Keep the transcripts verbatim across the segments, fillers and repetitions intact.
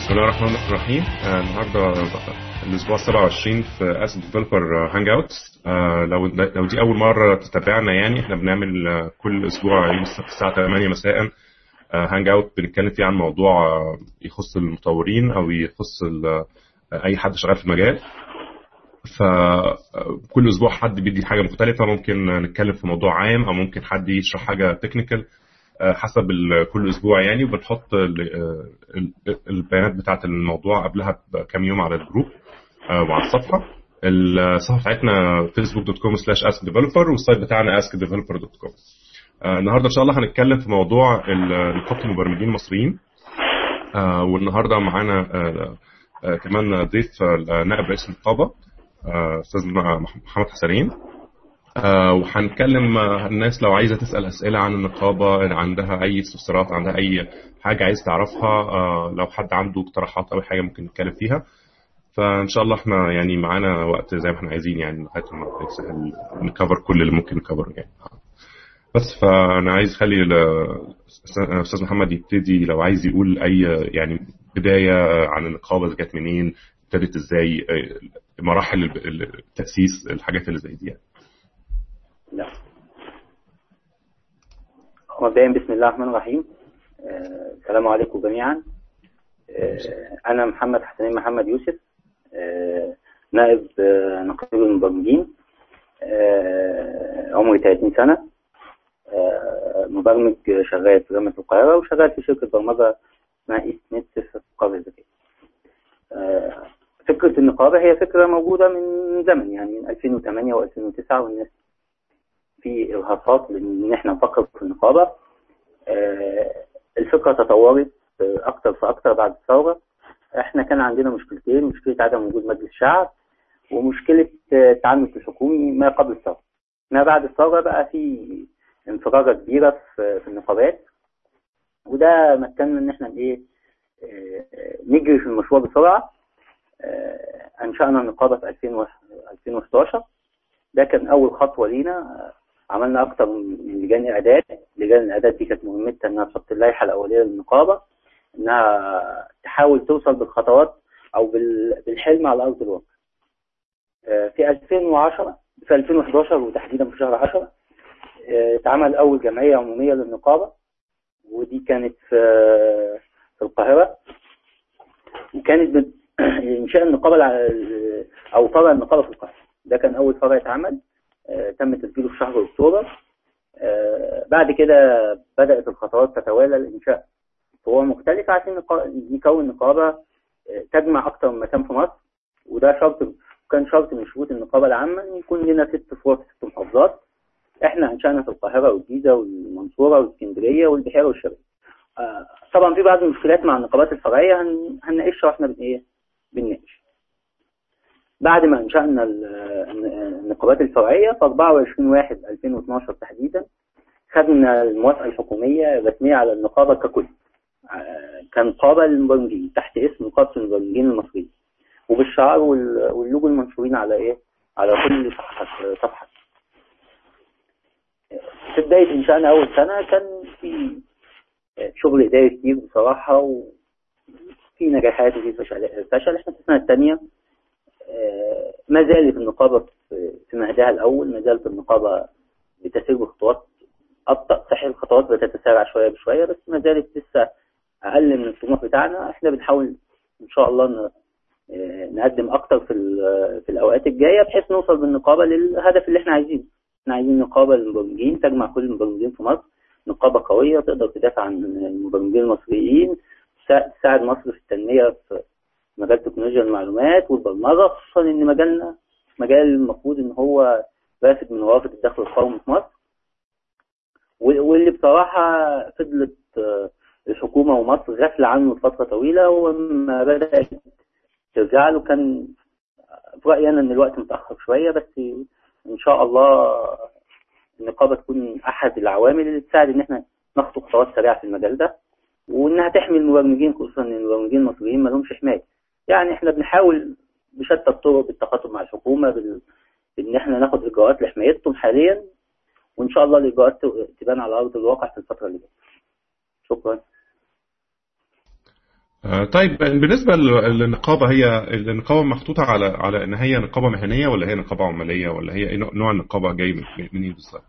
بسم الله الرحمن الرحيم. آه، النهارده الاسبوع سبعة وعشرين في اس ديفلوبر هانج اوتس. لو لو دي اول مره تتابعنا، يعني احنا بنعمل آه، كل اسبوع يوم السبت الساعه ثمانية مساء هانج اوت بنتكلم فيه عن موضوع آه، يخص المطورين او يخص ال- آه، اي حد شغال في المجال. فكل اسبوع حد بيدي حاجه مختلفه، ممكن نتكلم في موضوع عام او ممكن حد يشرح حاجه تكنيكال حسب ال- كل اسبوع يعني. وبنحط ال- ال- البيانات بتاعه الموضوع قبلها بكام يوم على الجروب آه، وعلى الصفحه. الصفحه بتاعتنا فيسبوك دوت كوم سلاش اسك ديفلوبر، والسايت بتاعنا اسك ديفلوبر دوت كوم. النهارده ان شاء الله هنتكلم في موضوع ال- نقابه المبرمجين المصريين. آه، والنهارده معانا آه، آه، كمان ضيف آه، نائب رئيس النقابه آه، استاذ محمد حسنين. آه، وهنتكلم مع الناس لو عايزة تسأل أسئلة عن النقابة، عندها أي استفسارات، عندها أي حاجة عايز تعرفها، آه، لو حد عنده اقتراحات أو حاجة ممكن نتكلم فيها. فإن شاء الله احنا يعني معانا وقت زي ما احنا عايزين، يعني لغاية ما نسهل نكفر كل اللي ممكن نكفره يعني. بس فأنا عايز أخلي ال- أستاذ محمد يبتدي لو عايز يقول أي يعني بداية عن النقابة، جت منين، ابتدت إزاي، آه، مراحل التأسيس، الحاجات اللي زي دي يعني. لا مبدئيا بسم الله الرحمن الرحيم. آه، السلام عليكم جميعا. آه، أنا محمد حسنين محمد يوسف، آه، نائب آه، نقيب المبرمجين. آه، عمري ثلاثين سنة، آه، مبرمج شغال في جامعة القاهرة وشغال في شركة برمجة اسمها إيست نت في القاهرة الذكية. آه، فكرة النقابة هي فكرة موجودة من زمن، يعني من ألفين وثمانية وألفين وتسعة، والناس في إرهاصات إن إحنا نفكر في النقابة. آه، الفكرة تطورت أكتر فأكتر بعد الثورة. إحنا كان عندنا مشكلتين: مشكلة عدم وجود مجلس شعب، ومشكلة التعنت الحكومي ما قبل الثورة. ما بعد الثورة بقى في انفراجة كبيرة في النقابات، وده مكننا إن إحنا إيه آه، نجري في المشروع بسرعة. آه، أنشأنا النقابة في ألفين وأحد عشر. ده كان أول خطوة لينا. عملنا أكتر من لجان إعداد. لجان الإعداد دي كانت مهمتها إنها تحط اللائحة الأولية للنقابة، إنها تحاول توصل بالخطوات أو بالحلم على أرض الواقع. في ألفين وعشرة في ألفين وأحد عشر وتحديدا في شهر عشرة اتعمل أول جمعية عمومية للنقابة، ودي كانت في في القاهرة. وكانت إنشاء النقابة أو فرع النقابة في القاهرة. ده كان أول فرع اتعمل، تم تسجيله في شهر أكتوبر. آه بعد كده بدأت الخطوات تتوالى لإنشاء فروع مختلفة عشان نكون نقابة آه تجمع أكثر من مكان في مصر. وده شرط، كان شرط من شروط النقابة العامة إن يكون لنا ست فروع في ست محافظات. إحنا أنشأنا في القاهرة والجيزة والمنصورة والإسكندرية والبحيرة والشرقية. آه طبعا في بعض المشكلات مع النقابات الفرعية هنناقشها وإحنا بن إيه بنناقش. بعد ما انشأنا النقابات الفرعية في أربعة وعشرين واحد ألفين واثناشر تحديدا، خدنا الموافقة الحكومية الرسمية على النقابة ككل، كنقابة للمبرمجين تحت اسم نقابة المبرمجين المصريين، وبالشعار واللوجو المنشورين على ايه على كل صفحة صفحة. في بداية إنشائنا أول سنة كان في شغل إداري كتير بصراحة، وفي نجاحات وفي فشل. فشل احنا في السنة الثانية ما زالت النقابة في مهدها الأول، ما زالت النقابة بتسير بخطوات أبطأ. صحيح الخطوات بتتسارع شوية بشوية، بس ما زالت لسه أقل من الطموح بتاعنا. احنا بنحاول إن شاء الله نقدم أكتر في في الأوقات الجاية بحيث نوصل بالنقابة للهدف اللي احنا عايزينه. احنا عايزين نقابة للمبرمجين تجمع كل المبرمجين في مصر، نقابة قوية تقدر تدافع عن المبرمجين المصريين، تساعد مصر في التنمية في مجال تكنولوجيا المعلومات والبرمجة، خصوصا ان مجالنا مجال المفروض ان هو رافد من روافد الدخل القومي في مصر، واللي بصراحة فضلت الحكومة ومصر غافلة عنه لفترة طويلة. وما بدأت ترجع له كان في رأيي أنا ان الوقت متأخر شوية، بس ان شاء الله النقابة تكون احد العوامل اللي تساعد ان احنا نخطو خطوات سريعة في المجال ده، وانها تحمي المبرمجين، خصوصا ان المبرمجين المصريين ما لهمش حماية. يعني احنا بنحاول بشتى الطرق بالتخاطب مع الحكومة بال... بان احنا ناخد اجراءات لحمايتهم حاليا، وان شاء الله الاجراءات تبان على ارض الواقع في الفترة اللي جاية. شكرا. آه طيب بالنسبة للنقابة، هي النقابة محطوطة على على إن هي نقابة مهنية ولا هي نقابة عمالية ولا هي نوع النقابة جاي من منين بالظبط؟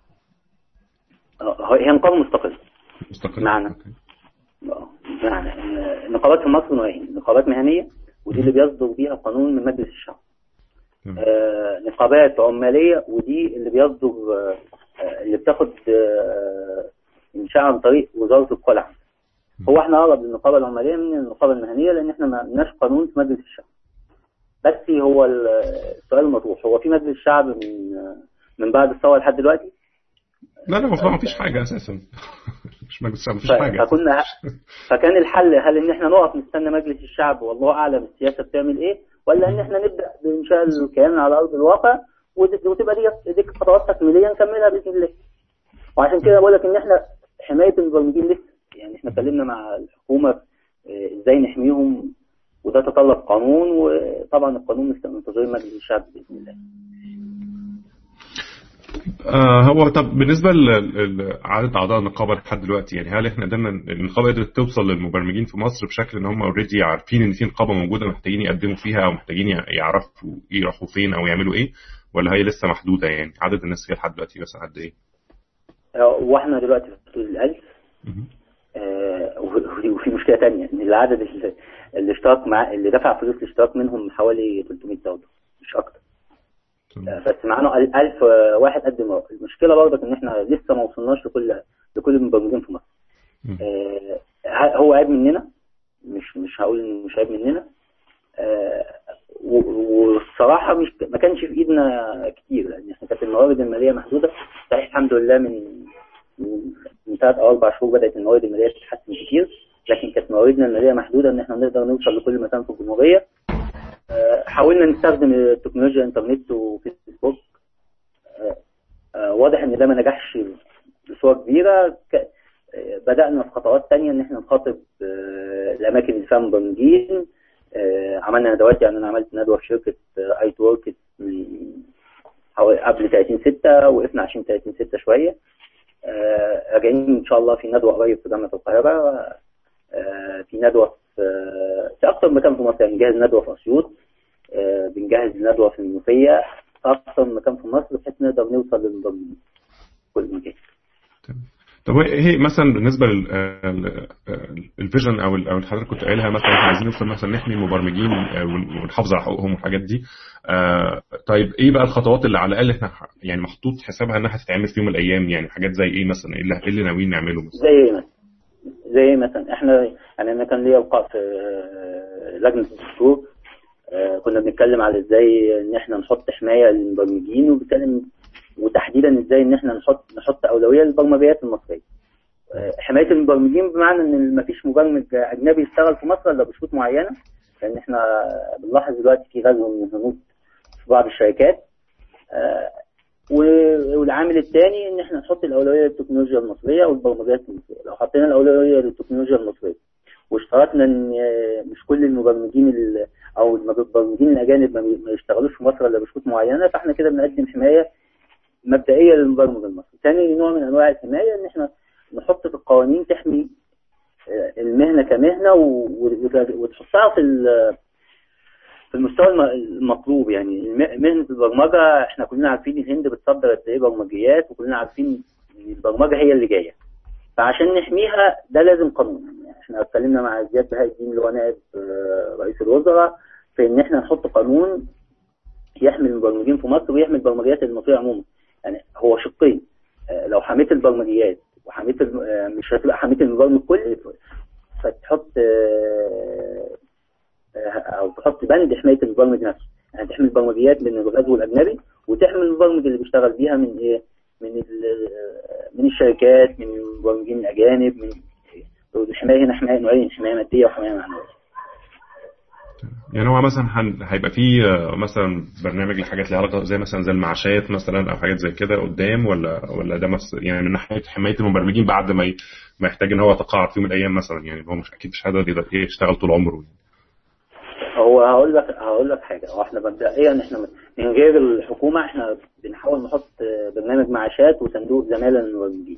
هي نقابة مستقلة. مستقلة. معنى معنى النقابات في مصر نوعين: نقابات مهنية ودي اللي بيصدر بيها قانون من مجلس الشعب، آه نقابات عمالية ودي اللي بيصدر آه اللي بتاخد آه إنشاء عن طريق وزارة القوى العامة. هو احنا اقرب للنقابه العماليه من النقابه المهنيه لان احنا ما عندناش قانون في مجلس الشعب. بس هو السؤال المطروح، هو في مجلس الشعب من من بعد الثوره لحد دلوقتي؟ لا لا ما فيش حاجه اساسا. مش مجلس الشعب، مفيش حاجه. فكنا فكان الحل هل ان احنا نقف نستنى مجلس الشعب والله اعلم السياسه بتعمل ايه، ولا ان احنا نبدا بانشاء الكيان على ارض الواقع وتبقى دي دي خطوات تكميليه نكملها باذن الله. وعشان كده بقول لك ان احنا حمايه المبرمجين لسه، يعني احنا اتكلمنا مع الحكومه ازاي نحميهم وده تطلب قانون، وطبعا القانون منتظر مجلس الشعب باذن الله. آه هو طب بالنسبه لعدد اعضاء النقابه لحد دلوقتي، يعني هل احنا قدرنا النقابه قدرت توصل للمبرمجين في مصر بشكل ان هم اوريدي عارفين ان في نقابه موجوده محتاجين يقدموا فيها او محتاجين يعرفوا يروحوا فين او يعملوا ايه، ولا هي لسه محدوده؟ يعني عدد الناس فيها لحد دلوقتي بس قد ايه؟ واحنا دلوقتي في حدود الألف. آه وفي مشكله ثانيه ان العدد اللي اشترك مع اللي دفع فلوس الاشتراك منهم حوالي ثلاثمية دولار مش اكتر. آه بس معانا ألف واحد قدم. المشكله برضك ان احنا لسه ما وصلناش لكل لكل المبرمجين في مصر. آه هو عيب مننا، مش مش هقول انه مش عيب مننا. آه والصراحه مش ما كانش في ايدنا كتير لان احنا كانت الموارد الماليه محدوده. صحيح الحمد لله من من ثلاث او اربع شهور بدات الموارد الماليه تتحسن كتير، لكن كانت مواردنا الماليه محدوده ان احنا نقدر نوصل لكل مكان في الجمهوريه. أه حاولنا نستخدم التكنولوجيا الانترنت وفيسبوك. أه أه واضح ان ده ما نجحش بصوره كبيره. بدانا في خطوات ثانيه ان احنا نخاطب الاماكن اللي فيها مبرمجين. عملنا ندوات، يعني انا عملت ندوه في شركه اي تو ورك قبل ثلاثين ستة، وقفنا عشان ثلاثين ستة شويه. آه راجعين ان شاء الله في ندوه قريب في جامعه القاهره. آه في ندوه في, في اكثر مكان في مصر، يعني بنجهز ندوه في اسيوط. آه بنجهز ندوه في المنوفيه، اكثر مكان في مصر بحيث نقدر نوصل للمبرمجين كل مكان. طب هي مثلا بالنسبه للفيجن او اللي حضرتك كنت قايلها، مثلا احنا عايزين نوصل مثلا نحمي المبرمجين ونحافظ على حقوقهم والحاجات دي. آه طيب ايه بقى الخطوات اللي على الاقل احنا يعني محطوط حسابها انها هتتعمل في يوم من الايام؟ يعني حاجات زي ايه مثلا؟ ايه اللي, إيه اللي ناويين نعمله مثلا؟ زي مثلا زي مثلا احنا يعني انا كان ليا لقاء في لجنه الدستور. آه كنا بنتكلم على ازاي ان احنا نحط حمايه للمبرمجين، وبنتكلم وتحديدا ازاي ان احنا نحط نحط اولويه للبرمجيات المصريه. حمايه المبرمجين بمعنى ان ما فيش مبرمج اجنبي يشتغل في مصر الا بشروط معينه، لان احنا بنلاحظ دلوقتي في غزو من الهنود في بعض الشركات. والعامل الثاني ان احنا نحط الاولويه للتكنولوجيا المصريه والبرمجيات المصريه. لو حطينا الاولويه للتكنولوجيا المصريه واشترطنا ان مش كل المبرمجين او المبرمجين الاجانب ما يشتغلوش في مصر الا بشروط معينه، فاحنا كده بنقدم حمايه مبدئيه للمبرمج المصري. ثاني نوع من انواع الحمايه ان احنا نحط في القوانين تحمي المهنه كمهنه وتحطها في في المستوى المطلوب. يعني مهنه البرمجه احنا كلنا عارفين الهند بتصدر قد ايه برمجيات، وكلنا عارفين ان البرمجه هي اللي جايه، فعشان نحميها ده لازم قانون. يعني احنا اتكلمنا مع زياد بهاء الدين اللي هو نائب رئيس الوزراء في ان احنا نحط قانون يحمي المبرمجين في مصر ويحمي البرمجيات المصريه عموما. يعني هو شقين، لو حميت البرمجيات وحميت مش هتبقى حميت المبرمج كله، فتحط او تحط بند حمايه المبرمج نفسه. يعني تحمي البرمجيات من الغزو الاجنبي وتحمي المبرمج اللي بيشتغل بيها من ايه؟ من من الشركات، من المبرمجين الاجانب. من الحمايه هنا حمايه نوعين، حمايه ماديه وحمايه معنويه. يعني هو مثلا هيبقى فيه مثلا برنامج لحاجات ليها علاقه زي مثلا زي المعاشات مثلا او حاجات زي كده قدام، ولا ولا ده يعني من ناحيه حمايه المبرمجين بعد ما ما يحتاج ان هو يتقاعد في يوم من الايام مثلا؟ يعني هو مش اكيد مش هيقدر يشتغل طول عمره. هو هقول لك هقول لك حاجه. هو احنا مبدئيا احنا من غير الحكومه احنا بنحاول نحط برنامج معاشات وصندوق زماله للمبرمجين.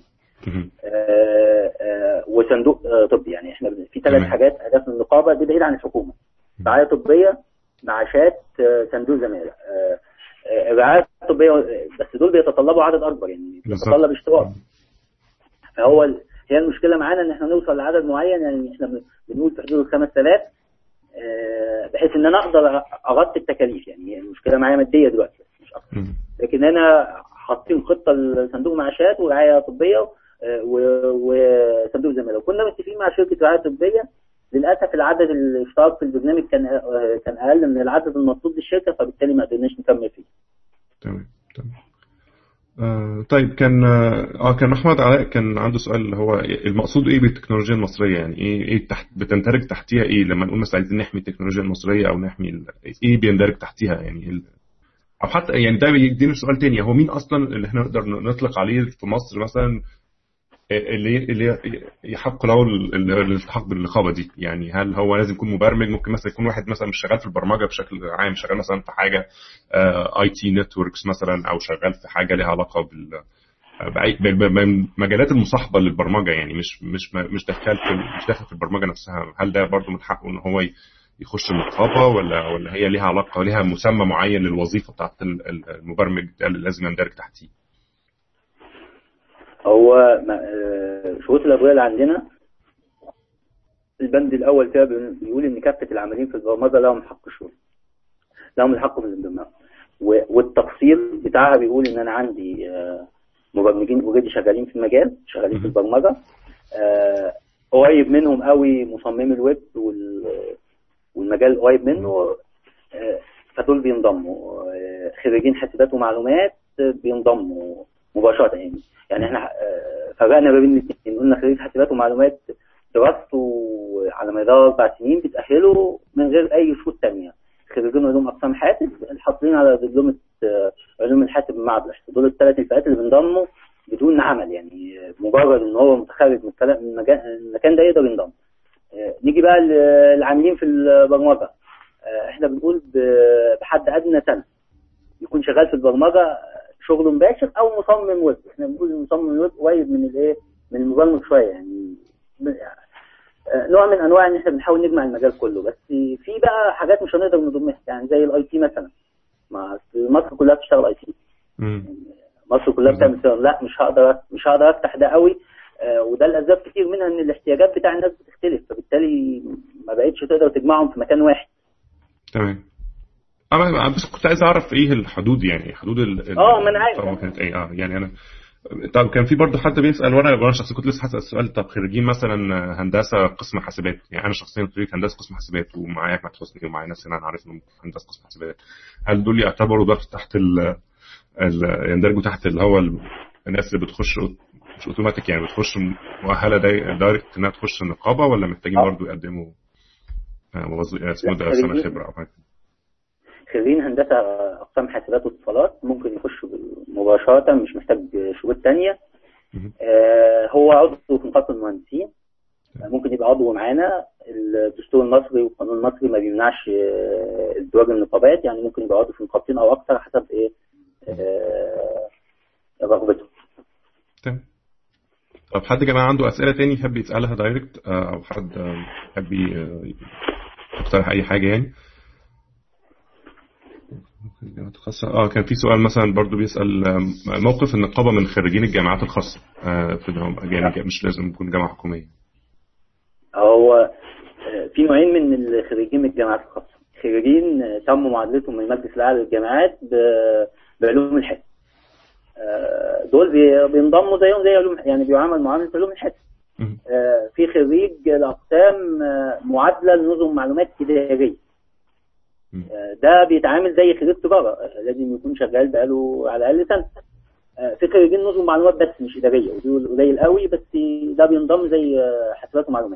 آه آه وصندوق آه طبي. يعني احنا في ثلاث حاجات اهداف النقابه دي بعيد عن الحكومه: رعايه طبيه، معاشات، آه صندوق زماله. آه آه الرعايه الطبيه بس دول بيتطلبوا عدد اكبر، يعني بيتطلب اشتراك. فهو هي المشكله معانا ان احنا نوصل لعدد معين، يعني احنا بنقول في حدود خمس آلاف، بحيث ان انا اقدر اغطي التكاليف. يعني المشكله معايا ماديه دلوقتي مش اكتر، لكن انا حاطين خطه لصندوق معاشات ورعايه طبيه وصندوق زماله، وكنا متفقين مع شركه رعايه طبيه. للاسف العدد اللي اشترك في البرنامج كان كان اقل من العدد المطلوب للشركه، فبالتالي ما قدرناش نكمل فيه. تمام تمام. آه طيب كان اه كان احمد علاء كان عنده سؤال اللي هو المقصود ايه بالتكنولوجيا المصريه؟ يعني ايه ايه تحت بتندرج تحتيها ايه لما نقول مثلا عايزين نحمي التكنولوجيا المصريه او نحمي ال... ايه بيندرج تحتيها يعني ال... او حتى يعني ده بيدينا سؤال تاني، هو مين اصلا اللي احنا نقدر نطلق عليه في مصر مثلا اللي اللي يحق له الالتحاق بالنقابه دي؟ يعني هل هو لازم يكون مبرمج؟ ممكن مثلا يكون واحد مثلا مش شغال في البرمجه بشكل عام، شغال مثلا في حاجه اي تي نتوركس مثلا، او شغال في حاجه لها علاقه بال بالمجالات المصاحبه للبرمجه، يعني مش مش مش داخل في مش داخل في البرمجه نفسها. هل ده برضه من حقه ان هو يخش النقابه، ولا ولا هي ليها علاقه ليها مسمى معين للوظيفه بتاعت المبرمج ده اللي لازم يندرج تحتيه؟ هو شروط الأبواب اللي عندنا، البند الأول فيها بيقول إن كافة العاملين في البرمجة لهم حق الشغل، لهم الحق من الانضمام. والتفصيل بتاعها بيقول إن أنا عندي مبرمجين اوريدي شغالين في المجال، شغالين في البرمجة، قريب منهم قوي مصممي الويب والمجال قريب منه، فدول بينضموا. خريجين حاسبات ومعلومات بينضموا مباشرة. يعني يعني احنا فرقنا ما بين الاثنين، قلنا خريج حاسبات ومعلومات دراسته على مدار اربع سنين بتأهله من غير اي شروط ثانيه. خريجين علوم اقسام حاسب الحاصلين على دبلومه علوم الحاسب من معهد الحاسب، دول الثلاث الفئات اللي بينضموا بدون عمل، يعني مجرد ان هو متخرج من المكان ده يقدر ينضم. نيجي بقى للعاملين في البرمجه، احنا بنقول بحد ادنى سنه يكون شغال في البرمجه شغل مباشر او مصمم ويب. احنا بنقول مصمم الويب قريب من الايه من المبرمج شويه، يعني نوع من انواع ان احنا بنحاول نجمع المجال كله. بس في بقى حاجات مش هنقدر نضمها، يعني زي الاي تي مثلا. ما مصر كلها بتشتغل اي تي، مصر كلها بتعمل، لا مش هقدر مش هقدر افتح ده قوي. آه وده الاسباب كتير منها ان الاحتياجات بتاع الناس بتختلف، فبالتالي ما بقتش تقدر تجمعهم في مكان واحد. تمام. انا بس كنت عايز اعرف ايه الحدود، يعني حدود ال اه ما انا عارف كانت ايه. اه يعني انا طب كان في برضه حد بيسال، وانا وانا شخصيا كنت لسه هسال السؤال، طب خريجين مثلا هندسه قسم حاسبات، يعني انا شخصيا خريج هندسه قسم حاسبات ومعايا احمد حسني ومعايا ناس هنا انا عارف انهم هندسه قسم حاسبات، هل دول يعتبروا ضغط تحت ال يندرجوا تحت اللي هو الناس اللي بتخش مش اوتوماتيك، يعني بتخش مؤهله دايركت انها تخش النقابه، ولا محتاجين برضه يقدموا اسمه ده سنه خبره او حاجه؟ خريجين هندسه اقسام حاسبات واتصالات ممكن يخشوا مباشره، مش محتاج شروط ثانيه. آه هو عضو في نقابه المهندسين، ممكن يبقى عضو معانا. الدستور المصري والقانون المصري ما بيمنعش ازدواج النقابات، يعني ممكن يبقى عضو في نقابتين او اكثر حسب ايه آه رغبته. تمام. طب حد كمان عنده اسئله تاني يحب يسالها دايركت، او حد يحب يقترح اي حاجه يعني؟ اه كان في سؤال مثلا برضو بيسأل موقف النقابة من خريجين الجامعات الخاصة في يعني مش لازم يكون جامعة حكومية. هو في نوعين من الخريجين من الجامعات الخاصة، خريجين تم معادلتهم من المجلس الأعلى للجامعات بعلوم الحاسب، دول بينضموا زيهم زي علوم، يعني بيعامل معاملة علوم الحاسب. في خريج الأقسام معادلة لنظم معلومات إدارية، ده بيتعامل زي خريج تجارة، لازم يكون شغال بقاله على الأقل سنة. في خريجين نظم معلومات بس مش إدارية، ودول قليل قوي، بس ده بينضم زي حاسبات ومعلومات.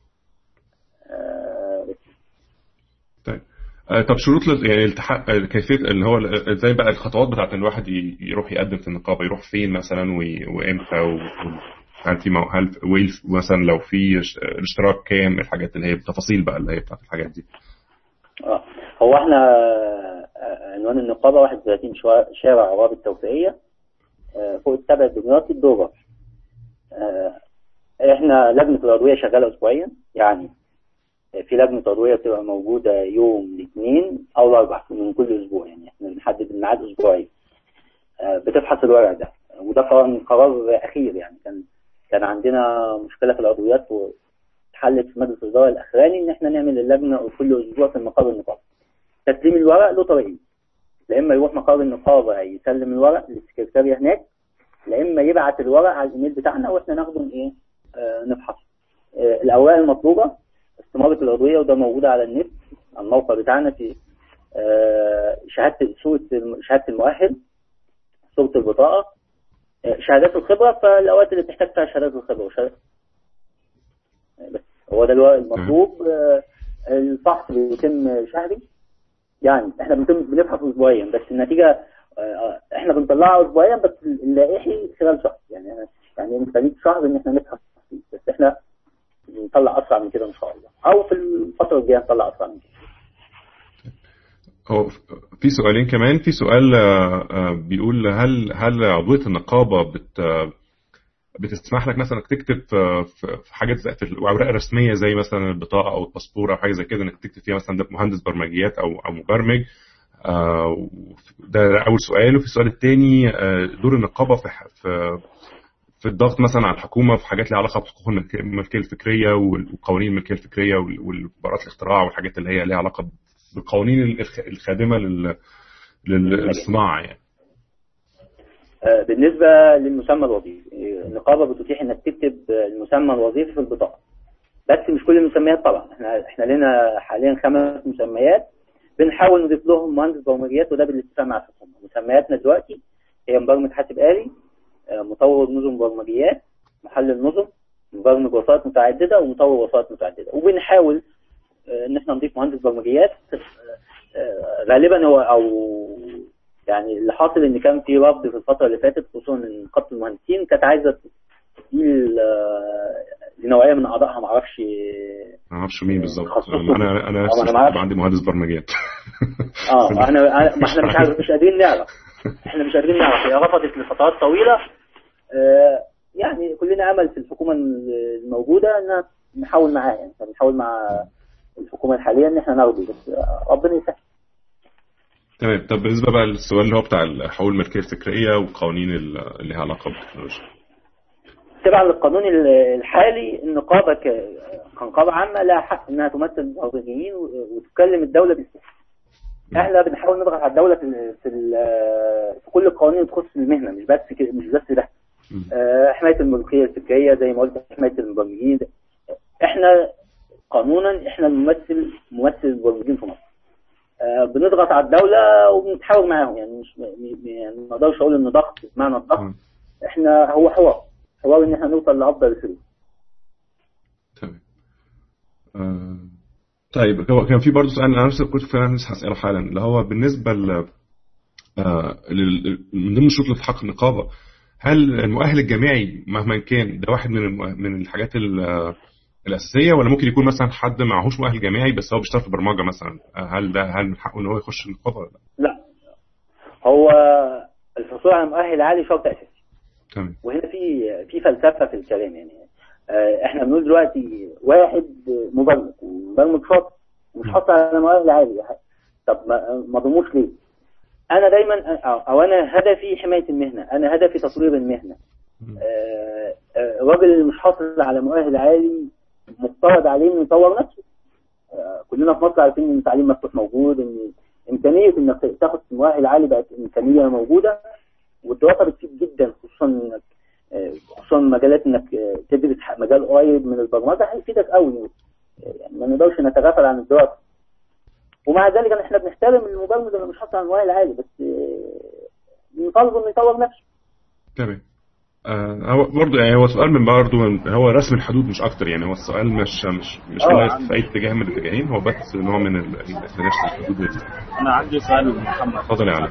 طيب طب شروط يعني الالتحاق، كيفية اللي هو ازاي بقى الخطوات بتاعت الواحد يروح يقدم في النقابة، يروح فين مثلا وامتى، وهل في هل مثلا لو في الاشتراك كام، الحاجات اللي هي التفاصيل بقى اللي هي بتاعت الحاجات دي. اه هو احنا عنوان النقابة واحد وثلاثين شارع عراب التوفيقية فوق السبع دمياط الدورة. احنا لجنة العضوية شغالة اسبوعيا، يعني في لجنة عضوية بتبقى موجودة يوم الاثنين او الاربع من كل اسبوع، يعني احنا بنحدد الميعاد اسبوعي بتفحص الورق ده، وده قرار اخير. يعني كان كان عندنا مشكلة في العضويات واتحلت في مجلس الإدارة الاخراني ان احنا نعمل اللجنة كل اسبوع في مقر النقابة. تسليم الورق له طريقين، لا اما يروح مقر النقابة يسلم الورق للسكرتارية هناك، لا اما يبعت الورق على الايميل بتاعنا واحنا ناخده ايه آه نفحص. آه الاوراق المطلوبه استمارة العضويه، وده موجود على النت على الموقع بتاعنا، في آه شهاده صوره شهاده المؤهل، صوره البطاقه، آه شهادات الخبره، فالاوقات اللي بتحتاج فيها شهادات الخبره وشهادات بس هو ده الورق المطلوب. آه الفحص بيتم شهري، يعني احنا بنفحص اسبوعيا بس النتيجه احنا بنطلعها اسبوعيا، بس اللائحي خلال شهر، يعني يعني مستنيين شهر ان احنا نفحص فيه، بس احنا نطلع اسرع من كده ان شاء الله، او في الفتره الجايه نطلع اسرع من كده. هو في سؤالين كمان. في سؤال بيقول هل هل عضويه النقابه بت بتسمح لك مثلا انك تكتب في حاجات زي في الاوراق الرسميه زي مثلا البطاقه او الباسبور او حاجه زي كده، انك تكتب فيها مثلا مهندس برمجيات او او مبرمج؟ آه ده اول سؤال. وفي السؤال الثاني آه دور النقابه في في في الضغط مثلا على الحكومه في حاجات ليها علاقه بحقوق الملكيه الفكريه وقوانين الملكيه الفكريه والبراءات الاختراع والحاجات اللي هي ليها علاقه بالقوانين الخادمه للصناعه يعني. بالنسبه للمسمى الوظيفي، النقابه بتتيح انك تكتب المسمى الوظيفي في البطاقه، بس مش كل المسميات طبعا. احنا احنا لنا حاليا خمس مسميات بنحاول نضيف لهم مهندس برمجيات، وده بالاتفاق مع الحكومه. مسمياتنا دلوقتي هي مبرمج حاسب آلي، مطور نظم برمجيات، محلل نظم، مبرمج وسائط متعدده، ومطور وسائط متعدده. وبنحاول ان احنا نضيف مهندس برمجيات. غالبا هو او يعني اللي حاصل ان كان في رفض في الفتره اللي فاتت، خصوصا ان نقابه المهندسين كانت عايزه تديل لنوعيه من اعضائها، ما اعرفش ما اعرفش مين بالظبط. انا انا نفسي عندي مهندس برمجيات. اه احنا ما احنا مش عارف مش قادرين نعرف احنا مش قادرين نعرف هي رفضت لفترات طويله. آه يعني كلنا امل في الحكومه الموجوده ان نحاول معاها، يعني بنحاول مع الحكومه الحاليه ان احنا ناخده، بس ربنا يسهل. تمام. طب بالنسبه بقى للسؤال اللي هو بتاع حقوق الملكيه الفكريه وقوانين اللي لها علاقه بالتكنولوجيا، طبعا القانون الحالي النقابه كنقابه عامه لها حق انها تمثل الموظفين وتكلم الدوله بالسهل. احنا بنحاول نضغط على الدوله في في, في كل القوانين اللي تخص المهنه، مش بس مش بس ده. اه حمايه الملكيه الفكريه زي ما قلت، حمايه المبرمجين. احنا قانونا احنا الممثل ممثل المبرمجين في مصر. اه بنضغط على الدوله وبنتحاور معاهم، يعني مش يعني ما اقدرش اقول ان ضغط بمعنى الضغط. احنا هو حوار حوار ان احنا نوصل لافضل الحلول. تمام. آه. طيب هو كان في برضه سؤال انا نفسي كنت فعلا لسه هساله حالا، اللي هو بالنسبه ل آه من ضمن شروط التحق النقابه، هل المؤهل الجامعي مهما كان ده واحد من من الحاجات الاساسيه، ولا ممكن يكون مثلا حد معهوش مؤهل جامعي بس هو بيشتغل في برمجه مثلا، هل ده هل من حقه ان هو يخش النقابه ولا لا؟ لا، هو الحصول على مؤهل عالي شرط اساسي. تمام. وهنا في في فلسفه في الكلام، يعني احنا بنقول دلوقتي واحد مبرمج ومبرمج شاطر ومش حاصل على مؤهل عالي، طب ما ضموش ليه؟ انا دايما او انا هدفي حمايه المهنه، انا هدفي تطوير المهنه. الراجل اللي مش حاصل على مؤهل عالي مفترض عليه انه يطور نفسه. كلنا في مصر عارفين ان التعليم مفتوح موجود، ان امكانيه انك تاخد مؤهل عالي بقت امكانيه موجوده، والدراسه بتفيد جدا، خصوصا انك خصوصا مجالات انك تدرس مجال قريب من البرمجه هيفيدك قوي، يعني ما نقدرش نتغافل عن الدراسه. ومع ذلك احنا بنحترم المبرمج اللي مش حاصل على المؤهل العالي، بس بنطالبه انه يطور نفسه. تمام. آه هو برضه يعني هو سؤال من برضه هو رسم الحدود مش اكتر، يعني هو السؤال مش مش مش لايف في اي اتجاه من الاتجاهين، هو بس نوع من رسم الحدود. انا عندي سؤال محمد. اتفضل يا علي.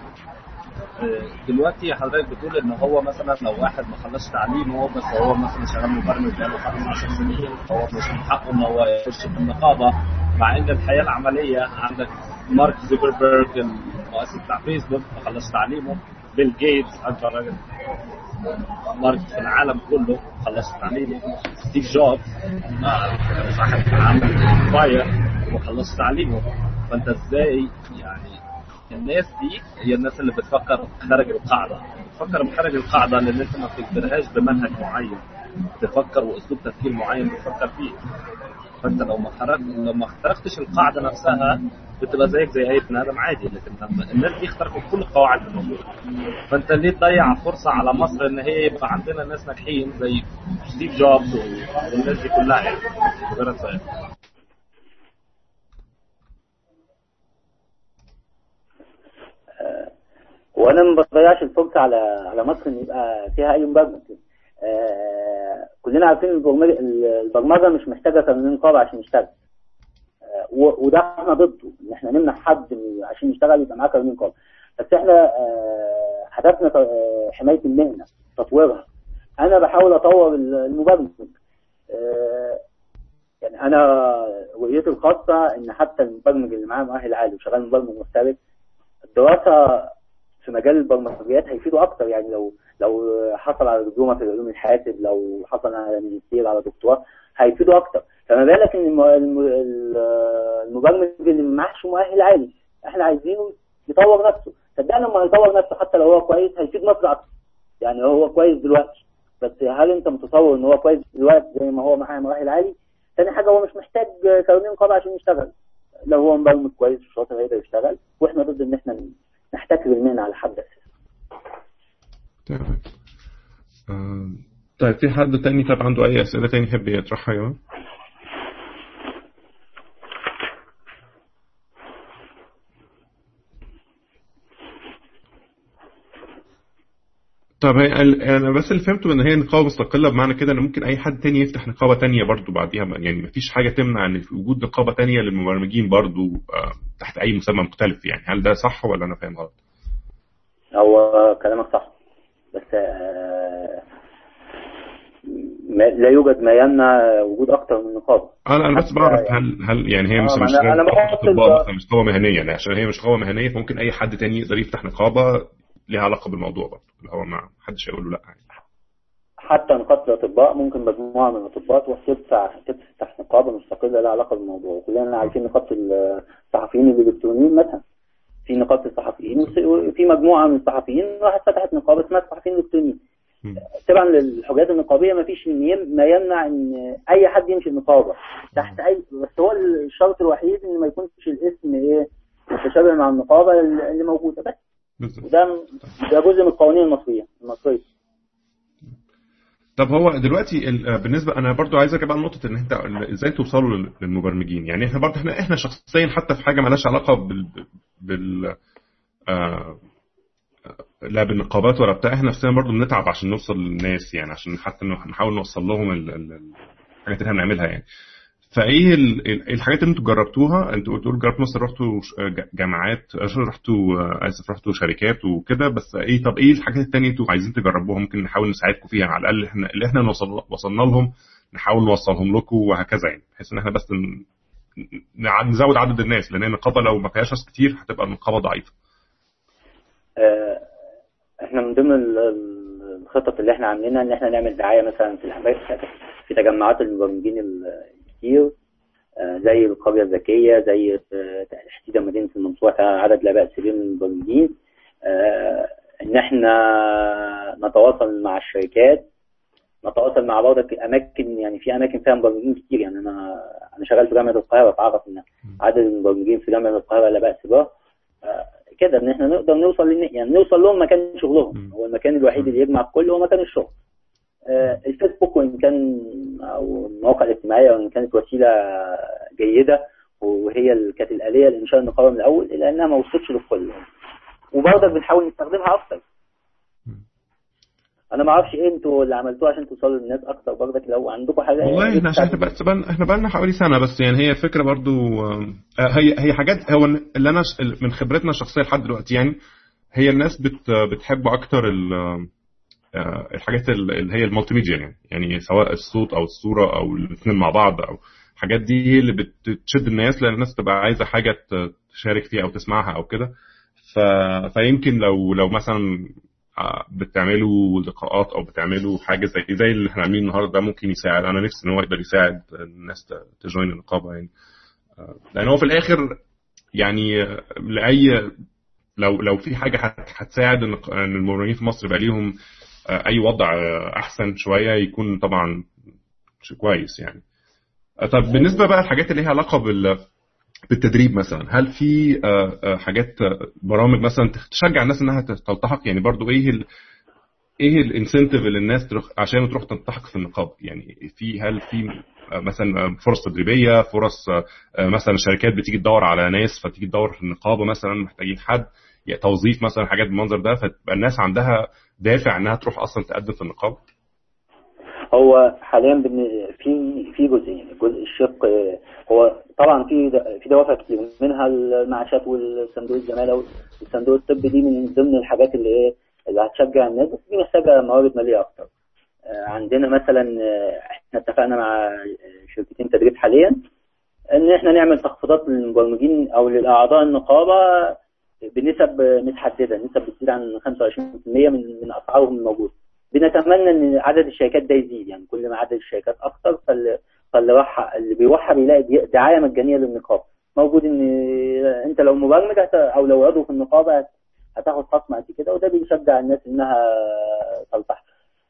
دلوقتي حضرتك بتقول ان هو مثلا لو واحد ما خلصش تعليمه بس هو مثلا شغال مبرمج بقاله خمس عشر سنين، هو مش من حقه ان هو يخش في النقابه، مع ان الحياه العمليه عندك مارك زوكربيرج المؤسس بتاع فيسبوك ما خلصش تعليمه بيل جيتس اكبر راجل ماركت في العالم كله خلص تعليمه. ستيف جوبز صاحب عمل فاير وخلص تعليمه. فانت ازاي يعني الناس دي هي الناس اللي بتفكر خارج القاعده، بتفكر بخارج القاعده لان انت ما بتجبرهاش بمنهج معين، تفكر واسلوب تفكير معين بتفكر فيه. فانت لو ما خرجت لو ما اخترقتش القاعده نفسها بتبقى زيك زي اي بني ادم عادي. لكن الناس دي اخترقوا كل القواعد الموجوده. فانت ليه تضيع فرصه على مصر ان هي يبقى عندنا ناس ناجحين زي ستيف جوبز والناس دي كلها؟ يعني مجرد سؤال. وانا ما بضيعش الفرصه على على مصر ان يبقى فيها اي مبرمج. آه كلنا عارفين البرمجه البرمجه مش محتاجه قانون نقابه عشان يشتغل. آه وده احنا ضده ان احنا نمنع حد عشان يشتغل يبقى معاه قانون نقابه. بس احنا آه هدفنا آه حمايه المهنه، تطويرها. انا بحاول اطور المبرمج. آه يعني انا رؤيتي الخاصه ان حتى المبرمج اللي معاه مؤهل عالي وشغال مبرمج محترف، الدراسه في مجال البرمجيات هيفيده اكتر. يعني لو لو حصل على دبلومه في علوم الحاسب، لو حصل على ماجستير، على دكتوراه، هيفيده اكتر. فما بالك ان المبرمج اللي معهش مؤهل عالي احنا عايزينه يطور نفسه. صدقني لما يطور نفسه حتى لو هو كويس هيفيد مصر اكتر. يعني هو كويس دلوقتي، بس هل انت متصور ان هو كويس دلوقتي زي ما هو معاه مؤهل عالي؟ ثاني حاجه هو مش محتاج قانون نقابه عشان يشتغل. لو هو مبرمج كويس وشاطر هيقدر يشتغل، واحنا ضد ان احنا نحتكر المهنه على حد اساس. تمام. آه. طيب في حد تاني طب عنده اي اسئله تاني يحب يطرحها يا جماعه؟ طب انا بس اللي فهمته ان هي نقابه مستقله، بمعنى كده ان ممكن اي حد تاني يفتح نقابه تانية برضو بعديها. يعني مفيش حاجه تمنع ان في وجود نقابه تانية للمبرمجين برضو آه تحت اي مسمى مختلف. يعني هل ده صح ولا انا فاهم غلط؟ هو كلامك صح، بس آه لا يوجد ما يمنع وجود اكتر من نقابه. انا انا بس بعرف هل هل يعني هي مش مش انا بحط مثلا مش قوه مهنيه، يعني عشان هي مش قوه مهنيه فممكن اي حد تاني يقدر يفتح نقابه ليها علاقه بالموضوع برضه، اللي هو ما حدش هيقول له لا. يعني حتى نقابه الاطباء ممكن مجموعه من الاطباء تروح تفتح تفتح نقابه مستقله لها علاقه بالموضوع. وكلنا عارفين نقابه الصحفيين الالكترونيين مثلا، في نقابه الصحفيين وفي مجموعه من الصحفيين راحت فتحت نقابه اسمها الصحفيين الالكترونيين. طبعا للحاجات النقابيه ما فيش ما يمنع ان اي حد يمشي النقابه تحت اي، بس هو الشرط الوحيد ان ما يكونش الاسم ايه متشابه مع النقابه اللي موجوده بس. وده ده جزء من القوانين المصريه المصريه. طب هو دلوقتي بالنسبه انا برضو عايز ارجع بقى لنقطه ان انت ازاي توصلوا للمبرمجين. يعني احنا برضو احنا احنا شخصيا حتى في حاجه مالهاش علاقه بال بال آه لا بالنقابات ولا بتاع، احنا نفسنا برضو بنتعب عشان نوصل للناس، يعني عشان حتى نحاول نوصل لهم الحاجات اللي احنا بنعملها. يعني فايه الحاجات اللي انتوا جربتوها؟ انتوا قلتوا جربتوا مثلا رحتوا جامعات، رحتوا اسف رحتوا شركات وكده، بس ايه طب ايه الحاجات التانية انتوا عايزين تجربوها ممكن نحاول نساعدكم فيها على الاقل احنا اللي احنا نوصل وصلنا لهم نحاول نوصلهم لكم وهكذا، يعني بحيث ان احنا بس نزود عدد الناس، لان النقابه لو ما فيهاش ناس كتير هتبقى النقابه ضعيفه. احنا من ضمن الخطط اللي احنا عاملينها ان احنا نعمل دعايه مثلا في الاماكن في تجمعات المبرمجين الكتير زي القريه الذكيه، زي تحديد مدينه المنصوره عدد لا باس به من المبرمجين، ان احنا نتواصل مع الشركات، نتواصل مع بعض اماكن. يعني في اماكن فيها مبرمجين كتير. يعني انا انا شغال في جامعه القاهره، اتعرف ان عدد المبرمجين في جامعه القاهره لا باس به كده، ان احنا نقدر نوصل لن... يعني نوصل لهم مكان شغلهم. هو المكان الوحيد اللي يجمع الكل هو مكان الشغل. آه الفيسبوك وان كان او المواقع الاجتماعيه وان كانت وسيله جيده وهي كانت الاليه لانشاء النقابه من الاول، الا انها ما وصلتش للكل، وبرضه بنحاول نستخدمها اكتر. انا ما اعرفش ايه انتوا اللي عملتوه عشان توصلوا للناس اكتر. برضك لو عندكم حاجه والله احنا عشان احنا بس بقى احنا بقى لنا حوالي سنه بس. يعني هي الفكره برضو هي هي حاجات هو اللي انا من خبرتنا الشخصيه لحد دلوقتي، يعني هي الناس بت بتحب اكتر الحاجات اللي هي المالتي ميديا، يعني يعني سواء الصوت او الصوره او الاثنين مع بعض، او الحاجات دي هي اللي بتشد الناس، لان الناس تبقى عايزه حاجه تشارك فيها او تسمعها او كده. ف... فيمكن لو لو مثلا بتعملوا لقاءات او بتعملوا حاجه زي زي اللي احنا عاملين النهارده، ممكن يساعد. انا نفسي ان هو يقدر يساعد الناس تجوين النقابه يعني، لان هو في الاخر يعني لاي لو لو في حاجه هتساعد ان الممرضين في مصر يبقى ليهم اي وضع احسن شويه، يكون طبعا شيء كويس يعني. طب بالنسبه بقى الحاجات اللي ليها علاقه بال بالتدريب مثلا، هل في حاجات برامج مثلا تشجع الناس انها تلتحق؟ يعني برضو ايه ال ايه الانسنتيف اللي الناس تروح عشان تروح تلتحق في النقابه؟ يعني في هل في مثلا فرص تدريبيه، فرص مثلا شركات بتيجي تدور على ناس فتيجي تدور في النقابه مثلا محتاجين حد، يعني توظيف مثلا، حاجات بالمنظر ده، فتبقى الناس عندها دافع انها تروح اصلا تقدم في النقابه؟ هو حاليا في في جزئين. الجزء الشق هو طبعا في في دوافع كتير، منها المعاشات والصندوق الزماله والصندوق الطبي، دي من ضمن الحاجات اللي ايه اللي هتشجع الناس، بس دي محتاجه موارد ماليه اكتر. عندنا مثلا احنا اتفقنا مع شركتين تدريب حاليا ان احنا نعمل تخفيضات للمبرمجين او للاعضاء النقابه بنسب متحدده، نسب بتزيد عن خمسة وعشرين بالمية من من اسعارهم الموجوده. بنتمنى ان عدد الشركات ده يزيد، يعني كل ما عدد الشركات اكتر فاللي فاللي راح اللي بيروحها بيلاقي دعايه مجانيه للنقابه موجود، ان انت لو مبرمج او لو عضو في النقابه هتاخد خصم قد كده، وده بيشجع الناس انها تلتحق.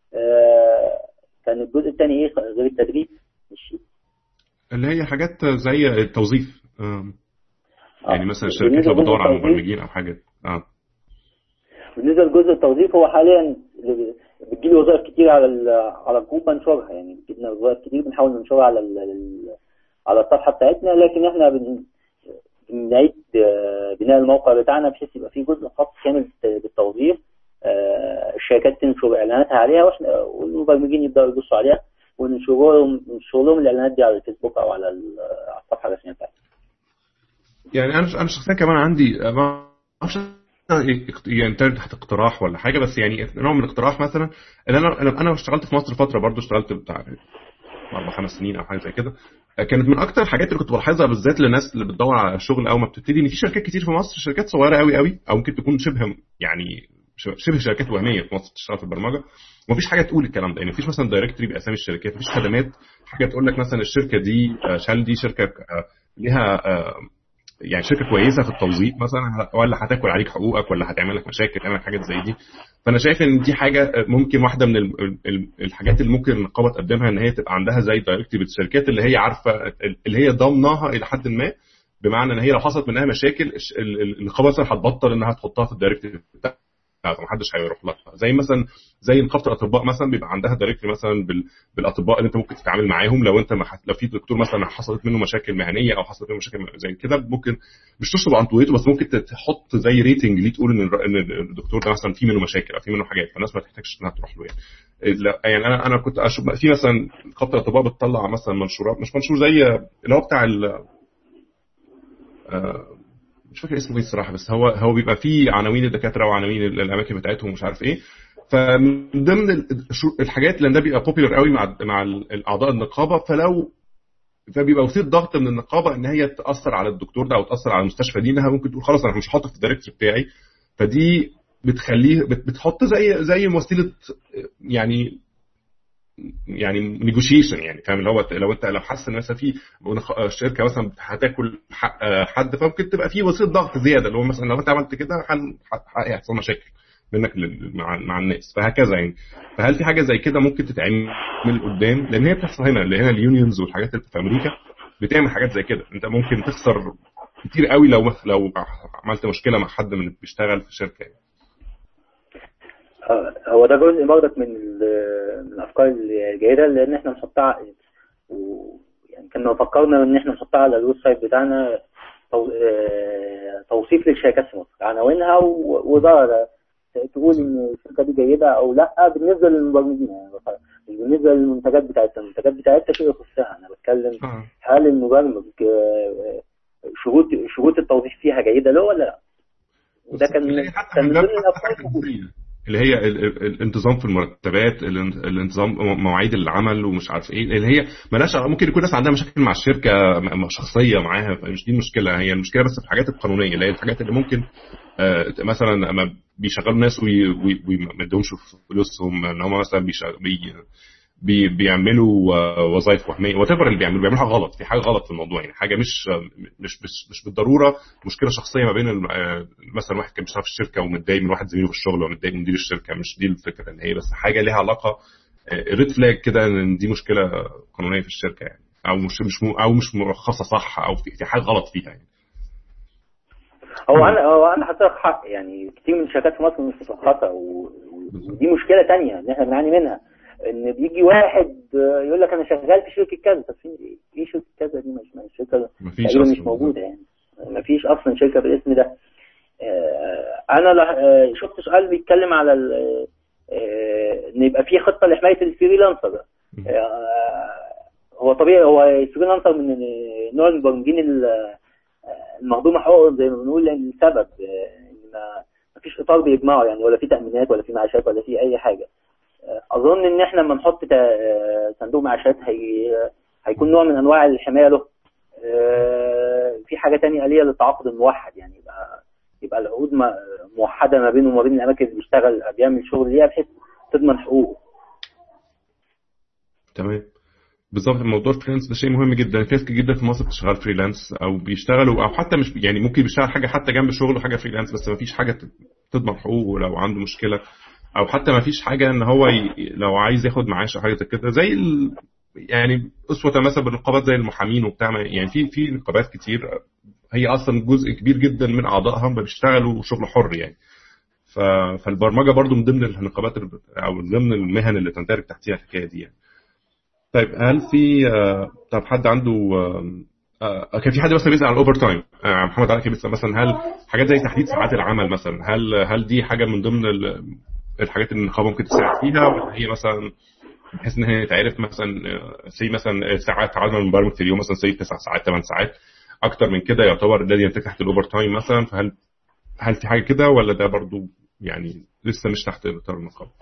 كان الجزء الثاني ايه غير التدريب؟ ماشي، اللي هي حاجات زي التوظيف، يعني مثلا الشركات لو بتدور على مبرمجين او حاجه. اه بالنسبه لجزء التوظيف، هو حاليا بتجيلي وظائف كتير على على الجروب بنشرها، يعني بتجيلنا وظائف كتير بنحاول ننشرها على على الصفحه بتاعتنا، لكن احنا بنعيد بناء الموقع بتاعنا بحيث يبقى فيه جزء خاص كامل بالتوظيف، الشركات تنشر اعلاناتها عليها واحنا والمبرمجين يبداوا يبصوا عليها وننشر لهم ننشر لهم الاعلانات دي على الفيسبوك او على الصفحه الرسميه بتاعتنا. يعني انا انا شخصيا كمان عندي ما اعرفش يعني تحت اقتراح ولا حاجه، بس يعني نوع من الاقتراح مثلا ان انا انا اشتغلت في مصر فتره، برضو اشتغلت بتاع اربع خمس سنين او حاجه زي كده. كانت من اكتر الحاجات اللي كنت بلاحظها بالذات للناس اللي بتدور على شغل اول ما بتبتدي، ان في شركات كتير في مصر، شركات صغيره قوي قوي او ممكن تكون شبه يعني شبه شركات وهميه في مصر تشتغل في البرمجه، ومفيش حاجه تقول الكلام ده. يعني مفيش مثلا دايركتوري باسامي الشركات، مفيش خدمات حاجه تقول لك مثلا الشركه دي شال دي شركه ليها يعني شركه كويسه في التوظيف مثلا، ولا هتاكل عليك حقوقك، ولا هتعمل لك مشاكل، تعمل حاجات زي دي. فانا شايف ان دي حاجه ممكن واحده من الحاجات اللي ممكن النقابه تقدمها، ان هي تبقى عندها زي دايركتوري بالشركات اللي هي عارفه اللي هي ضامناها الى حد ما، بمعنى ان هي لو حصلت منها مشاكل النقابه مثلا هتبطل انها تحطها في الدايركتوري بتاعها، ما حدش هيروح لها. زي مثلا زي نقابه الاطباء مثلا بيبقى عندها دايركتوري مثلا بالاطباء اللي انت ممكن تتعامل معاهم، لو انت لو في دكتور مثلا حصلت منه مشاكل مهنيه او حصلت منه مشاكل زي كده، ممكن مش تشطب عن طويته، بس ممكن تحط زي ريتنج ليه تقول ان الدكتور ده مثلا في منه مشاكل او في منه حاجات، فالناس ما تحتاجش انها تروح له يعني. يعني انا انا كنت اشوف في مثلا نقابه الاطباء بتطلع مثلا منشورات، مش منشور زي اللي هو بتاع ال مش فاكر اسمه ايه الصراحه، بس هو هو بيبقى فيه عناوين الدكاتره وعناوين الاماكن بتاعتهم ومش عارف ايه. فمن ضمن الحاجات اللي ده بيبقى بوبيلر قوي مع مع الاعضاء النقابه، فلو فبيبقى وسيله ضغط من النقابه ان هي تاثر على الدكتور ده او تاثر على المستشفى دي، انها ممكن تقول خلاص انا مش هحطه في الدايركتوري بتاعي. فدي بتخليه بتحط زي زي وسيله يعني يعني نيجوشيشن، يعني فاهم اللي هو لو انت لو حاسس ان مثلا في شركه مثلا هتاكل حق حد، فممكن تبقى في وسيله ضغط زياده، اللي هو مثلا لو انت عملت كده هيحصل مشاكل منك مع مع الناس، فهكذا يعني. فهل في حاجه زي كده ممكن تتعمل قدام؟ لان هي بتحصل هنا، اللي هنا اليونيونز والحاجات اللي في امريكا بتعمل حاجات زي كده، انت ممكن تخسر كتير قوي لو لو عملت مشكله مع حد من اللي بيشتغل في شركه يعني. هو ده جزء برضك من من الافكار الجيده، لان احنا نحطها يعني كنا فكرنا ان احنا نحطها على الويب سايت بتاعنا توصيف للشركات في مصر، عناوينها ووزاره تقول ان الشركه دي جيده او لا بالنسبه للمبرمجين، يعني مش بالنسبه للمنتجات بتاعتها. المنتجات بتاعتها شيء يخصها، انا بتكلم هل المبرمج شروط شروط التوظيف فيها جيده له ولا لا. وده كان كان من ضمن الافكار اللي هي الانتظام في المرتبات، الانتظام مواعيد العمل ومش عارف ايه، اللي هي ملاش ممكن يكون ناس عندها مشاكل مع الشركه شخصيه معاها، مش دي المشكله. هي المشكله بس في الحاجات القانونيه اللي هي الحاجات اللي ممكن مثلا اما بيشغلوا ناس وما يدهمش فلوسهم، ان هم مثلا بي بيعملوا وظائف وهميه وتفر اللي بيعملوا بيعملوا حاجه غلط، في حاجه غلط في الموضوع يعني، حاجه مش مش مش, مش بالضروره مشكله شخصيه ما بين مثلا واحد كان بيشتغل في الشركه ومتضايق من واحد زميله في الشغل ومتضايق من مدير الشركه، مش دي الفكره، ان هي بس حاجه ليها علاقه ريد فلاج كده ان دي مشكله قانونيه في الشركه يعني، او مش مش او مش مرخصه صح، او في حاجه غلط فيها يعني. هو انا هو انا حضرتك حق يعني، كتير من الشركات في مصر مش متخصصه، ودي مشكله ثانيه ان احنا بنعاني منها، ان بيجي واحد يقول لك انا شغال في شركه كذا. طب فين ايه شركه كذا دي؟ مش مش شركه تقريبا مش موجوده يعني، ما فيش اصلا شركه بالاسم ده. انا شفت سؤال بيتكلم على ان يبقى في خطه لحمايه الفريلانسر. هو طبيعي، هو الفريلانسر من نوع المبرمجين المهضومه حقوقهم زي ما بنقول، لسبب ان ما فيش اطار بيجمعه يعني، ولا في تامينات ولا في معاشات ولا في اي حاجه. اظن ان احنا لما نحط صندوق معاشات هي هيكون نوع من انواع الحمايه له. في حاجه تانية آلية للتعاقد الموحد يعني، يبقى يبقى العقود موحده ما بينه وما بين الاماكن اللي بيشتغل بيعمل شغل ليها، بحيث تضمن حقوقه. تمام بالظبط. الموضوع فريلانس ده شيء مهم جدا، في ناس كتير جدا في مصر بتشتغل فريلانس او بيشتغلوا، او حتى مش يعني ممكن بيشتغل حاجه حتى جنب الشغل وحاجه فريلانس، بس ما فيش حاجه تضمن حقوقه لو عنده مشكله، او حتى ما فيش حاجه ان هو ي... لو عايز ياخد معاش او حاجه كده، زي ال... يعني اسوه مثلا بالنقابات زي المحامين وبتاع يعني، في في نقابات كتير هي اصلا جزء كبير جدا من اعضائها بيشتغلوا شغل حر يعني. ف... فالبرمجه برضو من ضمن النقابات او من ضمن المهن اللي تندرج تحتها الحكايه دي يعني. طيب هل في طب حد عنده كان في حد مثلا بيسال على الاوفر تايم، محمد علي بيسال مثلا هل حاجات زي تحديد ساعات العمل مثلا، هل هل دي حاجه من ضمن الحاجات اللي النقابه ممكن تساعد فيها، ولا هي مثلا بحيث ان هي تعرف مثلا سي مثلا ساعات عمل المبرمج في اليوم مثلا سي تسع ساعات ثمان ساعات، اكتر من كده يعتبر ده ينتج تحت الاوفر تايم مثلا، فهل هل في حاجه كده، ولا ده برضو يعني لسه مش تحت اطار النقابه؟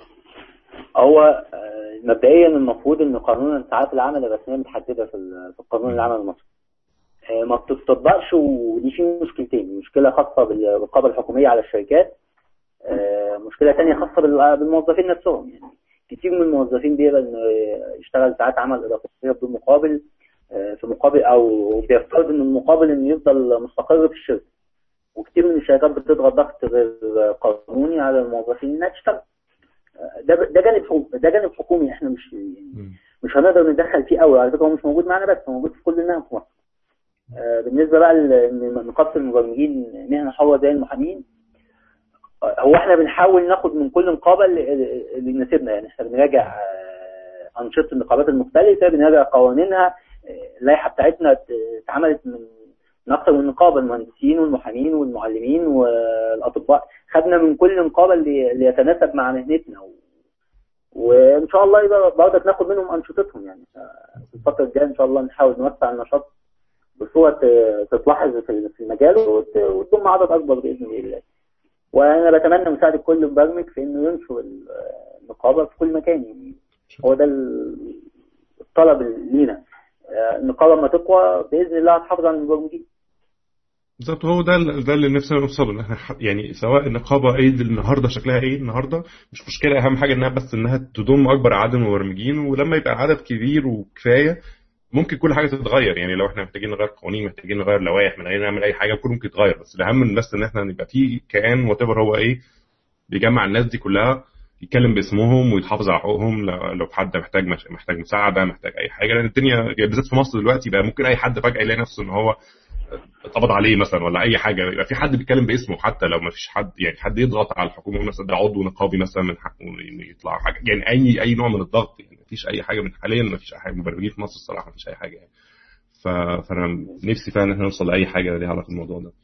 هو مبدئيا المفروض ان قانون ساعات العمل الرسميه متحدده في في قانون العمل المصري، ما بتطبقش، ودي فيه مشكلتين، مشكله خاصه بالرقابه الحكوميه على الشركات، مشكله ثانيه خاصه بالموظفين نفسهم يعني. كتير من الموظفين بيقبل انه يشتغل ساعات عمل اضافيه بدون مقابل، في مقابل او بيفترض ان المقابل انه يفضل مستقر في الشركه، وكتير من الشركات بتضغط ضغط غير قانوني على الموظفين انها تشتغل. ده ده جانب ده جانب حكومي، احنا مش يعني مش هنقدر ندخل فيه قوي، على فكره هو مش موجود معانا بس، هو موجود في كل الناس في مصر. بالنسبه بقى لنقابه المبرمجين مهنه حره زي المحامين، هو احنا بنحاول ناخد من كل نقابه اللي يناسبنا يعني، احنا بنراجع انشطه النقابات المختلفه، بنراجع قوانينها، اللائحه بتاعتنا اتعملت من من اكثر من نقابه، المهندسين والمحامين والمعلمين والاطباء، خدنا من كل نقابه اللي, اللي يتناسب مع مهنتنا، و... وان شاء الله يبقى برضك ناخد منهم انشطتهم يعني. في الفتره الجايه ان شاء الله نحاول نوسع النشاط بصوره تتلاحظ في المجال وتضم عدد اكبر باذن الله. وانا بتمنى مساعده كل مبرمج في انه ينشر النقابه في كل مكان يعني، هو ده الطلب لينا. النقابه لما تقوى باذن الله هتحافظ على المبرمجين. بالظبط، هو ده ده اللي نفسنا نوصله، ان احنا يعني سواء النقابه ايه النهارده شكلها ايه النهارده مش مشكله، اهم حاجه انها بس انها تضم اكبر عدد من المبرمجين، ولما يبقى عدد كبير وكفايه ممكن كل حاجه تتغير يعني. لو احنا محتاجين نغير قوانين، محتاجين نغير لوائح، محتاجين نعمل اي حاجه كله ممكن يتغير، بس الاهم بس ان احنا نبقى في كيان واتيفر هو ايه بيجمع الناس دي كلها، يتكلم باسمهم ويتحافظ على حقوقهم لو حد محتاج محتاج مساعده، محتاج اي حاجه. لان الدنيا بالذات في مصر دلوقتي بقى ممكن اي حد فجاه يلاقي نفسه ان هو اتقبض عليه مثلا ولا اي حاجه، يبقى في حد بيتكلم باسمه، حتى لو ما فيش حد يعني حد يضغط على الحكومه مثلا ده عضو نقابي مثلا من حقه انه يطلع حاجه يعني، اي اي نوع من الضغط يعني. ما فيش اي حاجه من حاليا، ما فيش اي حاجه مبرمجين في مصر الصراحه، ما فيش اي حاجه يعني. ف... فانا نفسي فعلا ان احنا نوصل لاي حاجه ليها علاقه بالموضوع ده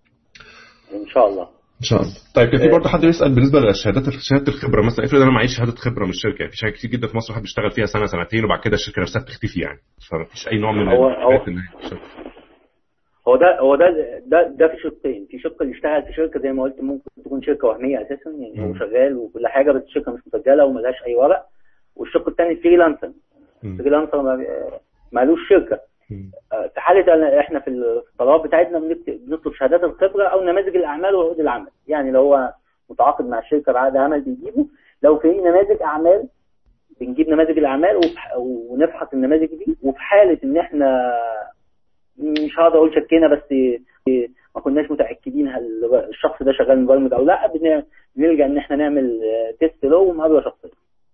ان شاء الله ان شاء الله. طيب كان في برضه حد بيسال بالنسبه للشهادات، شهاده الخبره مثلا، افرض انا معيش شهاده خبره من الشركه، في شركات كتير جدا في مصر حد بيشتغل فيها سنه سنتين وبعد كده الشركه نفسها بتختفي يعني، فما فيش اي نوع من هو هو, هو ده هو ده ده ده في شقين. في شق اللي اشتغل في شركه زي ما قلت، ممكن تكون شركه وهميه اساسا، يعني هو شغال وكل حاجه بس الشركه مش مسجله وملهاش اي ورق. والشق الثاني فريلانسر. فريلانسر مالوش شركه. في حاله احنا في الطلبات بتاعتنا بنطلب شهادات الخبره او نماذج الاعمال وعقود العمل. يعني لو هو متعاقد مع الشركه بعقد عمل بيجيبه، لو في نماذج اعمال بنجيب نماذج الاعمال ونفحص النماذج دي. وفي حاله ان احنا مش هقدر اقول شكينا بس ما كناش متاكدين هل الشخص ده شغال مبرمج او لا، بنلجا ان احنا نعمل تيست له ومقابله شخصيه.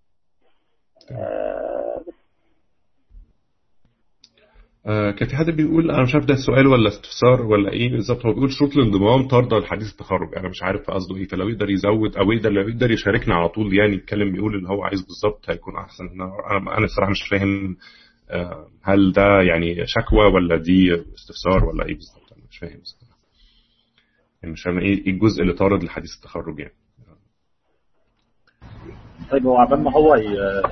آه آه كان في حد بيقول، انا مش عارف ده سؤال ولا استفسار ولا ايه بالظبط، هو بيقول شروط الانضمام طارده لحديث التخرج. انا مش عارف قصده ايه، فلو يقدر يزود او يقدر لو يقدر يشاركنا على طول يعني يتكلم يقول اللي هو عايز بالظبط هيكون احسن. انا انا الصراحه مش فاهم آه هل ده يعني شكوى ولا دي استفسار ولا ايه بالظبط. انا مش فاهم بالظبط يعني، مش فاهم ايه الجزء اللي طارد لحديث التخرج يعني. طيب هو عبال ما هو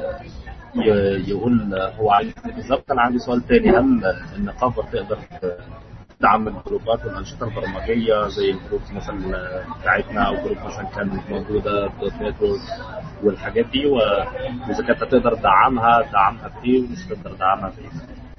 يقول هو عايز بالظبط، انا عندي سؤال تاني. هل النقابه تقدر تدعم الجروبات والانشطه البرمجيه زي الجروب مثلا بتاعتنا او جروب مثلا كانت موجوده دوت نت والحاجات دي، واذا كانت تقدر تدعمها تدعمها بايه ومش تقدر تدعمها بايه؟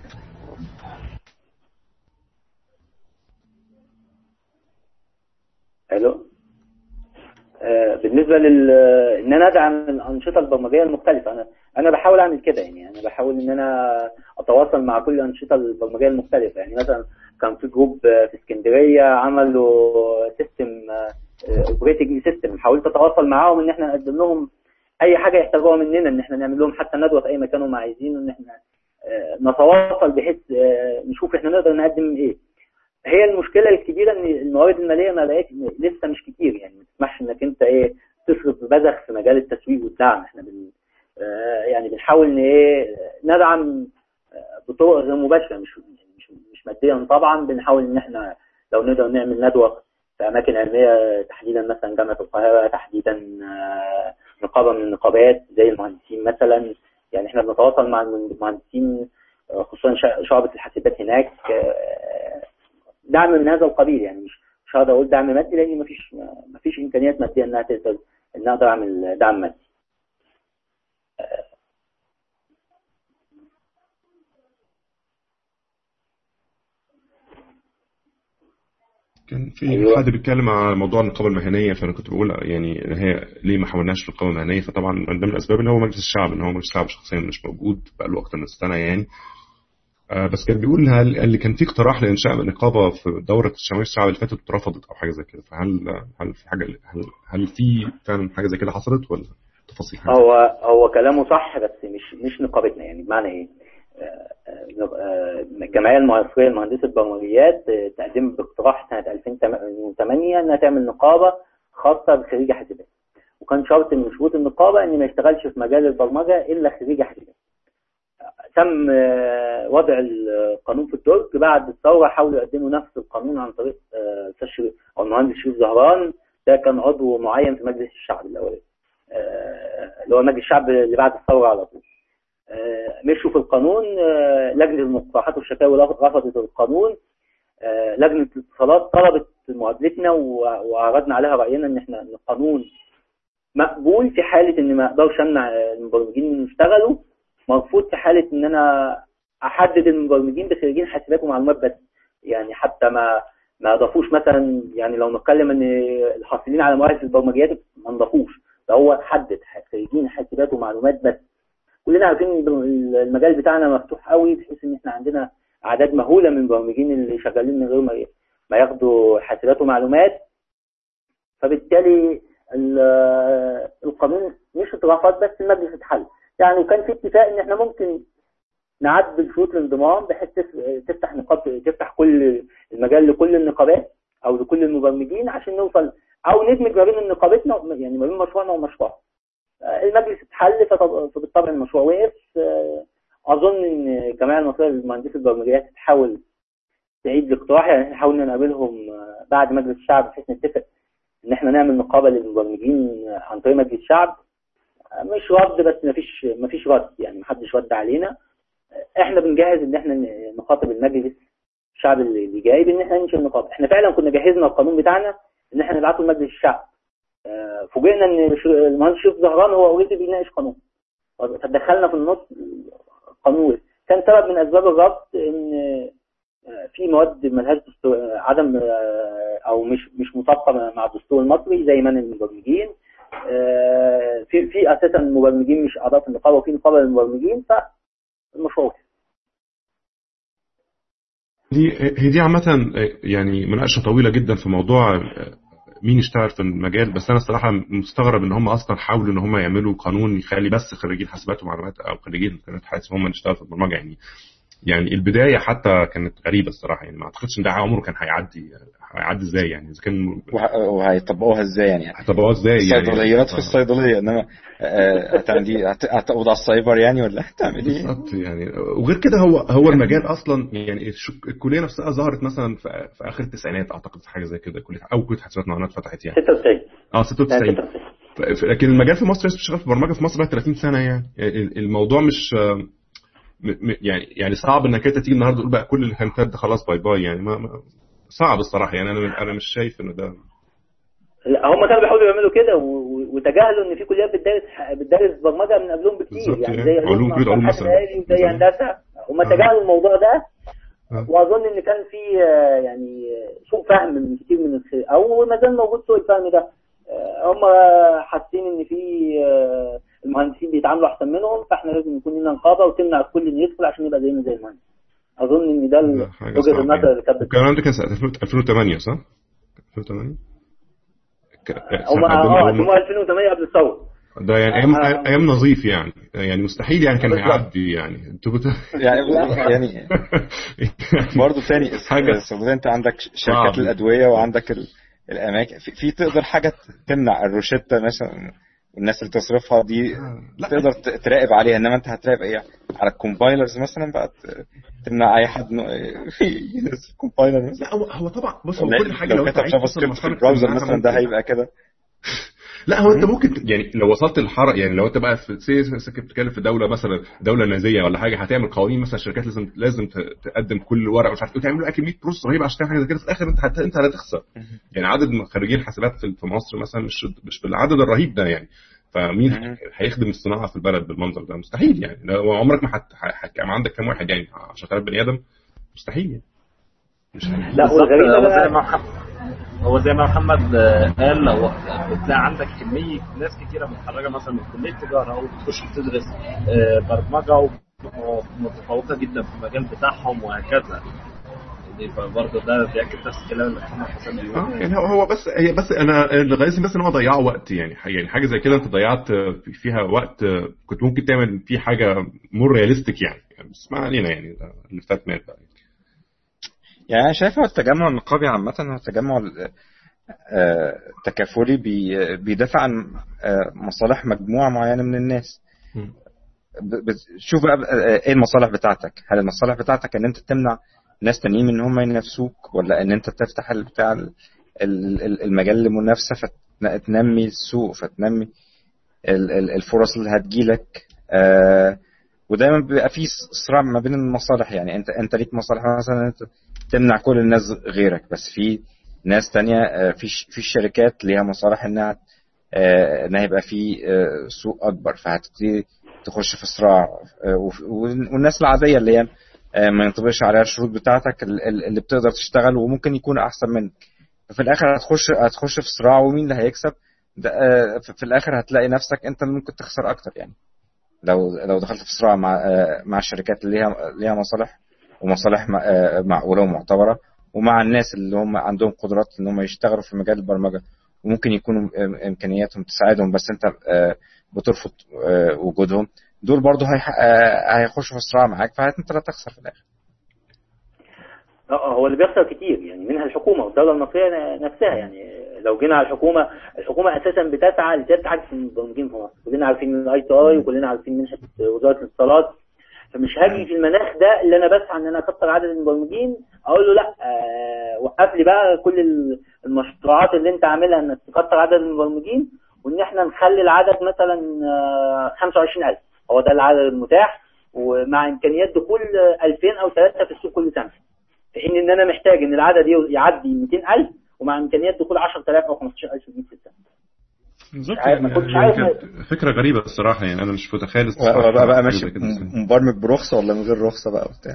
الو آه بالنسبه لل ان انا ادعم الانشطه البرمجيه المختلفه، انا انا بحاول اعمل كده. يعني انا بحاول ان انا اتواصل مع كل الانشطه البرمجيه المختلفه. يعني مثلا كان في جروب في اسكندريه عملوا سيستم اوبريتنج سيستم، حاولت اتواصل معاهم ان احنا نقدم لهم اي حاجه يحتاجوها مننا، ان احنا نعمل لهم حتى ندوه في اي مكان هم عايزينه، ان احنا نتواصل بحيث نشوف احنا نقدر نقدم ايه. هي المشكله الكبيره ان الموارد الماليه ما بقتش لسه مش كتير، يعني ما تسمحش انك انت ايه تصرف ببذخ في مجال التسويق والدعم. احنا بن يعني بنحاول ان ايه ندعم بطرق غير مباشره، مش مش مش ماديا طبعا. بنحاول ان احنا لو نقدر نعمل ندوه في اماكن علميه تحديدا، مثلا جامعه القاهره تحديدا، نقابه من النقابات زي المهندسين مثلا. يعني احنا بنتواصل مع المهندسين خصوصا شعبة الحاسبات هناك، دعم من هذا القبيل. يعني مش مش هقدر اقول دعم مادي لان مفيش مفيش امكانيات ماديه انها تقدر ان اقدر اعمل دعم مادي. كان في أيوة. حد بيتكلم على موضوع النقابه المهنيه، فانا كنت بقول يعني هي ليه ما حولناش للنقابه المهنيه. فطبعا من ضمن الاسباب ان هو مجلس الشعب، ان هو مجلس الشعب شخصيا مش موجود بقى له اكتر من سنه يعني. آه بس كان بيقول هل اللي كان في اقتراح لانشاء نقابه في دوره شمال الشعب اللي فاتت اترفضت او حاجه زي كده، فهل هل في حاجه هل هل في فعلا حاجه زي كده حصلت ولا تفاصيل حاجة؟ هو هو كلامه صح بس مش مش نقابتنا. يعني بمعنى ايه؟ الجمعيه المصريه لمهندسه البرمجيات تقدم باقتراح سنه ألفين وثمانية انها تعمل نقابه خاصه بخريج حاسبات، وكان شرط من شروط النقابه ان ما يشتغلش في مجال البرمجه الا خريج حاسبات. تم وضع القانون في الدرج بعد الثوره، حاولوا يقدموا نفس القانون عن طريق او المهندس شريف زهران، ده كان عضو معين في مجلس الشعب الاولاني اللي هو مجلس الشعب اللي بعد الثوره على طول. مشوا في القانون، لجنه المقترحات والشكاوي رفضت القانون، لجنه الاتصالات طلبت مقابلتنا وعرضنا عليها راينا ان احنا القانون مقبول في حاله ان ما اقدرش امنع المبرمجين يشتغلوا، مرفوض في حاله ان انا احدد المبرمجين بخريجين حاسبات ومعلومات بس. يعني حتى ما ما اضافوش مثلا، يعني لو نتكلم ان الحاصلين على مؤهل البرمجيات ما نضافوش، فهو حدد خريجين حاسبات ومعلومات بس. كلنا عارفين المجال بتاعنا مفتوح قوي بحيث ان احنا عندنا اعداد مهوله من المبرمجين اللي شغالين من غير ما ياخدوا حاسبات ومعلومات. فبالتالي القانون مش اترفض بس المجلس اتحل. يعني وكان في اتفاق ان احنا ممكن نعدل شروط الانضمام بحيث تفتح نقاط تفتح كل المجال لكل النقابات او لكل المبرمجين عشان نوصل او ندمج ما بين نقابتنا يعني ما بين مشروعنا ومشروعنا. المجلس اتحل فبالطبع المشروع وقف. اظن ان الجمعيه المصريه لمهندسه البرمجيات تحاول تعيد الاقتراح. يعني احنا حاولنا نقابلهم بعد مجلس الشعب بحيث نتفق ان احنا نعمل نقابه للمبرمجين عن طريق مجلس الشعب. مش رد بس مفيش مفيش رد، يعني محدش رد علينا. احنا بنجهز ان احنا نخاطب المجلس الشعب اللي جاي بان احنا ننشئ النقابه. احنا فعلا كنا جهزنا القانون بتاعنا ان احنا نبعته لمجلس الشعب. آه فوجئنا ان المهندس شريف زهران هو اوريدي بيناقش قانون، فدخلنا في النص قانون. كان سبب من اسباب الرفض ان في مواد ملهاش عدم او مش مش مطابقه مع الدستور المصري زي من المبرمجين. في في اساسا المبرمجين مش اعضاء في النقابه وفي نقابه للمبرمجين، فالمشروع دي هي دي عامه يعني مناقشه طويله جدا في موضوع مين يشتغل في المجال. بس انا الصراحه مستغرب ان هم اصلا حاولوا ان هم يعملوا قانون يخلي بس خريجين حاسبات ومعلومات او خريجين امكانيات حاسب هم اللي يشتغلوا في البرمجه. يعني يعني البدايه حتى كانت غريبه الصراحه. يعني ما اعتقدش ان ده عمره كان هيعدي هيعدي ازاي يعني اذا كان وهيطبقوها ازاي يعني هيطبقوها ازاي يعني الصيدليات في الصيدليه انما هتعمل دي هتقبض على السايبر يعني ولا هتعمل ايه بالظبط يعني. وغير كده هو هو المجال اصلا يعني الكليه نفسها ظهرت مثلا في, في اخر التسعينات اعتقد حاجه زي كده كليه او كليه حاسبات ومعلومات فتحت يعني ستة وتسعين اه ستة وتسعين. لكن المجال في مصر لسه شغال في البرمجه في مصر بقى ثلاثين سنه يعني. الموضوع مش يعني يعني صعب انك انت تيجي النهارده تقول بقى كل اللي كان فات خلاص باي باي يعني. ما صعب الصراحه يعني. انا انا مش شايف انه ده. لا هم كانوا بيحاولوا يعملوا كده وتجاهلوا ان في كليات بتدرس بتدرس برمجه من قبلهم بكتير يعني زي علوم كليه علوم مثلا زي هندسه. هم تجاهلوا الموضوع ده واظن ان كان في يعني سوء فهم من كتير من الخير او ما زال موجود سوء الفهم ده. هم حاسين ان في المهندسين بيتعاملوا احسن منهم فاحنا لازم يكون لنا نقابه وتمنع الكل ان يدخل عشان يبقى زينا زي المهندس. اظن ان ده وجهه النظر اللي كانت. الكلام ده كان سنه ألفين وثمانية صح؟ ألفين وثمانية هم اه هم ألفين وثمانية قبل الثوره ده يعني ايام ايام نظيف يعني يعني مستحيل يعني كان هيعدي يعني انتوا بت... يعني يعني برضه ثاني حاجه انت عندك شركات الادويه وعندك ال... الاماكن في, في تقدر حاجه تمنع الروشته مثلا والناس اللي تصرفها دي تقدر تراقب عليها. انما انت هتراقب ايه على الكومبايلرز مثلا بقى تمنع اي حد ينزل كومبايلر مثلا. لا هو هو طبعا بص هو كل حاجه لو كتب جافا سكريبت في البراوزر مثلا ده هيبقى كده. لا هو انت ممكن يعني لو وصلت للحرق يعني لو انت بقى في سكه بتتكلم في دوله مثلا دوله نازيه ولا حاجه هتعمل قوانين مثلا الشركات لازم لازم تقدم كل ورقه مش عارف ايه تعملوا كميه بروسس رهيبه عشان تعمل حاجه زي كده في الاخر انت حتى انت هتخسر. يعني عدد خريجين حاسبات في مصر مثلا مش مش بالعدد الرهيب ده يعني. فمين هيخدم الصناعه في البلد بالمنظر ده؟ مستحيل يعني. لو عمرك ما هتحكم عندك كام واحد يعني عشرة آلاف بني ادم مستحيل يعني. مش لا والغريبه زي ما هو زي ما محمد قال لو بتلاقي عندك كميه ناس كتيره متخرجه مثلا من كليه تجاره او بتخش تدرس برمجه ومتفوقه جدا في المجال بتاعهم وهكذا. برضه ده بيأكد نفس الكلام اللي محمد حسن بيقوله. يعني هو بس هي بس انا اللي غايزني بس ان هو ضيع وقت يعني. يعني حاجه زي كده انت ضيعت فيها وقت كنت ممكن تعمل فيه حاجه مور رياليستيك يعني. بس ما علينا يعني اللي فات مات بقى. يعني أنا شايف التجمع النقابي عامة هو التجمع التكافلي بيدافع عن مصالح مجموعة معينة من الناس. شوف بقى ايه المصالح بتاعتك. هل المصالح بتاعتك ان انت تمنع ناس تانيين ان هم ينافسوك ولا ان انت تفتح بتاع المجال للمنافسة فتنمي السوق فتنمي الفرص اللي هتجيلك. ودايما بيبقى في صراع ما بين المصالح. يعني انت انت ليك مصالح مثلا انت تمنع كل الناس غيرك بس في ناس تانية في في الشركات ليها مصالح انها انها يبقى في سوق اكبر فهتبتدي تخش في صراع. والناس العادية اللي هي ما ينطبقش عليها الشروط بتاعتك اللي بتقدر تشتغل وممكن يكون احسن منك ففي الاخر هتخش هتخش في صراع ومين اللي هيكسب في الاخر هتلاقي نفسك انت اللي ممكن تخسر اكتر يعني. لو لو دخلت في صراع مع مع الشركات اللي ليها ليها مصالح ومصالح معقوله ومعتبره ومع الناس اللي هم عندهم قدرات ان هم يشتغلوا في مجال البرمجه وممكن يكونوا امكانياتهم تساعدهم بس انت بترفض وجودهم دول برضو هيخشوا في صراع معاك فانت لا تخسر في الاخر. هو اللي بيخسر كتير يعني منها الحكومه والدوله المصريه نفسها. يعني لو جينا على الحكومه الحكومه اساسا بتسعى لزياده عدد المبرمجين في مصر. كلنا عارفين من الاي تي اي وكلنا عارفين منحه وزاره الاتصالات. فمش هاجي في المناخ ده اللي انا بسعى ان انا اكثر عدد المبرمجين اقول له لا آه وقف لي بقى كل المشروعات اللي انت عاملها انك تكثر عدد المبرمجين وان احنا نخلي العدد مثلا آه خمسة وعشرين ألف هو ده العدد المتاح ومع امكانيات دخول ألفين او ثلاثة في السوق كل سنه. في حين ان انا محتاج ان العدد يعدي مئتين ألف ومع امكانيات دخول عشرة آلاف او خمستاشر ألف جديد في السنه. بالظبط يعني, يعني فكره غريبه الصراحه يعني انا مش متخيل الصراحه بقى, بقى ماشي مبرمج برخصه ولا من غير رخصه بقى وبتاع.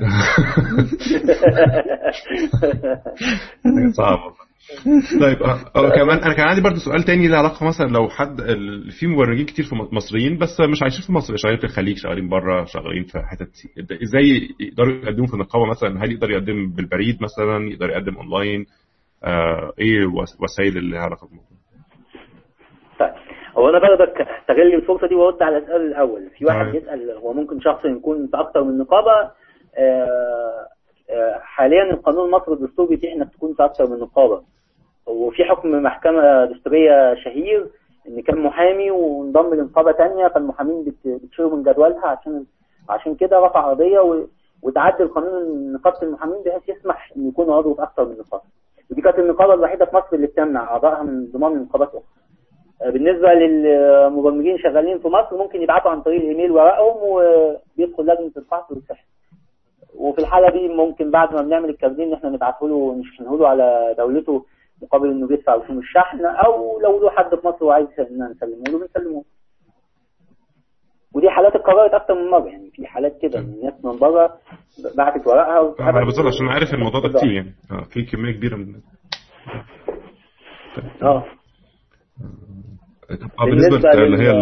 صعب. طيب أه كمان انا كان عندي برضه سؤال تاني له علاقه مثلا لو حد في مبرمجين كتير في مصريين بس مش عايشين في مصر، شغالين في الخليج، شغالين بره، شغالين في حتت، ازاي يقدروا يقدموا في النقابه مثلا؟ هل يقدر يقدم بالبريد مثلا، يقدر يقدم اونلاين؟ آه ايه وسائل اللي لها علاقه بالموضوع؟ طيب هو انا برضك هستغل الفرصه دي وارد على السؤال الاول. في واحد بيسال هو ممكن شخص يكون في اكتر من نقابه. آه آه حاليا القانون المصري الدستوري بيتيح انك تكون في اكتر من نقابه، وفي حكم محكمه دستوريه شهير ان كان محامي وانضم لنقابه ثانيه فالمحامين بتشيروا من جدولها، عشان عشان كده رفع قضيه وتعدل قانون نقابه المحامين بحيث يسمح ان يكون عضو في اكتر من نقابه، ودي كانت النقابه الوحيده في مصر اللي بتمنع اعضائها من انضمام لنقابات اخرى. بالنسبه للمبرمجين شغالين في مصر ممكن يبعتوا عن طريق الايميل ورقهم وبيدخل لجنه الفحص والتحقيق، وفي الحاله دي ممكن بعد ما بنعمل الكارنيه ان احنا نبعته له نشحنه له على دولته مقابل انه بيدفع رسوم الشحن، او لو له حد في مصر وعايز ان نسلمه له بنسلمه. ودي حالات اتكررت اكتر من مره، يعني في حالات كده الناس من بره بعتت ورقها. انا بالظبط عشان عارف الموضوع ده كتير يعني اه في كميه كبيره من الناس. اه اه بالنسبه اللي هي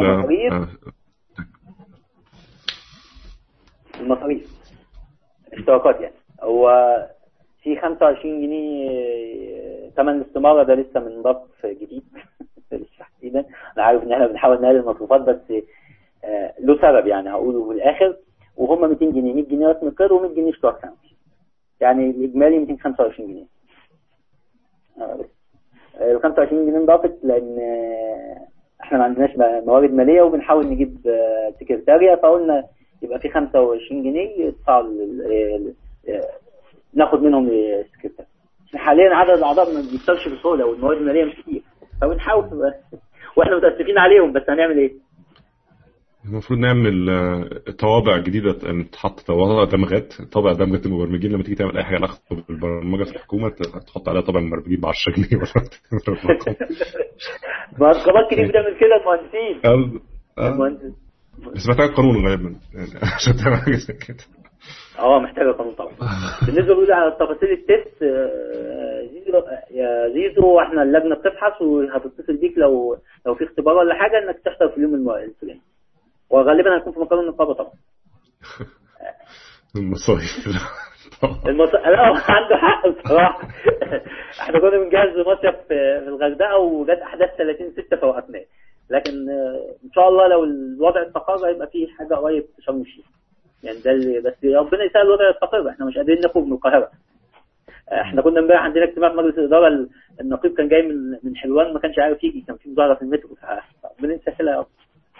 المصاريف اشتراكات يعني هو في خمسة وعشرين جنيه ثمن الاستماره، ده لسه من ضبط جديد لسه تحديدا. انا عارف ان احنا بنحاول نقلل المصروفات بس آه له سبب يعني هقوله في الاخر، وهم مئتين جنيه، مية جنيه رسم القيد و100 جنيه اشتراك سنوي، يعني الاجمالي مئتين وخمسة وعشرين جنيه. آه بس ال خمسة وعشرين جنيه انضافت لان احنا ما عندناش موارد ماليه وبنحاول نجيب سكرتاريه، فقلنا يبقى في خمسة وعشرين جنيه يدفعوا ناخد منهم السكرتاريه. حاليا عدد الاعضاء ما بيوصلش بسهوله والموارد الماليه مش كتير، فبنحاول واحنا متاسفين عليهم، بس هنعمل ايه؟ المفروض نعمل طوابع جديده تحط طوابع دمغات، طابع دمغه المبرمجين لما تيجي تعمل اي حاجه علاقه بالبرمجه في الحكومه تحط عليها طابع المبرمجين ب عشرة جنيه ولا ما نقابات كتير بتعمل كده المهندسين. المهندس بس محتاج قانون غالبا عشان تعمل حاجه زي كده. اه محتاجه قانون طبعا. بالنسبه بقى على تفاصيل التست زيزو يا زيزو، احنا اللجنه بتبحث وهتتصل بيك لو لو في اختبار ولا حاجه انك تحضر في اليوم الفلاني، وغالبا هيكون في مقر النقابه طبعا. المصايف المص... لا عنده حق بصراحه. احنا كنا بنجهز مصيف في الغردقه وجت احداث ثلاثين ستة فوقفناه، لكن ان شاء الله لو الوضع استقر هيبقى فيه حاجه قريب في شرم الشيخ يعني، ده اللي بس ربنا يسهل الوضع يستقر. احنا مش قادرين نخرج من القاهره. احنا كنا امبارح عندنا اجتماع في مجلس الاداره، النقيب كان جاي من من حلوان ما كانش عارف يجي، كان في مظاهره في المترو، فربنا يسهلها ان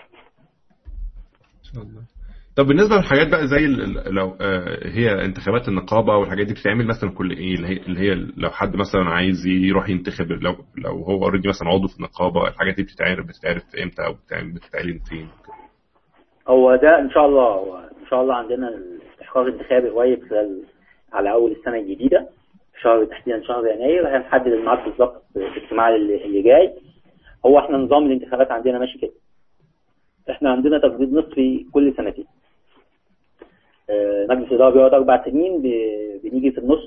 شاء الله. طب بالنسبه للحاجات بقى زي لو هي انتخابات النقابه والحاجات دي بتتعمل مثلا كل ايه اللي هي اللي هي لو حد مثلا عايز يروح ينتخب، لو لو هو اوريدي مثلا عضو في النقابه، الحاجات دي بتتعرف بتتعرف امتى او بتتعمل بتتعلن فين؟ هو ده ان شاء الله هو ان شاء الله عندنا الاستحقاق الانتخابي قريب خلال على اول السنه الجديده شهر تحديدا شهر يناير، هنحدد الميعاد بالظبط في الاجتماع اللي جاي. هو احنا نظام الانتخابات عندنا ماشي كده، احنا عندنا تجديد نصفي كل سنتين. مجلس الإدارة بيقعد أربع سنين، بنيجي في النص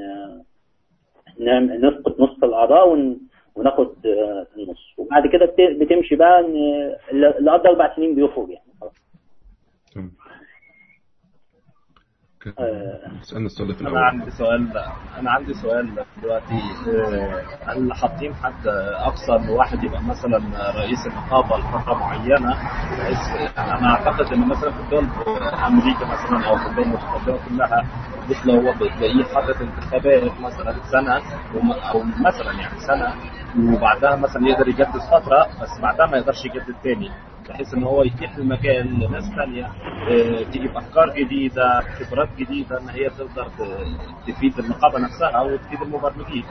نسقط نص الأعضاء وناخد النص، وبعد كده بتمشي بقى إن اللي قضى أربع سنين بيخرج يعني خلاص. سألنا السؤال في الأول. أنا عندي سؤال أنا عندي سؤال دلوقتي، هل حاطين حد أقصى إن واحد يبقى مثلا رئيس النقابة لفترة معينة؟ بحيث أنا أعتقد إن مثلا في الدول أمريكا مثلا أو في الدول المتقدمة كلها مثل هو بتلاقيه حاطط انتخابات مثلا سنة أو مثلا يعني سنة وبعدها مثلا يقدر يجدد فترة، بس بعدها ما يقدرش يجدد تاني، بحيث ان هو يتيح المكان لناس ثانيه تيجي بافكار جديده خبرات جديده ان هي تقدر تفيد النقابه نفسها او تفيد المبرمجين.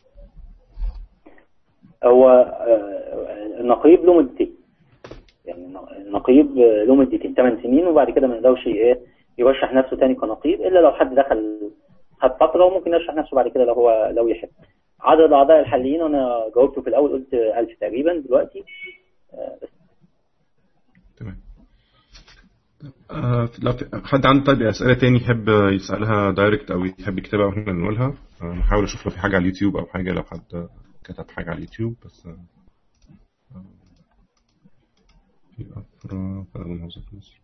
هو النقيب له مدتين، يعني النقيب له مدتين ثمان سنين، وبعد كده ما يقدرش ايه يرشح نفسه ثاني كنقيب الا لو حد دخل خد فتره وممكن يشرح نفسه بعد كده لو هو لو يحب. عدد الاعضاء الحاليين انا جاوبته في الاول قلت ألف تقريبا دلوقتي. بس تمام. آه لو حد عنده طيب اسئله تاني يحب يسالها دايركت او يحب يكتبها واحنا نقولها، آه نحاول اشوف لو في حاجه على اليوتيوب او حاجه، لو حد كتب حاجه على اليوتيوب. بس آه في افرا فاضل موظف مصر.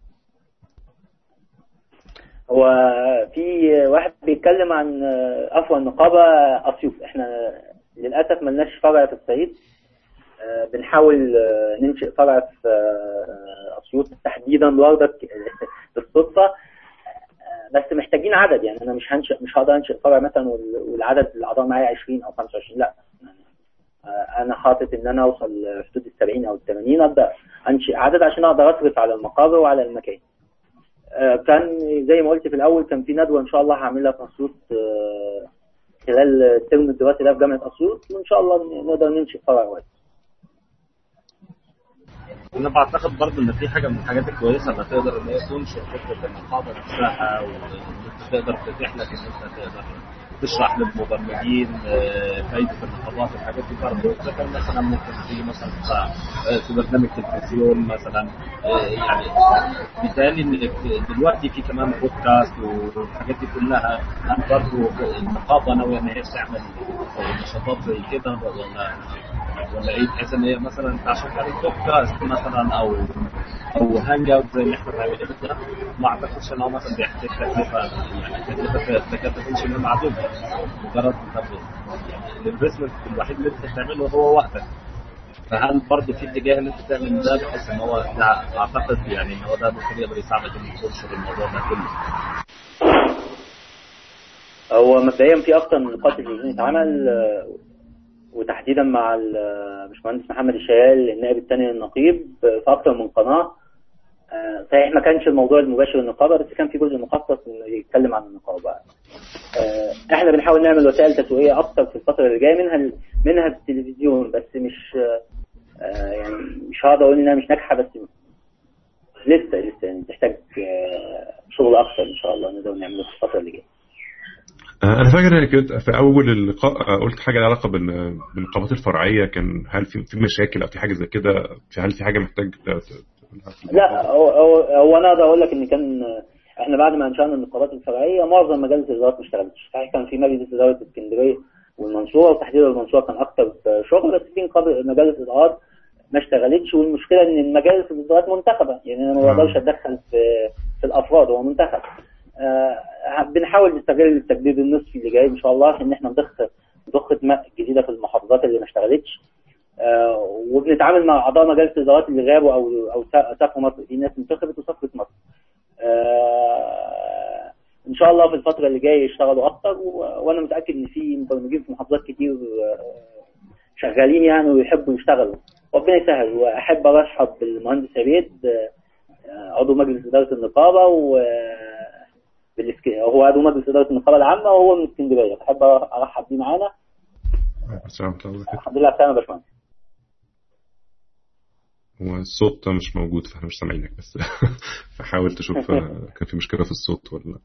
هو في واحد بيتكلم عن عفوا النقابه اسيوط. احنا للاسف ملناش فرع في الصعيد، بنحاول ننشئ فرع في اسيوط تحديدا برضك بالصدفه، بس محتاجين عدد. يعني انا مش هنشئ مش هقدر انشئ فرع مثلا والعدد الاعضاء معايا عشرين او خمسة وعشرين، لا انا حاطط ان انا اوصل حدود السبعين او الثمانين ابدا انشئ عدد عشان اقدر اصرف على المقابر وعلى المكان. كان زي ما قلت في الاول كان في ندوه ان شاء الله هعملها في اسيوط خلال الترم الدراسي ده في جامعه اسيوط، وان شاء الله نقدر ننشئ فرع واحد. انا بعتقد برضه ان في حاجه من الحاجات الكويسه اللي تقدر ان هي تنشر فكره النقابه نفسها، وتقدر تتيح لك ان انت تقدر تشرح للمبرمجين فايده النقابات والحاجات دي. برضه اذا كان مثلا ممكن تيجي مثلا في برنامج تلفزيون مثلا، يعني بالتالي دلوقتي في كمان بودكاست والحاجات دي كلها. هل برضه النقابه ناويه ان هي تعمل نشاطات زي كده ولا ولا ايه، بحيث ان هي مثلا عشان تعمل بودكاست مثلا او او هانج اوت زي اللي احنا بنعمله كده؟ ما اعتقدش ان هو مثلا بيحتاج تكلفه، يعني تكلفه تكاد تكون شبه معدومه، مجرد يعني الانفستمنت الوحيد اللي انت بتعمله هو وقتك. فهل برضه في اتجاه ان انت تعمل ده بحيث ان هو ده اعتقد يعني ان هو ده ممكن يقدر يساعدك ان تنشر الموضوع ده كله؟ هو مبدئيا في اكتر من نقاط اللي اتعمل، وتحديدا مع الباشمهندس محمد الشيال النائب الثاني للنقيب في اكتر من قناه. صحيح ما كانش الموضوع المباشر للنقابه، بس كان في جزء مخصص يتكلم عن النقابه. احنا بنحاول نعمل وسائل تسويقيه اكتر في الفتره اللي جايه، منها منها التلفزيون، بس مش يعني مش هقدر اقول انها مش ناجحه، بس لسه لسه يعني تحتاج شغل اكتر ان شاء الله نقدر نعمله في الفتره اللي جايه. انا فاكر انك في اول اللقاء قلت حاجه لها علاقه بالنقابات الفرعيه، كان هل في في مشاكل او في حاجه زي كده؟ هل في حاجه محتاج؟ لا هو هو انا اقدر اقول لك ان كان احنا بعد ما انشانا النقابات الفرعيه معظم مجالس الادارات ما اشتغلتش. صحيح كان في مجلس اداره اسكندريه والمنصوره، وتحديدا المنصوره كان اكتر شغل، بس في مجالس ادارات ما اشتغلتش. والمشكله ان المجالس الادارات منتخبه، يعني انا ما بقدرش اتدخل في في الافراد، هو منتخب. آه بنحاول نستغل التجديد النصفي اللي جاي ان شاء الله ان احنا نضخ ضخه ماء جديده في المحافظات اللي ما اشتغلتش، آه وبنتعامل مع اعضاء مجالس الادارات اللي غابوا او او سافروا مصر. في ناس انتخبت وسافرت مصر. آه ان شاء الله في الفتره اللي جايه يشتغلوا اكتر، وانا متاكد ان في مبرمجين في محافظات كتير شغالين يعني ويحبوا يشتغلوا. ربنا يسهل. واحب ارحب بالمهندس عبيد عضو مجلس اداره النقابه، و هو عضو مجلس اداره النقابه العامه وهو من اسكندريه. احب ارحب بيه معانا. الحمد لله على السلامه يا باشمهندس. هو الصوت مش موجود فاحنا مش سامعينك، بس فحاول تشوف كان في مشكله في الصوت ولا.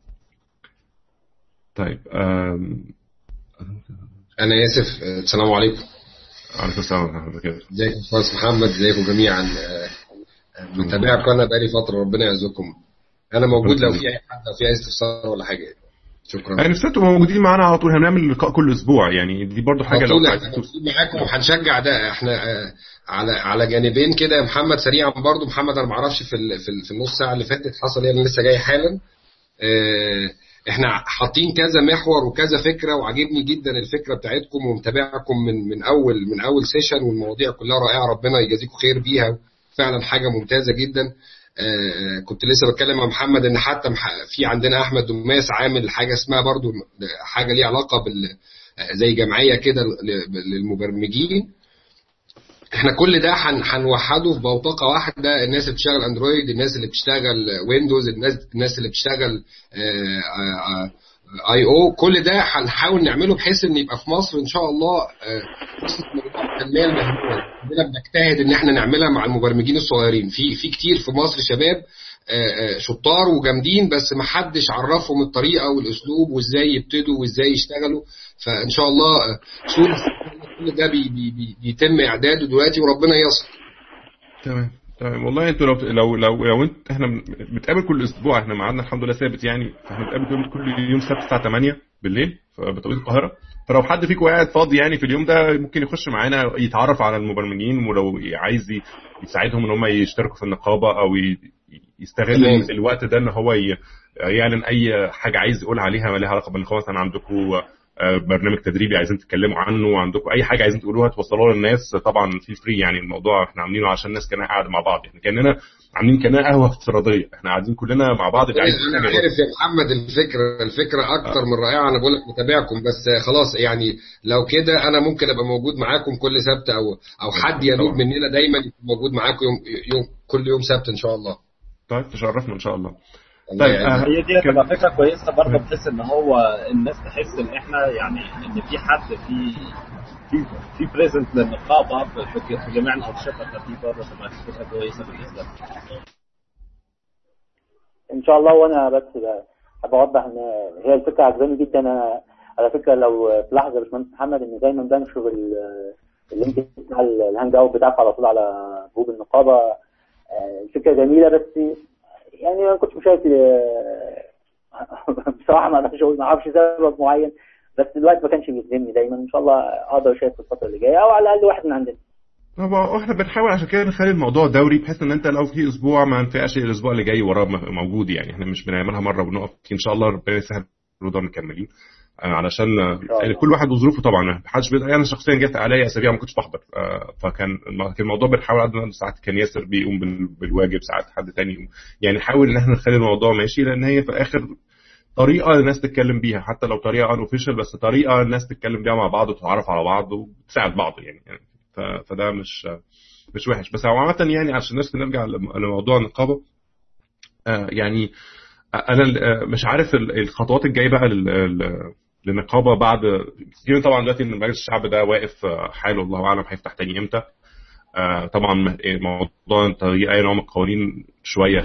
طيب أم... انا اسف. السلام عليكم. عليكم السلام ورحمه الله وبركاته. ازيكم يا استاذ محمد؟ ازيكم جميعا؟ متابعكم انا بقالي فتره، ربنا يعزكم. انا موجود لو في اي حد او في اي استفسار ولا حاجه. شكرا. يعني نفسكم موجودين معانا على طول، هنعمل لقاء كل اسبوع، يعني دي برضو حاجه لو عايزين معاكم وهنشجع ده. احنا على على جانبين كده يا محمد سريعا برضو. محمد انا ما اعرفش في في النص ساعه اللي فاتت حصل ايه، انا لسه جاي حالا. احنا حاطين كذا محور وكذا فكره، وعجبني جدا الفكره بتاعتكم ومتابعكم من من اول من اول سيشن، والمواضيع كلها رائعه، ربنا يجازيكم خير بيها، فعلا حاجه ممتازه جدا. آه كنت لسه بتكلم مع محمد ان حتى في عندنا احمد دماس عامل حاجه اسمها برضو حاجه ليها علاقه بال زي جمعيه كده للمبرمجين. احنا كل ده هنوحده في بوتقه واحده، الناس اللي بتشتغل اندرويد، الناس اللي بتشتغل ويندوز، الناس الناس اللي بتشتغل اي او، كل ده هنحاول نعمله بحيث ان يبقى في مصر ان شاء الله التنميه المهنيه. عندنا بنجتهد ان احنا نعملها مع المبرمجين الصغيرين. في في كتير في مصر شباب شطار وجامدين، بس ما حدش عرفهم الطريقه والاسلوب وازاي يبتدوا وازاي يشتغلوا. فان شاء الله سوري كل ده بي بي بيتم اعداده دلوقتي وربنا ييسر. تمام تمام. والله انتوا لو لو لو, لو انت احنا بنتقابل كل اسبوع، احنا ميعادنا الحمد لله ثابت يعني، فاحنا بنتقابل كل يوم سبت الساعه ثمانية بالليل بتوقيت القاهره. فلو حد فيكم قاعد فاضي يعني في اليوم ده ممكن يخش معانا يتعرف على المبرمجين، ولو عايز يساعدهم ان هم يشتركوا في النقابه او يستغل الوقت ده ان هو يعلن اي حاجه عايز يقول عليها لها علاقه بالنقابه. مثلا عندكم برنامج تدريبي عايزين تتكلموا عنه، عندكم اي حاجه عايزين تقولوها توصلوها للناس، طبعا في فري يعني. الموضوع احنا عاملينه عشان الناس كانها قاعده مع بعض يعني، كاننا عاملين كانها قهوه افتراضيه، احنا قاعدين كلنا مع بعض. انا عارف يا محمد الفكره الفكره اكتر من رائعه. انا بقول لك متابعكم، بس خلاص يعني لو كده انا ممكن ابقى موجود معاكم كل سبت، او او حد ينوب مننا دايما يكون موجود معاكم يوم, يوم كل يوم سبت ان شاء الله. طيب تشرفنا ان شاء الله. طيب هي دي هتبقى فكره كويسه برضه، بحيث ان هو الناس تحس ان احنا يعني ان في حد في في في بريزنت للنقابه في جميع الانشطه التي برضه تبقى فكره كويسه بالنسبه لنا ان شاء الله. وانا بس حابب اوضح ان هي الفكره عجباني جدا. انا على فكره لو تلاحظ يا باشمهندس محمد ان دايما بنشر اللينك بتاع الهاند اوت بتاعك على طول على جروب النقابه. الفكره جميله، بس يعني ما كنتش شايف بصراحه ما اقدرش اقول، ما اعرفش سبب معين، بس دلوقتي ما كانش بيخدمني دايما. ان شاء الله اقدر اشارك في الفتره اللي جايه، او على الاقل واحد من عندنا. احنا بنحاول عشان كده نخلي الموضوع دوري، بحيث ان انت لو في اسبوع ما ينفعش الاسبوع اللي جاي وراه موجود يعني. احنا مش بنعملها مره ونقف، ان شاء الله ربنا يسهل ونقدر مكملين، علشان يعني كل واحد وظروفه طبعا. ما حدش بي... انا شخصيا جت عليا اسابيع ما كنتش بحضر، فكان الموضوع بنحاول قد ساعات كان ياسر بيقوم بالواجب، ساعات حد تاني يقوم. يعني نحاول ان احنا نخلي الموضوع ماشي، لان هي في الاخر طريقه الناس تتكلم بيها، حتى لو طريقه ان اوفيشال، بس طريقه الناس تتكلم بيها مع بعض وتتعرف على بعض وتساعد بعض يعني, يعني ف... فده مش مش وحش. بس عامه يعني عشان الناس نرجع لموضوع النقابه، يعني انا مش عارف الخطوات الجايه بقى للنقابه بعد كتير. طبعا دلوقتي ان مجلس الشعب ده واقف حاله، الله اعلم هيفتح تاني امتى. طبعا موضوع تغيير اي نوع من القوانين شويه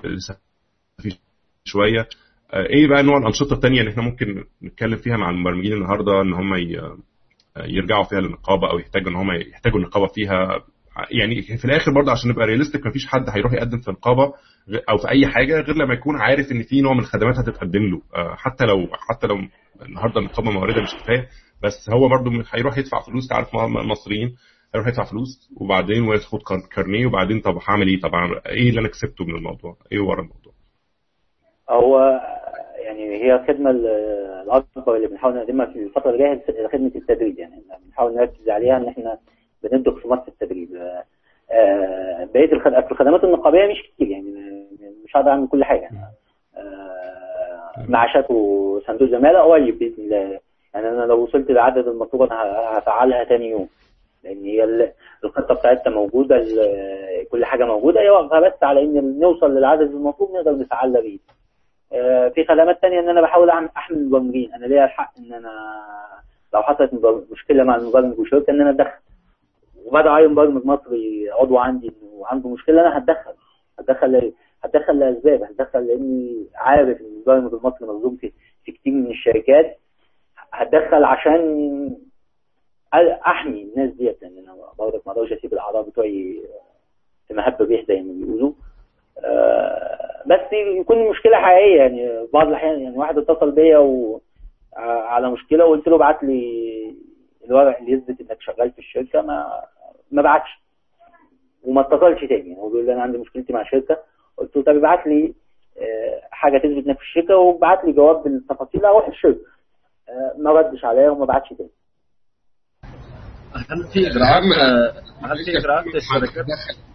شويه. ايه بقى نوع الانشطه الثانيه اللي احنا ممكن نتكلم فيها مع المبرمجين النهارده ان هم يرجعوا فيها للنقابه، او يحتاجوا ان هم يحتاجوا النقابه فيها يعني. في الاخر برضه عشان نبقى رياليستيك، مفيش حد هيروح يقدم في النقابه او في اي حاجه غير لما يكون عارف ان في نوع من الخدمات هتتقدم له. حتى لو حتى لو النهارده النقابه مواردها مش كفايه، بس هو برضه هيروح يدفع فلوس. تعرف المصريين هيروح يدفع فلوس وبعدين وياخد كارنيه، وبعدين طب هعمل ايه؟ طبعا ايه اللي انا كسبته من الموضوع؟ ايه ورا الموضوع؟ هو يعني هي الخدمه الاكبر اللي بنحاول نقدمها في الفتره اللي جايه خدمه التدريب. يعني بنحاول نركز عليها ان احنا بندخل في مصر التدريب. آه بقيه الخدمات النقابيه مش كتير يعني، مش هقدر اعمل كل حاجه. آه معاشات وصندوق زماله قريب باذن الله. يعني انا لو وصلت لعدد المطلوب انا هفعلها تاني يوم، لان هي الخطه بتاعتها موجوده، كل حاجه موجوده. هي واقفه بس على ان نوصل للعدد المطلوب نقدر نفعلها بيه. آه في خدمات تانية ان انا بحاول احمي المبرمجين. انا ليا الحق ان انا لو حصلت مشكله مع المبرمج وشركه ان انا اتدخل، وبدأ اي مبرمج مصري عضو عندي انه عنده مشكله انا هتدخل هتدخل هتدخل لاسباب، هتدخل لاني عارف ان المبرمج المصري مظلوم في في كتير من الشركات. هتدخل عشان احمي الناس ديت، لان انا برضك ما اقدرش اسيب الاعضاء بتوعي في مهب ريح زي ما بيقولوا. أه بس يكون المشكله حقيقيه. يعني بعض الاحيان يعني واحد اتصل بيا على مشكله وقلت له ابعت لي الورق اللي يثبت انك شغال في الشركه، ما ما بعتش وما اتصلش تاني. يعني هو بيقول لي انا عندي مشكلتي مع شركه، قلت له طب ابعت لي حاجه تثبت انك في الشركه وابعت لي جواب بالتفاصيل اروح الشركه. ما ردش عليا وما بعتش تاني. هل في اجراءات هل في اجراءات الشركات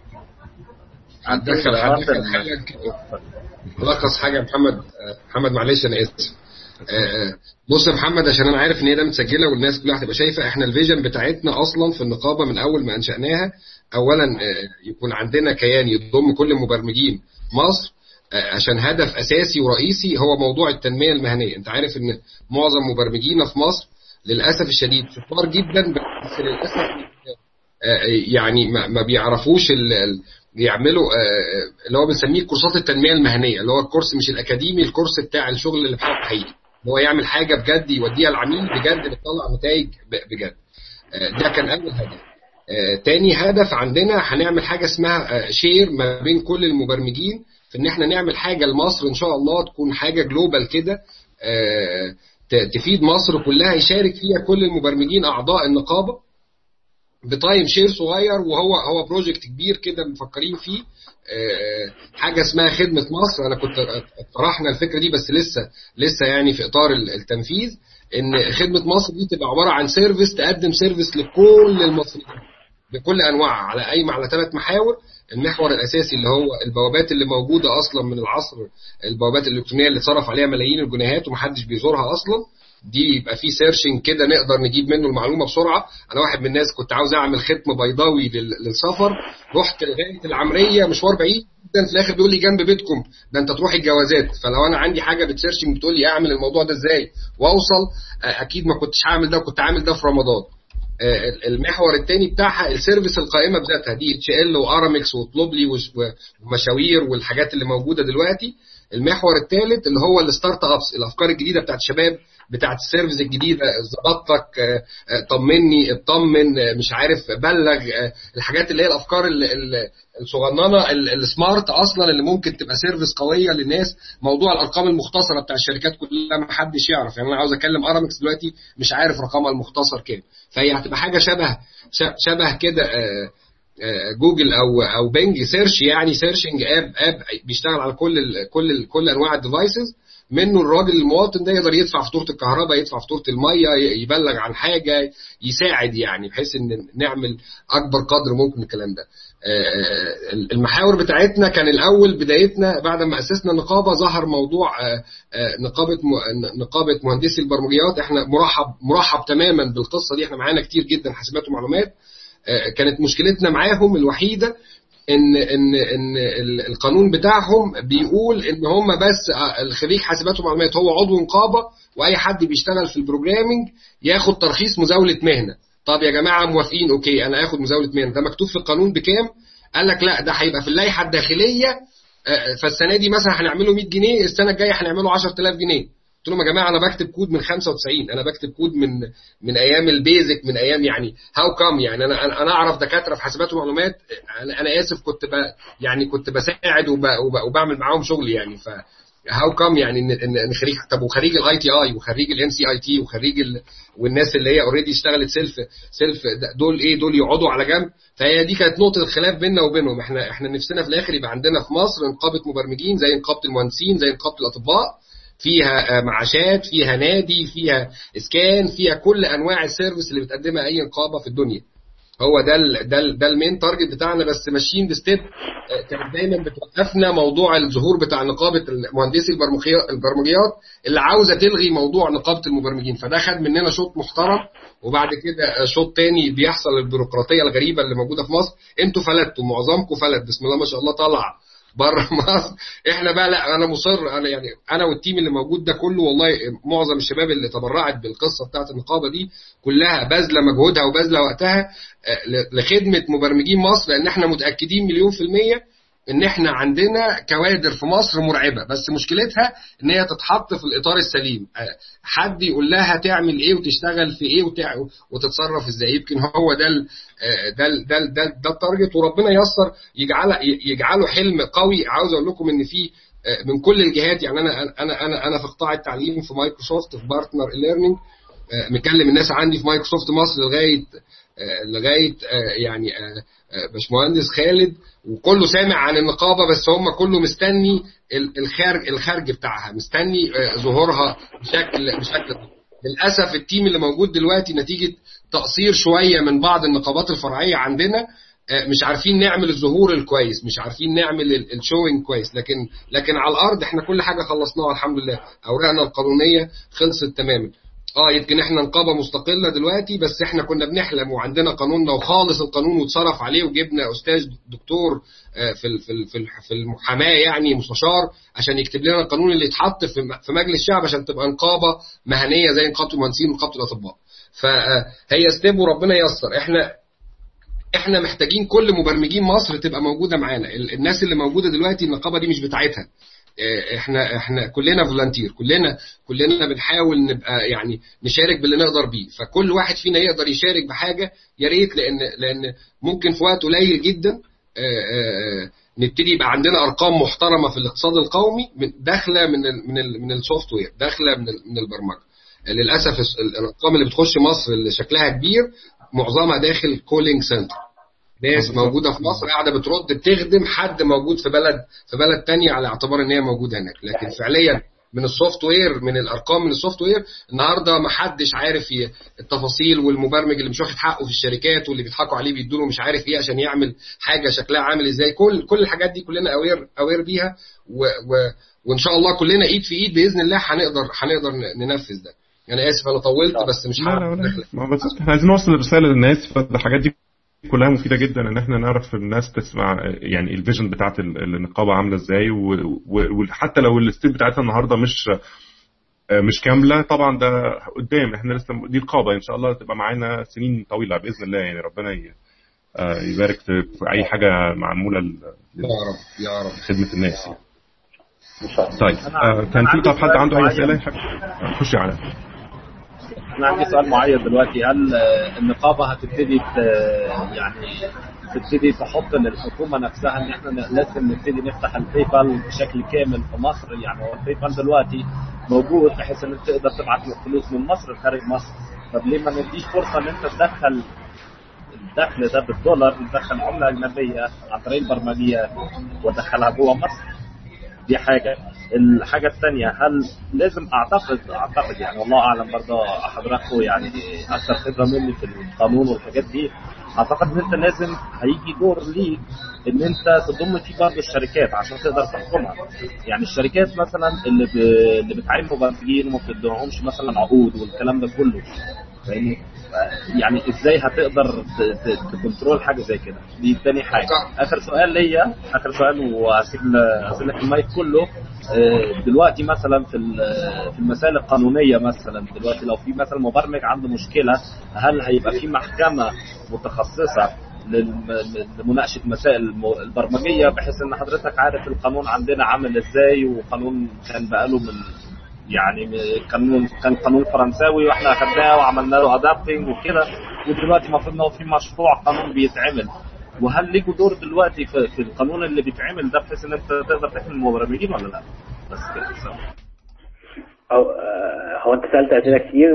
هتدخل هتدخل حاجه لخص حاجه؟ محمد محمد معلش انا اسف. بص يا محمد، عشان انا عارف ان هي ده متسجله والناس كلها هتبقى شايفه. احنا الفيجن بتاعتنا اصلا في النقابه من اول ما انشأناها، اولا يكون عندنا كيان يضم كل مبرمجين مصر، عشان هدف اساسي ورئيسي هو موضوع التنميه المهنيه. انت عارف ان معظم مبرمجينا في مصر للاسف الشديد شطار جدا، بس للاسف يعني ما بيعرفوش يعملوا اللي هو بنسميه كورسات التنميه المهنيه، اللي هو الكورس مش الاكاديمي، الكورس بتاع الشغل اللي بحق حقيقي، هو يعمل حاجه بجد يوديها العميل بجد بتطلع نتائج بجد. ده كان اول هدف. تاني هدف عندنا هنعمل حاجه اسمها شير ما بين كل المبرمجين، في ان احنا نعمل حاجه لمصر ان شاء الله تكون حاجه جلوبال كده تفيد مصر كلها، يشارك فيها كل المبرمجين اعضاء النقابه بتايم شير صغير، وهو هو بروجكت كبير كده مفكرين فيه، حاجه اسمها خدمه مصر. انا كنت طرحنا الفكره دي بس لسه لسه يعني في اطار التنفيذ، ان خدمه مصر دي تبقى عباره عن سيرفيس، تقدم سيرفيس لكل المصريين بكل انواعها على قايمه على ثلاث محاور. المحور الاساسي اللي هو البوابات اللي موجوده اصلا من العصر، البوابات الالكترونيه اللي اتصرف عليها ملايين الجنيهات ومحدش بيزورها اصلا، دي يبقى في سيرشنج كده نقدر نجيب منه المعلومه بسرعه. انا واحد من الناس كنت عاوز اعمل ختم بيضاوي للسفر، رحت لغايه العمريه مشوار بعيد جدا، في الاخر بيقول لي جنب بيتكم، ده انت تروح الجوازات. فلو انا عندي حاجه بتسيرشنج بتقول لي اعمل الموضوع ده ازاي واوصل، اكيد ما كنتش هعمل ده، كنت عامل ده في رمضان. المحور الثاني بتاعها السيرفيس القائمه بذاتها، دي اتش ال وارامكس واطلب لي ومشاوير والحاجات اللي موجوده دلوقتي. المحور الثالث اللي هو الستارت ابس، الافكار الجديده بتاعت الشباب، بتاعت السيرفيس الجديده، ظبطتك، طمني، اطمن، مش عارف، بلغ، الحاجات اللي هي الافكار الصغننه السمارت اصلا اللي ممكن تبقى سيرفيس قويه للناس. موضوع الارقام المختصره بتاع الشركات كلها ما حدش يعرف، يعني انا عاوز اكلم ارامكس دلوقتي مش عارف رقمها المختصر كام، فهي هتبقى حاجه شبه شبه كده جوجل او او بينج سيرش، يعني سيرشنج اب اب بيشتغل على كل ال كل ال كل انواع الديفايسز، منه الراجل المواطن ده يقدر يدفع فاتوره الكهرباء، يدفع فاتوره الميه، يبلغ عن حاجه، يساعد يعني، بحيث ان نعمل اكبر قدر ممكن الكلام ده. المحاور بتاعتنا كان الاول بدايتنا بعد ما اسسنا النقابه ظهر موضوع نقابه نقابه مهندسي البرمجيات. احنا مرحب مرحب تماما بالقصه دي، احنا معانا كتير جدا حاسبات ومعلومات. كانت مشكلتنا معاهم الوحيده ان ان ان القانون بتاعهم بيقول ان هم بس الخريج حاسبات ومعلومات هو عضو نقابه، واي حد بيشتغل في البروجرامينج ياخد ترخيص مزاوله مهنه. طب يا جماعه موافقين، اوكي انا اخد مزاوله مهنه، ده مكتوب في القانون بكام؟ قال لك لا ده هيبقى في اللائحه الداخليه، فالسنه دي مثلا هنعمله مية جنيه، السنه الجايه هنعمله عشرة آلاف جنيه. قلت لهم يا جماعه انا بكتب كود من خمسة وتسعين، انا بكتب كود من من ايام البيزك، من ايام يعني هاو كام، يعني انا انا اعرف دكاتره في حاسبات ومعلومات، انا انا اسف كنت ب يعني كنت بساعد وب وبعمل معاهم شغل يعني، ف هاو كام يعني ان ان خريج، طب وخريج الاي تي اي وخريج الان سي اي تي وخريج ال... والناس اللي هي اوريدي اشتغلت سيلف سيلف دول ايه، دول يقعدوا على جنب. فهي دي كانت نقطه الخلاف بيننا وبينهم. احنا احنا نفسنا في الاخر يبقى عندنا في مصر نقابه مبرمجين زي نقابه المهندسين، زي نقابه الاطباء، فيها معاشات، فيها نادي، فيها اسكان، فيها كل انواع السيرفيس اللي بتقدمها اي نقابه في الدنيا. هو ده ال ده ال ده المين تارجت بتاعنا، بس ماشيين بستيب. كانت دايما بتوقفنا موضوع الظهور بتاع نقابه مهندسي البرمجيات اللي عاوزه تلغي موضوع نقابه المبرمجين، فده خد مننا شوط محترم. وبعد كده شوط تاني بيحصل البيروقراطيه الغريبه اللي موجوده في مصر. انتوا فلتوا، معظمكم فلت بسم الله ما شاء الله طلع بره مصر. احنا بقى لا، انا مصر، انا يعني انا والتيم اللي موجود ده كله، والله معظم الشباب اللي تبرعت بالقصه بتاعت النقابه دي كلها باذله مجهودها وباذله وقتها لخدمه مبرمجين مصر، لان احنا متاكدين مليون في الميه ان احنا عندنا كوادر في مصر مرعبه، بس مشكلتها ان هي تتحط في الاطار السليم، حد يقول لها تعمل ايه وتشتغل في ايه وتتصرف ازاي. يمكن هو ده ال ده ال ده ال ده, ده التارجت، وربنا ييسر يجعله يجعله حلم قوي. عاوز اقول لكم ان في من كل الجهات، يعني انا انا انا انا في قطاع التعليم في مايكروسوفت في بارتنر ليرنينج، مكلم الناس عندي في مايكروسوفت مصر لغايه لغايه يعني باشمهندس خالد، وكله سامع عن النقابه، بس هم كله مستني الخارج الخارج بتاعها، مستني ظهورها بشكل بشكل للاسف التيم اللي موجود دلوقتي نتيجه تقصير شويه من بعض النقابات الفرعيه عندنا، مش عارفين نعمل الظهور الكويس، مش عارفين نعمل الشوينج كويس، لكن لكن على الارض احنا كل حاجه خلصناها الحمد لله، اوراقنا القانونيه خلصت تماما. اه يمكن احنا نقابه مستقله دلوقتي، بس احنا كنا بنحلم وعندنا قانوننا وخالص القانون واتصرف عليه، وجبنا استاذ دكتور في في في المحاماه يعني مستشار عشان يكتب لنا القانون اللي يتحط في مجلس الشعب عشان تبقى نقابه مهنيه زي نقابه المهندسين ونقابه الاطباء. فهي ستيب وربنا ييسر. احنا احنا محتاجين كل مبرمجين مصر تبقى موجوده معانا. الناس اللي موجوده دلوقتي النقابه دي مش بتاعتها، احنا احنا كلنا فولنتير، كلنا كلنا بنحاول نبقى يعني نشارك باللي نقدر بيه. فكل واحد فينا يقدر يشارك بحاجه يا ريت، لان لان ممكن في وقت قليل جدا اه اه نبتدي يبقى عندنا ارقام محترمه في الاقتصاد القومي داخله من ال من ال من السوفت وير، داخله من من البرمجه. للاسف الارقام اللي بتخش مصر اللي شكلها كبير معظمها داخل كولينج سنتر، ناس موجوده في مصر قاعده بترد بتخدم حد موجود في بلد في بلد تانية على اعتبار ان هي موجوده هناك. لكن فعليا من السوفت وير، من الارقام من السوفت وير النهارده ما حدش عارف التفاصيل، والمبرمج اللي مش واخد حقه في الشركات واللي بيضحكوا عليه بيدوا له مش عارف ايه عشان يعمل حاجه شكلها عامل ازاي. كل كل الحاجات دي كلنا اوير اوير بيها، و و وان شاء الله كلنا ايد في ايد باذن الله هنقدر هنقدر ننفذ ده. انا اسف انا طولت بس مش هعرف. ما بس احنا عايزين نوصل الرساله للناس، فالحاجات دي كلها مفيده جدا ان احنا نعرف الناس تسمع يعني الفيجن بتاعت النقابه عامله ازاي، وحتى لو الستيب بتاعتها النهارده مش مش كامله طبعا ده قدام، احنا لسه دي رقابه ان شاء الله تبقى معانا سنين طويله باذن الله. يعني ربنا يبارك في اي حاجه معموله يا رب يا رب خدمه الناس يعني. طيب كان في طب حد عنده اي اسئله خشي على. أنا عندي سؤال معين دلوقتي، هل النقابة هتبتدي يعني تبتدي تحط للحكومة نفسها إن إحنا لازم نبتدي نفتح الباي بال بشكل كامل في مصر؟ يعني هو الباي بال دلوقتي موجود بحيث إن أنت تقدر تبعت فلوس من مصر لخارج مصر، طب ليه ما نديش فرصة إن أنت تدخل الدخل ده بالدولار، تدخل عملة أجنبية عن طريق البرمجيات وتدخلها جوه مصر؟ دي حاجة. الحاجة الثانية، هل لازم أعتقد أعتقد يعني والله أعلم برضه حضراتكم يعني أكثر خبرة مني في القانون والحاجات دي، أعتقد إن أنت لازم هيجي دور ليك إن أنت تضم فيه برضه الشركات عشان تقدر تحكمها. يعني الشركات مثلا اللي ب... اللي بتعين مبرمجين وما بتديهمش مثلا عقود والكلام ده كله، فاهمني؟ يعني ازاي هتقدر تكنترول حاجه زي كده؟ دي تاني حاجه. اخر سؤال ليا، اخر سؤال وهسيب هسيب لك المايك كله. دلوقتي مثلا في في المسائل القانونيه، مثلا دلوقتي لو في مثلا مبرمج عنده مشكله، هل هيبقى في محكمه متخصصه لمناقشه مسائل البرمجيه، بحيث ان حضرتك عارف القانون عندنا عامل ازاي، وقانون كان بقاله من يعني قانون كان قانون فرنساوي واحنا اخدناه وعملنا له ادابتنج وكده، ودلوقتي المفروض ان هو في مشروع قانون بيتعمل، وهل ليكوا دور دلوقتي في, في القانون اللي بيتعمل ده بحيث ان انت تقدر تحمي المبرمجين ولا لا؟ بس كده. هو هو انت سالت اسئله كتير.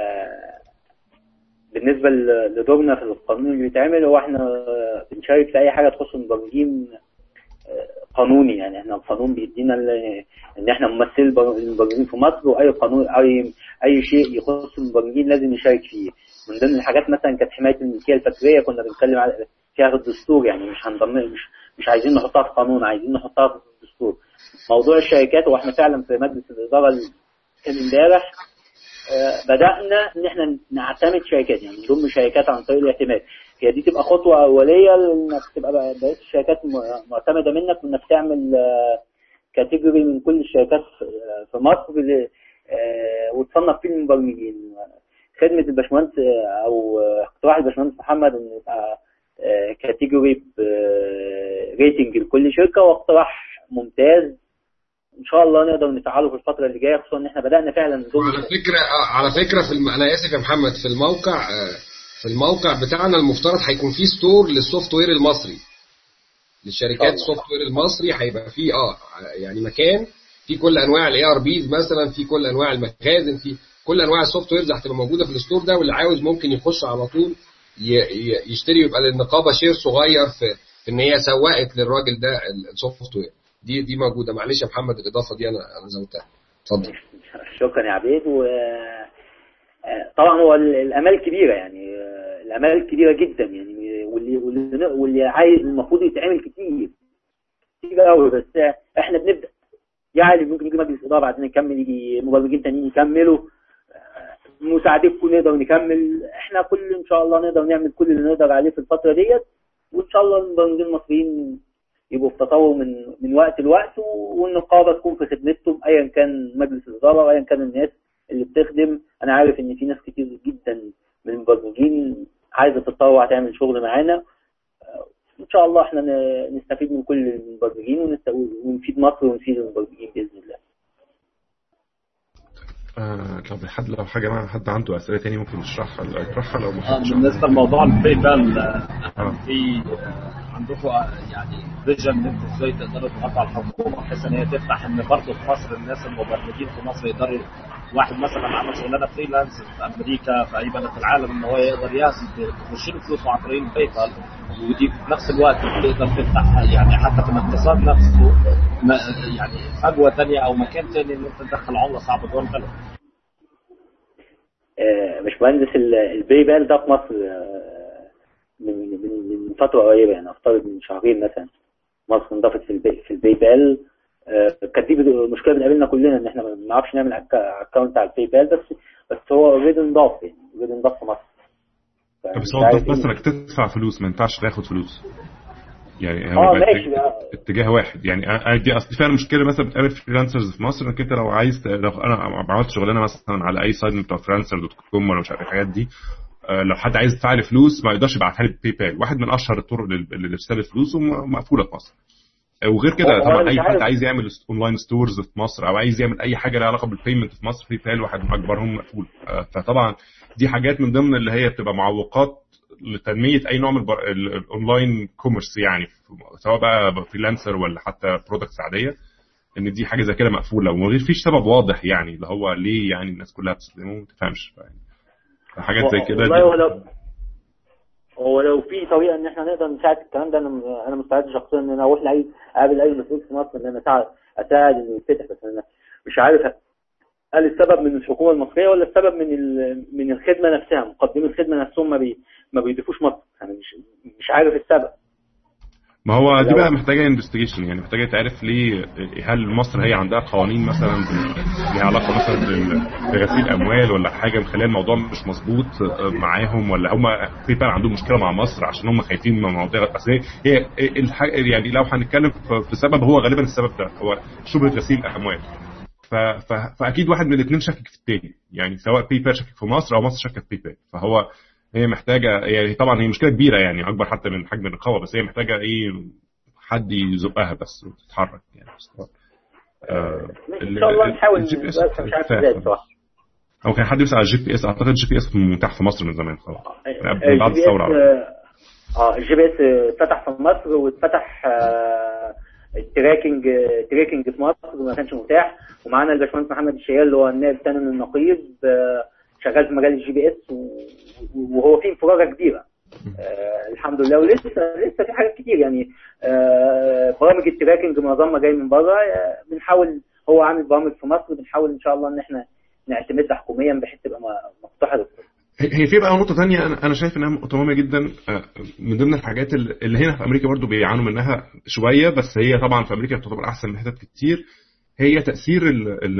بالنسبه لدورنا في القانون اللي بيتعمل، هو احنا بنشارك في اي حاجه تخص المبرمجين قانوني. يعني احنا القانون بيدينا ان احنا ممثل المبرمجين في مصر، واي قانون اي اي شيء يخص المبرمجين لازم نشارك فيه. من ضمن الحاجات مثلا كانت حمايه الملكيه الفكريه، كنا بنتكلم فيها في الدستور، يعني مش هنضم مش مش عايزين نحطها في قانون، عايزين نحطها في الدستور. موضوع الشركات، واحنا فعلا في مجلس الاداره كان امبارح بدأنا ان احنا نعتمد شركات، يعني نضم شركات عن طريق الاعتماد. هي دي تبقى خطوة أولية انك تبقى بقيت الشركات معتمدة منك، وانك تعمل كاتيجوري من كل الشركات في مصر وتصنف فيه المبرمجين. خدمة الباشمهندس او اقتراح الباشمهندس محمد ان يبقى كاتيجوري ريتنج لكل شركة، واقتراح ممتاز ان شاء الله نقدر نفعله في الفتره اللي جايه، خصوصا ان احنا بدانا فعلا نضم. على فكره على فكره في الم... انا اسف يا محمد، في الموقع في الموقع بتاعنا المفترض هيكون فيه ستور للسوفت وير المصري، للشركات السوفت وير المصري هيبقى فيه اه يعني مكان فيه كل انواع الاي ار بيز، مثلا فيه كل انواع المخازن، فيه كل انواع السوفت ويرز هتبقى موجوده في الستور ده، واللي عاوز ممكن يخش على طول يشتري، ويبقى للنقابه شير صغير في في ان هي سوقت للراجل ده السوفت وير. دي دي موجوده. معلش يا محمد الاضافه دي انا انا زودتها. اتفضل. شكرا يا عبيد. و طبعا هو الامال كبيره، يعني الامال كبيره جدا، يعني واللي واللي, واللي عايز المفروض يتعمل كتير كتير قوي، بس احنا بنبدا يعني ممكن يجي مجلس اداره بعدين نكمل، يجي مبرمجين تانيين يكملوا، مساعدتكم نقدر نكمل. احنا كل ان شاء الله نقدر نعمل كل اللي نقدر عليه في الفتره ديت، وان شاء الله المبرمجين المصريين يبقوا في تطور من من وقت لوقت، والنقابه تكون في خدمتهم ايا كان مجلس الاداره وايا كان الناس اللي بتخدم. انا عارف ان في ناس كتير جدا من المبرمجين عايزه تتطوع تعمل شغل معانا، ان شاء الله احنا نستفيد من كل المبرمجين ونفيد مصر ونفيد المبرمجين باذن الله. آه لو حد لو حاجه مع حد عنده اسئله تاني ممكن يشرحها يطرحها لو آه بالنسبه لموضوع الباي بال آه. في عندكم يعني فيجن ان انتوا ازاي تقدروا تضغطوا على الحكومه بحيث ان هي تفتح ان برضه في مصر الناس المبرمجين في مصر يقدروا واحد مثلا عمل شغلانه فريلانس في امريكا في اي بلد في العالم ان هو يقدر يخش له فلوس عن طريق الباي بال، ودي في نفس الوقت تقدر تفتح يعني حتى في الاقتصاد نفسه يعني فجوه ثانيه او مكان ثاني ان انت تدخل عمله صعبه جوه البلد. مش مهندس الباي بال ده في مصر من من فتره قريبه، يعني افترض من شهرين مثلا مصر انضافت في الباي في الباي بال. كانت دي مشكله بنقابلنا كلنا ان احنا ما بنعرفش نعمل اكونت على الباي بال، بس بس هو اوريدي انضاف يعني اوريدي انضاف في مصر. بس هو انضاف بس انك تدفع فلوس، ما ينفعش تاخد فلوس يعني. اه ماشي اتجاه واحد يعني. دي اصل فعلا مشكله مثلا بتقابل فريلانسرز في مصر، انك انت لو عايز لو انا عملت شغلانه مثلا على اي سايت بتاع فريلانسر دوت كوم ولا مش عارف الحاجات دي، لو حد عايز يدفع لي فلوس ما يقدرش يبعتها لي باي بال، واحد من اشهر الطرق اللي بتستلف فلوس ومقفوله في مصر. وغير كده طبعا اي حد عايز يعمل اونلاين ستورز في مصر او عايز يعمل اي حاجه لها علاقه بالبيمنت في مصر، باي بال واحد من اكبرهم مقفول. فطبعا دي حاجات من ضمن اللي هي بتبقى معوقات لتنميه اي نوع من الاونلاين كوميرس يعني، سواء بقى فريلانسر ولا حتى برودكتس عاديه، ان دي حاجه زي كده مقفوله ومن فيش سبب واضح يعني اللي هو ليه يعني الناس كلها بتستخدمه ما تفهمش يعني حاجات زي كده. هو لو في طريقه ان احنا نقدر نساعد الكلام ده، انا انا مستعد شخصيا ان انا اروح لاي اقابل اي مسؤول في مصر ان انا اساعد اساعد انه يتفتح، بس انا مش عارف هل السبب من الحكومه المصريه ولا السبب من من الخدمه نفسها، مقدمي الخدمه نفسهم ما بي ما بيضيفوش مصر. انا مش مش عارف السبب. ما هو دي بقى محتاجه انفستيجيشن يعني، محتاجه تعرف ليه. هل مصر هي عندها قوانين مثلا ليها علاقه مثلا بغسيل اموال ولا حاجه مخليه الموضوع مش مظبوط معاهم، ولا هم في فعلا عندهم مشكله مع مصر عشان هم خايفين من مواضيع. بس هي يعني لو هنتكلم في سبب، هو غالبا السبب ده هو شبهه غسيل اموال. فاكيد واحد من الاثنين شكك في الثاني يعني، سواء باي بال شكك في مصر او مصر شكك في باي بال. فهو هي محتاجه يعني، طبعا هي مشكله كبيره يعني اكبر حتى من حجم الرقابه، بس هي محتاجه ايه حد يزقها بس وتتحرك يعني. آه ان شاء الله نحاول. مش عارف ازاي بصراحه. او كان حد يسال على الجي بي اس، اعتقد الجي بي اس متاح في مصر من زمان خلاص يعني بعد الثوره. اه الجي بي اس اتفتح في مصر واتفتح آه التراكنج تراكنج في مصر ما كانش متاح، ومعانا الباشمهندس محمد الشيال اللي هو النائب الثاني من النقيب آه شغال في مجال الجي بي اس، وهو فيه انفراجه كبيره آه الحمد لله. ولسه لسه في حاجات كتير يعني. آه برامج التراكنج معظمها جاي من بره، آه بنحاول هو عامل برامج في مصر، بنحاول ان شاء الله ان احنا نعتمدها حكوميا بحيث تبقى مفتوحه للكل. هي في بقى نقطه ثانيه انا شايف انها نقطه مهمه جدا، من ضمن الحاجات اللي هنا في امريكا برضو بيعانوا منها شويه، بس هي طبعا في امريكا بتعتبر احسن من حتت كتير، هي تاثير ال ال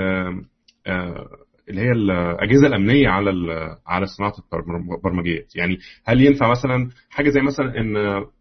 اللي هي الاجهزه الامنيه على على صناعه البرمجيات. يعني هل ينفع مثلا حاجه زي مثلا ان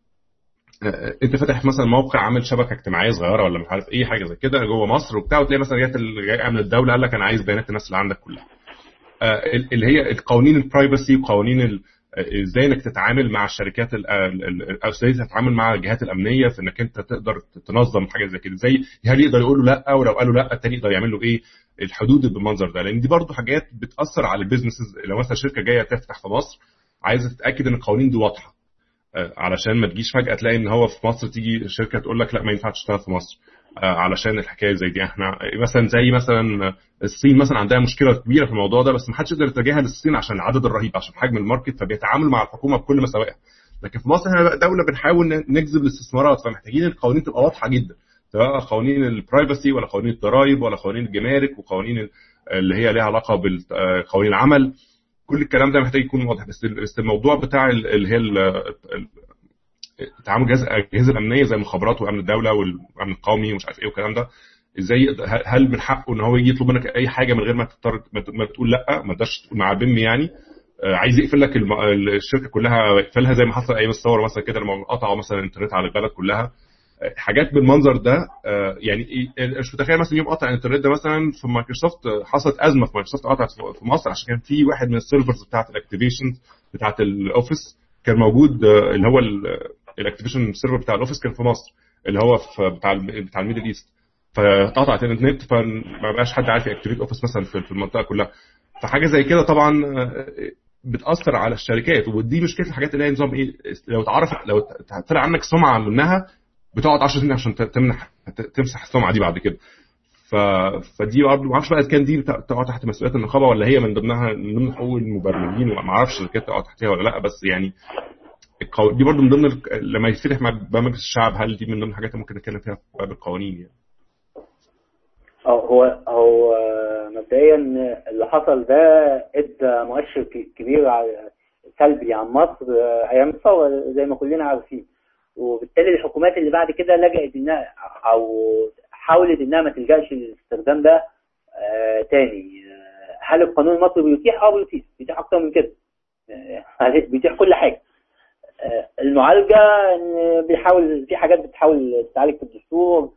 انت فاتح مثلا موقع عامل شبكه اجتماعيه صغيره ولا مش عارف ايه حاجه زي كده جوه مصر وبتاع، وتلاقي مثلا جت امن الدوله قال لك انا عايز بيانات الناس اللي عندك كلها، اللي هي القوانين البرايفسي وقوانين ازاي انك تتعامل مع الشركات او ازاي تتعامل مع الجهات الامنيه في انك انت تقدر تنظم حاجه زي كده. زي هل يقدر يقول له لا، ولو قالوا لا الثاني يقدر يعمل له ايه، الحدود بالمنظر ده. لان دي برضو حاجات بتاثر على البيزنسز. لو مثلا شركه جايه تفتح في مصر عايزه تتاكد ان القوانين دي واضحه، علشان ما تجيش فجاه تلاقي ان هو في مصر تيجي شركه تقول لك لا ما ينفعش تشتغل في مصر علشان الحكايه زي دي. احنا مثلا زي مثلا الصين مثلا عندها مشكله كبيره في الموضوع ده، بس ما حدش يقدر يتجاهل الصين عشان العدد الرهيب، عشان حجم الماركت، فبيتعامل مع الحكومه بكل مساوئها. لكن في مصر احنا دوله بنحاول نجذب الاستثمارات، فمحتاجين القوانين تبقى واضحه جدا، سواء قوانين البرايفسي ولا قوانين الضرائب ولا قوانين الجمارك وقوانين اللي هي ليها علاقه بقوانين العمل. كل الكلام ده محتاج يكون واضح. بس الموضوع بتاع اللي هي تعامل الاجهزه الامنيه زي المخابرات وامن الدوله والامن القومي ومش عارف ايه والكلام ده، ازاي هل من حقه ان هو يطلب منك اي حاجه من غير ما تضطر ما تقول لا، ما تقدرش تقول مع بيم يعني عايز يقفل لك الشركه كلها يقفلها زي ما حصل ايام الثوره مثلا كده لما قطعوا مثلا الانترنت على البلد كلها، حاجات بالمنظر ده. يعني مش متخيل مثلا يوم قطع الانترنت ده مثلا في مايكروسوفت حصلت ازمه في مايكروسوفت قطعت في مصر عشان كان في واحد من السيرفرز بتاعه الاكتيفيشن بتاعه الاوفيس كان موجود اللي هو الاكتيفيشن سيرفر بتاع الاوفيس كان في مصر اللي هو في بتاع بتاع الميدل ايست، فقطعت الانترنت فما بقاش حد عارف ياكتيفيت اوفيس مثلا في المنطقه كلها. فحاجه زي كده طبعا بتاثر على الشركات، ودي مشكله الحاجات اللي هي نظام ايه، لو اتعرفت لو طلع عنك سمعه منها بتقعد عشر سنين عشان تمنح تمسح السمعه دي بعد كده. ف... فدي برضه ما اعرفش بقى كان دي تقع تحت مسؤوليه النقابه ولا هي من ضمنها من ضمن حقوق المبرمجين، وما اعرفش الشركات تقع تحتها ولا لا، بس يعني دي برضه من ضمن لما يفتح مع مجلس الشعب، هل دي من ضمن الحاجات اللي ممكن نتكلم فيها في باب القوانين يعني؟ هو هو مبدئيا اللي حصل ده ادى مؤشر كبير على سلبي عن مصر ايام الثوره زي ما كلنا عارفين، وبالتالي الحكومات اللي بعد كده لجأت انها او حاولت انها ما تلجاش للاستخدام ده آه تاني. آه هل القانون المصري بيتيح؟ اه بيتيح بيتيح اكتر من كده، آه بيتيح كل حاجه. آه المعالجه ان بيحاول في حاجات بتحاول تتعالج في الدستور،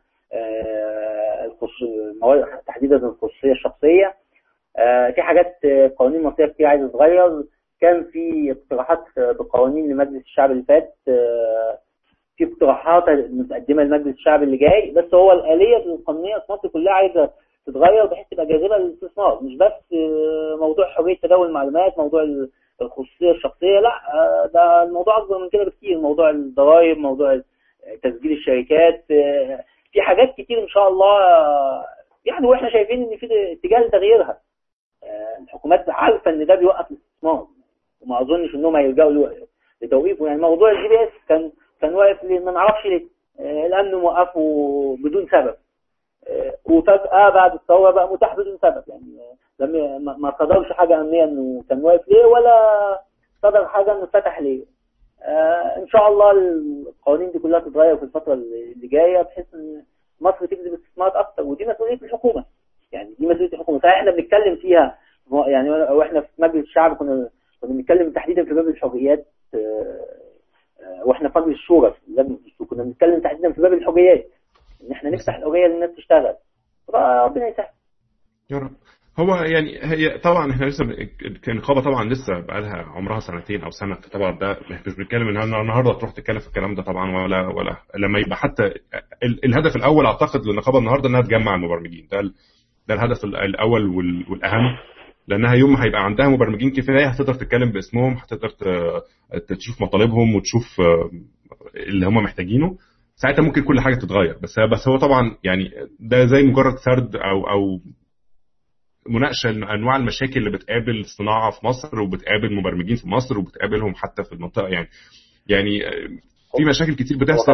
آه المواد تحديدا الخصوصيه الشخصيه، آه في حاجات قوانين مصريه كتير عايزه تتغير. كان في اقتراحات بقوانين لمجلس الشعب اللي فات، آه في اقتراحات متقدمه لمجلس الشعب اللي جاي، بس هو الآلية القانونية في مصر كلها عايزه تتغير بحيث تبقى جاذبه للاستثمار، مش بس موضوع حريه تداول المعلومات، موضوع الخصوصيه الشخصيه، لا ده الموضوع اكبر من كده بكتير، موضوع الضرائب، موضوع تسجيل الشركات، في حاجات كتير ان شاء الله يعني، واحنا شايفين ان في اتجاه لتغييرها. الحكومات عارفه ان ده بيوقف الاستثمار، وما اظنش انهم هيرجعوا لتوقيفه. يعني موضوع الجي بي اس كان كان واقف ليه ما نعرفش ليه، آه الامن موقفه بدون سبب، آه وفجاه بعد الثوره بقى متاح بدون سبب. يعني آه لما ما صدرش حاجه امنيه انه كان واقف ليه، ولا صدر حاجه انه فتح ليه. آه ان شاء الله القوانين دي كلها تتغير في الفتره اللي جايه بحيث ان مصر تجذب استثمارات اكتر، ودي مسؤوليه الحكومه. يعني دي مسؤوليه الحكومه، صحيح احنا بنتكلم فيها يعني، واحنا في مجلس الشعب كنا كنا بنتكلم تحديدا في باب الحريات، آه واحنا في مجلس الشورى كنا بنتكلم تحديدا في باب الحريات ان احنا نفتح الحريه للناس تشتغل، ربنا يسهل يا رب. هو يعني هي طبعا احنا لسه كنقابه طبعا لسه بقى لها عمرها سنتين او سنه، طبعا ده مش بنتكلم ان النهارده تروح تتكلم في الكلام ده طبعا، ولا ولا لما يبقى حتى الهدف الاول اعتقد للنقابه النهارده انها تجمع المبرمجين، ده ده الهدف الاول والاهم، لانها يوم ما هيبقى عندها مبرمجين كفايه هتقدر تتكلم باسمهم، هتقدر تشوف مطالبهم وتشوف اللي هم محتاجينه، ساعتها ممكن كل حاجه تتغير. بس بس هو طبعا يعني ده زي مجرد سرد او او مناقشه انواع المشاكل اللي بتقابل الصناعه في مصر وبتقابل مبرمجين في مصر وبتقابلهم حتى في المنطقه. يعني يعني في مشاكل كتير بتحصل.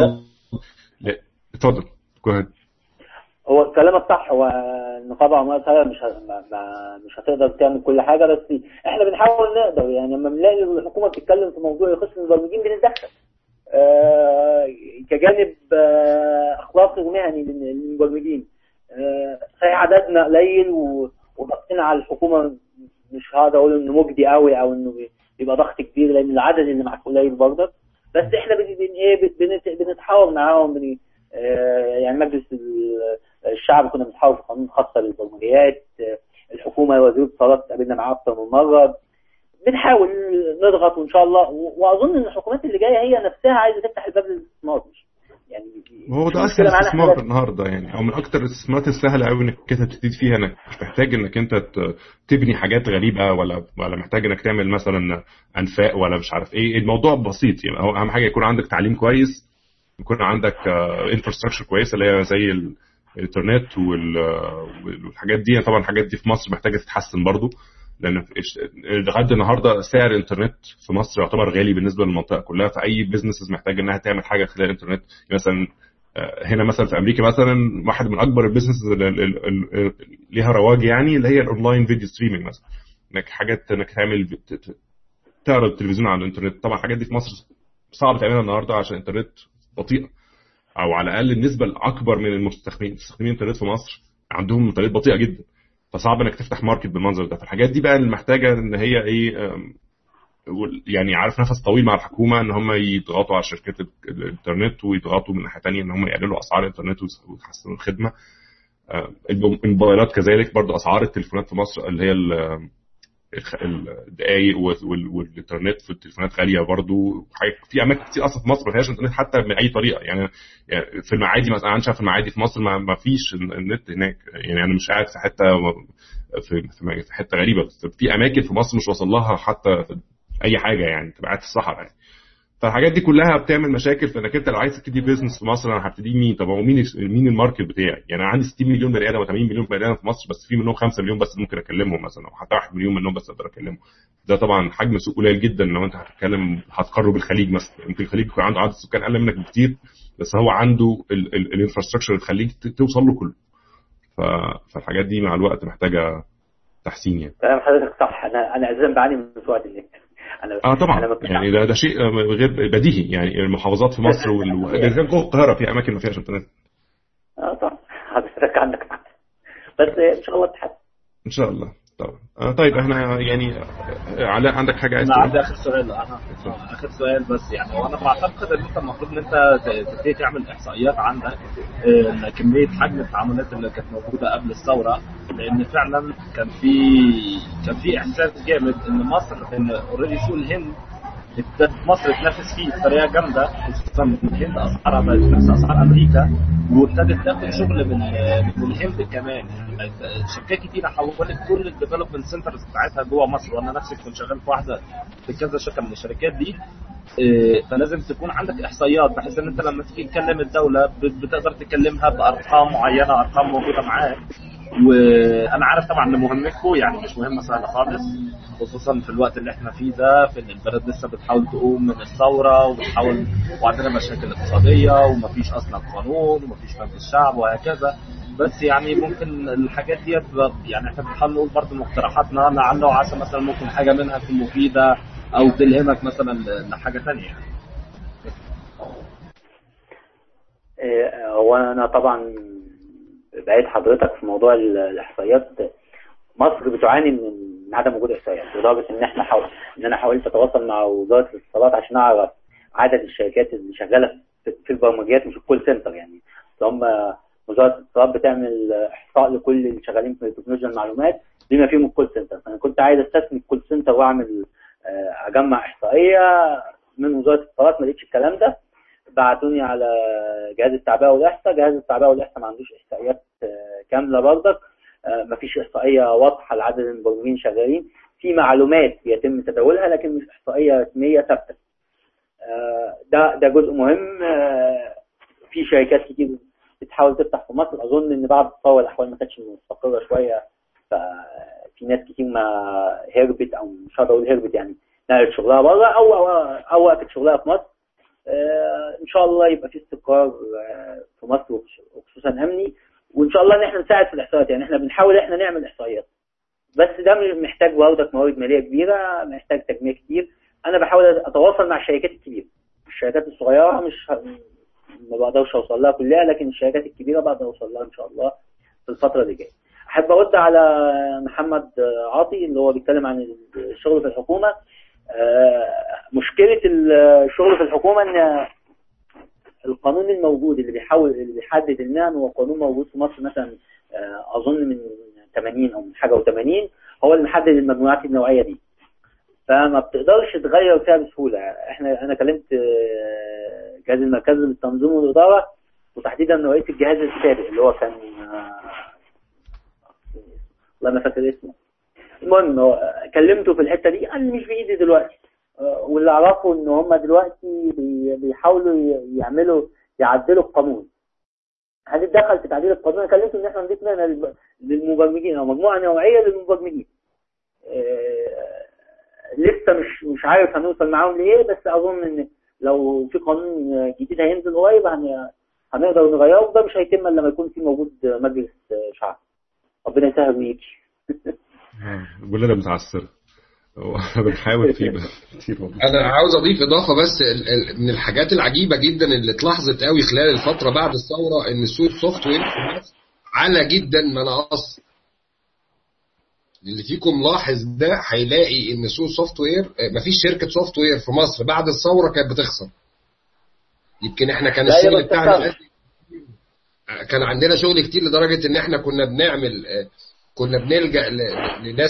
اتفضل. هو كلامك صح، هو النقابه عمرها مش مش هتقدر تعمل كل حاجه، بس احنا بنحاول نقدر. يعني لما بنلاقي الحكومه بتتكلم في موضوع يخص المبرمجين بنتدخل آه كجانب آه اخلاقي ومهني للمبرمجين. آه صحيح عددنا قليل وضغطنا على الحكومه مش هقدر اقول انه مجدي قوي او انه بيبقى ضغط كبير، لان العدد اللي معاك قليل برضه، بس احنا بن ايه بنتحاور معاهم. بن يعني مجلس الشعب كنا بنحاول في قانون خاصه للبرمجيات، الحكومه وزير الاتصالات قابلنا معاه اكثر من مره، بنحاول نضغط وان شاء الله. واظن ان الحكومات اللي جايه هي نفسها عايزه تفتح الباب للاستثمار، مش يعني هو ده اسهل استثمار النهارده يعني، او من اكتر الاستثمارات السهله قوي انك انت تبتدي فيها، انك مش محتاج انك انت تبني حاجات غريبه، ولا ولا محتاج انك تعمل مثلا انفاق ولا مش عارف ايه. الموضوع بسيط يعني، هو اهم حاجه يكون عندك تعليم كويس، يكون عندك انفراستراكشر كويسه اللي هي زي الانترنت والحاجات دي. طبعا الحاجات دي في مصر محتاجه تتحسن برضو، لان لغايه النهارده سعر الانترنت في مصر يعتبر غالي بالنسبه للمنطقه كلها، فاي بزنسز محتاجه انها تعمل حاجه خلال الانترنت. مثلا هنا مثلا في امريكا مثلا واحد من اكبر البزنسز اللي ليها رواج يعني اللي هي الاونلاين فيديو ستريمينج مثلا، انك حاجات انك تعمل تعرض التلفزيون على الانترنت. طبعا الحاجات دي في مصر صعب تعملها النهارده عشان الانترنت بطيئه، او على الاقل النسبه الاكبر من المستخدمين مستخدمين الانترنت في مصر عندهم انترنت بطيئه جدا، فصعب انك تفتح ماركت بالمنظر ده. فالحاجات دي بقى اللي محتاجه ان هي ايه يعني عارف نفس طويل مع الحكومه، ان هم يضغطوا على شركات الانترنت ويضغطوا من ناحيه ثانيه ان هم يقللوا اسعار الانترنت ويحسنوا الخدمه. الموبايلات كذلك برضو، اسعار التليفونات في مصر اللي هي الدقايق والانترنت في التليفونات غاليه برضو. في اماكن كتير اصلا في مصر ما فيهاش انترنت حتى من اي طريقه. يعني في المعادي مثلا، انا شايف في المعادي في مصر ما فيش النت هناك. يعني انا مش قاعد في حته في في حته غريبه، بس في اماكن في مصر مش واصل لها حتى اي حاجه، يعني تبقى قاعد في الصحراء يعني. فالحاجات دي كلها بتعمل مشاكل في انك انت لو عايز تبتدي بيزنس في مصر، انا هبتدي مين؟ طب هو مين مين الماركت بتاعي؟ يعني انا عندي ستين مليون بني ادم و80 مليون بني ادم في مصر، بس في منهم خمسة مليون بس ممكن اكلمهم مثلا، او حتى واحد مليون منهم بس اقدر اكلمهم. ده طبعا حجم سوق قليل جدا. لو انت هتتكلم هتقارنه بالخليج مثلا، يمكن الخليج يكون عنده عدد سكان اقل منك بكتير، بس هو عنده الانفراستراكشر اللي تخليك توصل له كله. فالحاجات دي مع الوقت محتاجه تحسين يعني. كلام حضرتك صح. انا انا اساسا بعاني من سوء النت. أنا اه طبعا أنا يعني ده ده شيء غير بديهي. يعني المحافظات في مصر وزي القاهره في اماكن ما فيهاش انترنت. اه طبعا حضرتك عندك حق، بس ان شاء الله تحسن ان شاء الله طبعا. آه طيب احنا يعني علاء عندك حاجه عايز تقولها؟ عندي اخر سؤال. انا اخر سؤال بس. يعني وانا بعتقد ان انت المفروض ان انت تبتدي تعمل احصائيات عندك ان كميه حجم التعاملات اللي كانت موجوده قبل الثوره، لان فعلا كان في كان في احساس جامد ان مصر، ان اوريدي سوق الهند ابتدت مصر تنافس فيه بطريقه جامده، خصوصا ان الهند اسعارها بقت نفس اسعار امريكا، وابتدت تاخد شغل من من الهند كمان. شركات كتير حولت كل الديفلوبمنت سنترز بتاعتها جوه مصر، وانا نفسي كنت شغال في واحده في كذا شركه من الشركات دي. فلازم تكون عندك احصائيات بحيث ان انت لما تيجي تكلم الدوله بتقدر تكلمها بارقام معينه، ارقام موجوده معاك. وانا عارف طبعا ان مهمتكم يعني مش مهمه سهله خالص، خصوصا في الوقت اللي احنا فيه ده، في ان البلد لسه بتحاول تقوم من الثوره وبتحاول، وعندنا مشاكل اقتصاديه ومفيش اصلا قانون ومفيش مجلس الشعب وهكذا. بس يعني ممكن الحاجات دي يعني احنا بنحاول نقول برضه مقترحاتنا لعل وعسى مثلا ممكن حاجه منها تكون مفيده او تلهمك مثلا لحاجه ثانيه. هو انا طبعا بعيد حضرتك في موضوع الاحصائيات. مصر بتعاني من عدم وجود احصائيات، لدرجه ان احنا حاول ان انا حاولت اتواصل مع وزاره الاتصالات عشان اعرف عدد الشركات اللي شغاله في البرمجيات، مش الكول سنتر. يعني هم وزاره الاتصالات بتعمل احصاء لكل اللي شغالين في تكنولوجيا المعلومات بما فيهم الكول سنتر. فانا كنت عايز استثمر الكول سنتر واعمل اجمع احصائيه من وزاره الاتصالات، ما لقيتش الكلام ده. بعتوني على جهاز التعبئه والاحصاء. جهاز التعبئه والاحصاء ما عندوش احصائيات كامله برضك، ما فيش احصائيه واضحه لعدد المبرمجين شغالين. في معلومات يتم تداولها لكن مش احصائيه رسميه ثابته. ده ده جزء مهم. في شركات كتير بتحاول تفتح في مصر. اظن ان بعد الثوره الاحوال ما كانتش مستقره شويه، ففي ناس كتير ما هربت، او مش هقدر اقول هربت يعني نقلت شغلها بره او او, أو وقفت شغلها في مصر. ان شاء الله يبقى في استقرار في مصر وخصوصا امني، وان شاء الله ان احنا نساعد في الاحصائيات. يعني احنا بنحاول احنا نعمل احصائيات، بس ده محتاج برضك موارد ماليه كبيره، محتاج تجميع كتير. انا بحاول اتواصل مع الشركات الكبيره. الشركات الصغيره مش ما بقدرش اوصل لها كلها، لكن الشركات الكبيره بقدر اوصل لها ان شاء الله في الفتره اللي جايه. احب ارد على محمد عاطي اللي هو بيتكلم عن الشغل في الحكومه. مشكله الشغل في الحكومه ان القانون الموجود اللي بيحاول اللي بيحدد المهن هو قانون موجود في مصر مثلا اظن من ثمانين او من حاجه وثمانين، هو اللي محدد المجموعات النوعيه دي، فما بتقدرش تغير فيها بسهوله. احنا انا كلمت جهاز المركزي للتنظيم والاداره، وتحديدا نوعيه الجهاز السابق اللي هو كان والله ما فاكر اسمه. المهم كلمته في الحته دي، قال مش بايدي دلوقتي. واللي اعرفه ان هم دلوقتي بيحاولوا يعملوا يعدلوا القانون. هنتدخل في تعديل القانون. انا كلمته ان احنا نضيف لنا للمبرمجين او مجموعه نوعيه للمبرمجين. لسه مش مش عارف هنوصل معاهم لايه، بس اظن ان لو في قانون جديد هينزل قريب هنقدر نغيره، وده مش هيتم الا لما يكون في موجود مجلس شعب. ربنا يسهل ويجي. كلنا متعثر بنحاول فيه كتير. انا عاوز اضيف اضافه بس. من الحاجات العجيبه جدا اللي اتلاحظت قوي خلال الفتره بعد الثوره ان سوق السوفت وير في مصر عالي جدا مناقص. اللي فيكم لاحظ ده هيلاقي ان سوق السوفت وير مفيش شركه سوفت وير في مصر بعد الثوره كانت بتخسر. يمكن احنا كان الشغل بتاعنا كان عندنا شغل كتير لدرجه ان احنا كنا بنعمل كنا بنلجأ لناس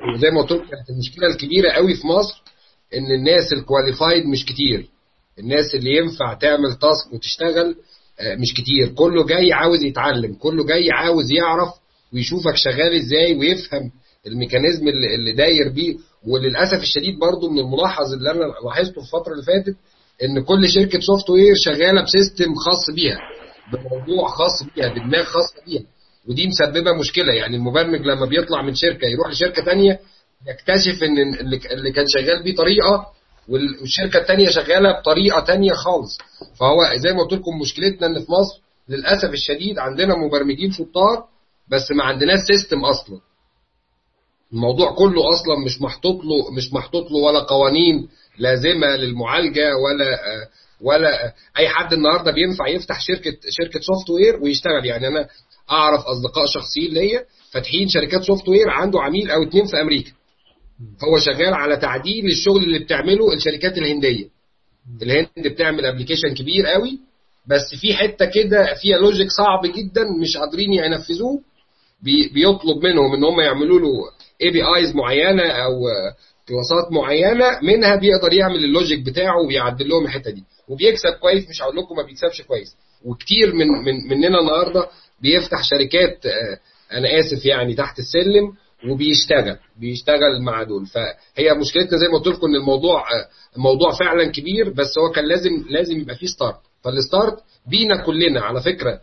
وزي ما قلت لك كانت المشكله الكبيره قوي في مصر ان الناس الكواليفايد مش كتير، الناس اللي ينفع تعمل تاسك وتشتغل مش كتير، كله جاي عاوز يتعلم، كله جاي عاوز يعرف ويشوفك شغال ازاي ويفهم الميكانيزم اللي, اللي داير بيه. وللاسف الشديد برضو من الملاحظ اللي انا لاحظته في الفتره اللي فاتت ان كل شركه سوفت وير شغاله بسيستم خاص بيها، بموضوع خاص بيها، بدماغ خاصه بيها، ودي مسببه مشكله. يعني المبرمج لما بيطلع من شركه يروح لشركه ثانيه يكتشف ان اللي كان شغال بيه طريقه والشركه الثانيه شغاله بطريقه ثانيه خالص. فهو زي ما قلت لكم مشكلتنا ان في مصر للاسف الشديد عندنا مبرمجين شطار بس ما عندناش سيستم اصلا. الموضوع كله اصلا مش محطوط له مش محطوط له ولا قوانين لازمه للمعالجه ولا ولا اي حد النهارده بينفع يفتح شركه شركه سوفت وير ويشتغل. يعني انا اعرف اصدقاء شخصيين ليا فاتحين شركات سوفت وير، عنده عميل او اتنين في امريكا، هو شغال على تعديل الشغل اللي بتعمله الشركات الهنديه. الهند بتعمل ابلكيشن كبير قوي بس في حته كده فيها لوجيك صعب جدا مش قادرين ينفذوه، بي بيطلب منهم ان هم يعملوا له اي بي ايز معينه او قياسات معينه منها بيقدر يعمل اللوجيك بتاعه وبيعدل لهم الحته دي وبيكسب كويس. مش هقول لكم ما بيكسبش كويس، وكتير من من مننا النهارده بيفتح شركات انا اسف يعني تحت السلم وبيشتغل بيشتغل مع دول. فهي مشكلتنا زي ما قلت لكم ان الموضوع الموضوع فعلا كبير بس هو كان لازم لازم يبقى فيه ستارت. فالستارت بينا كلنا على فكره،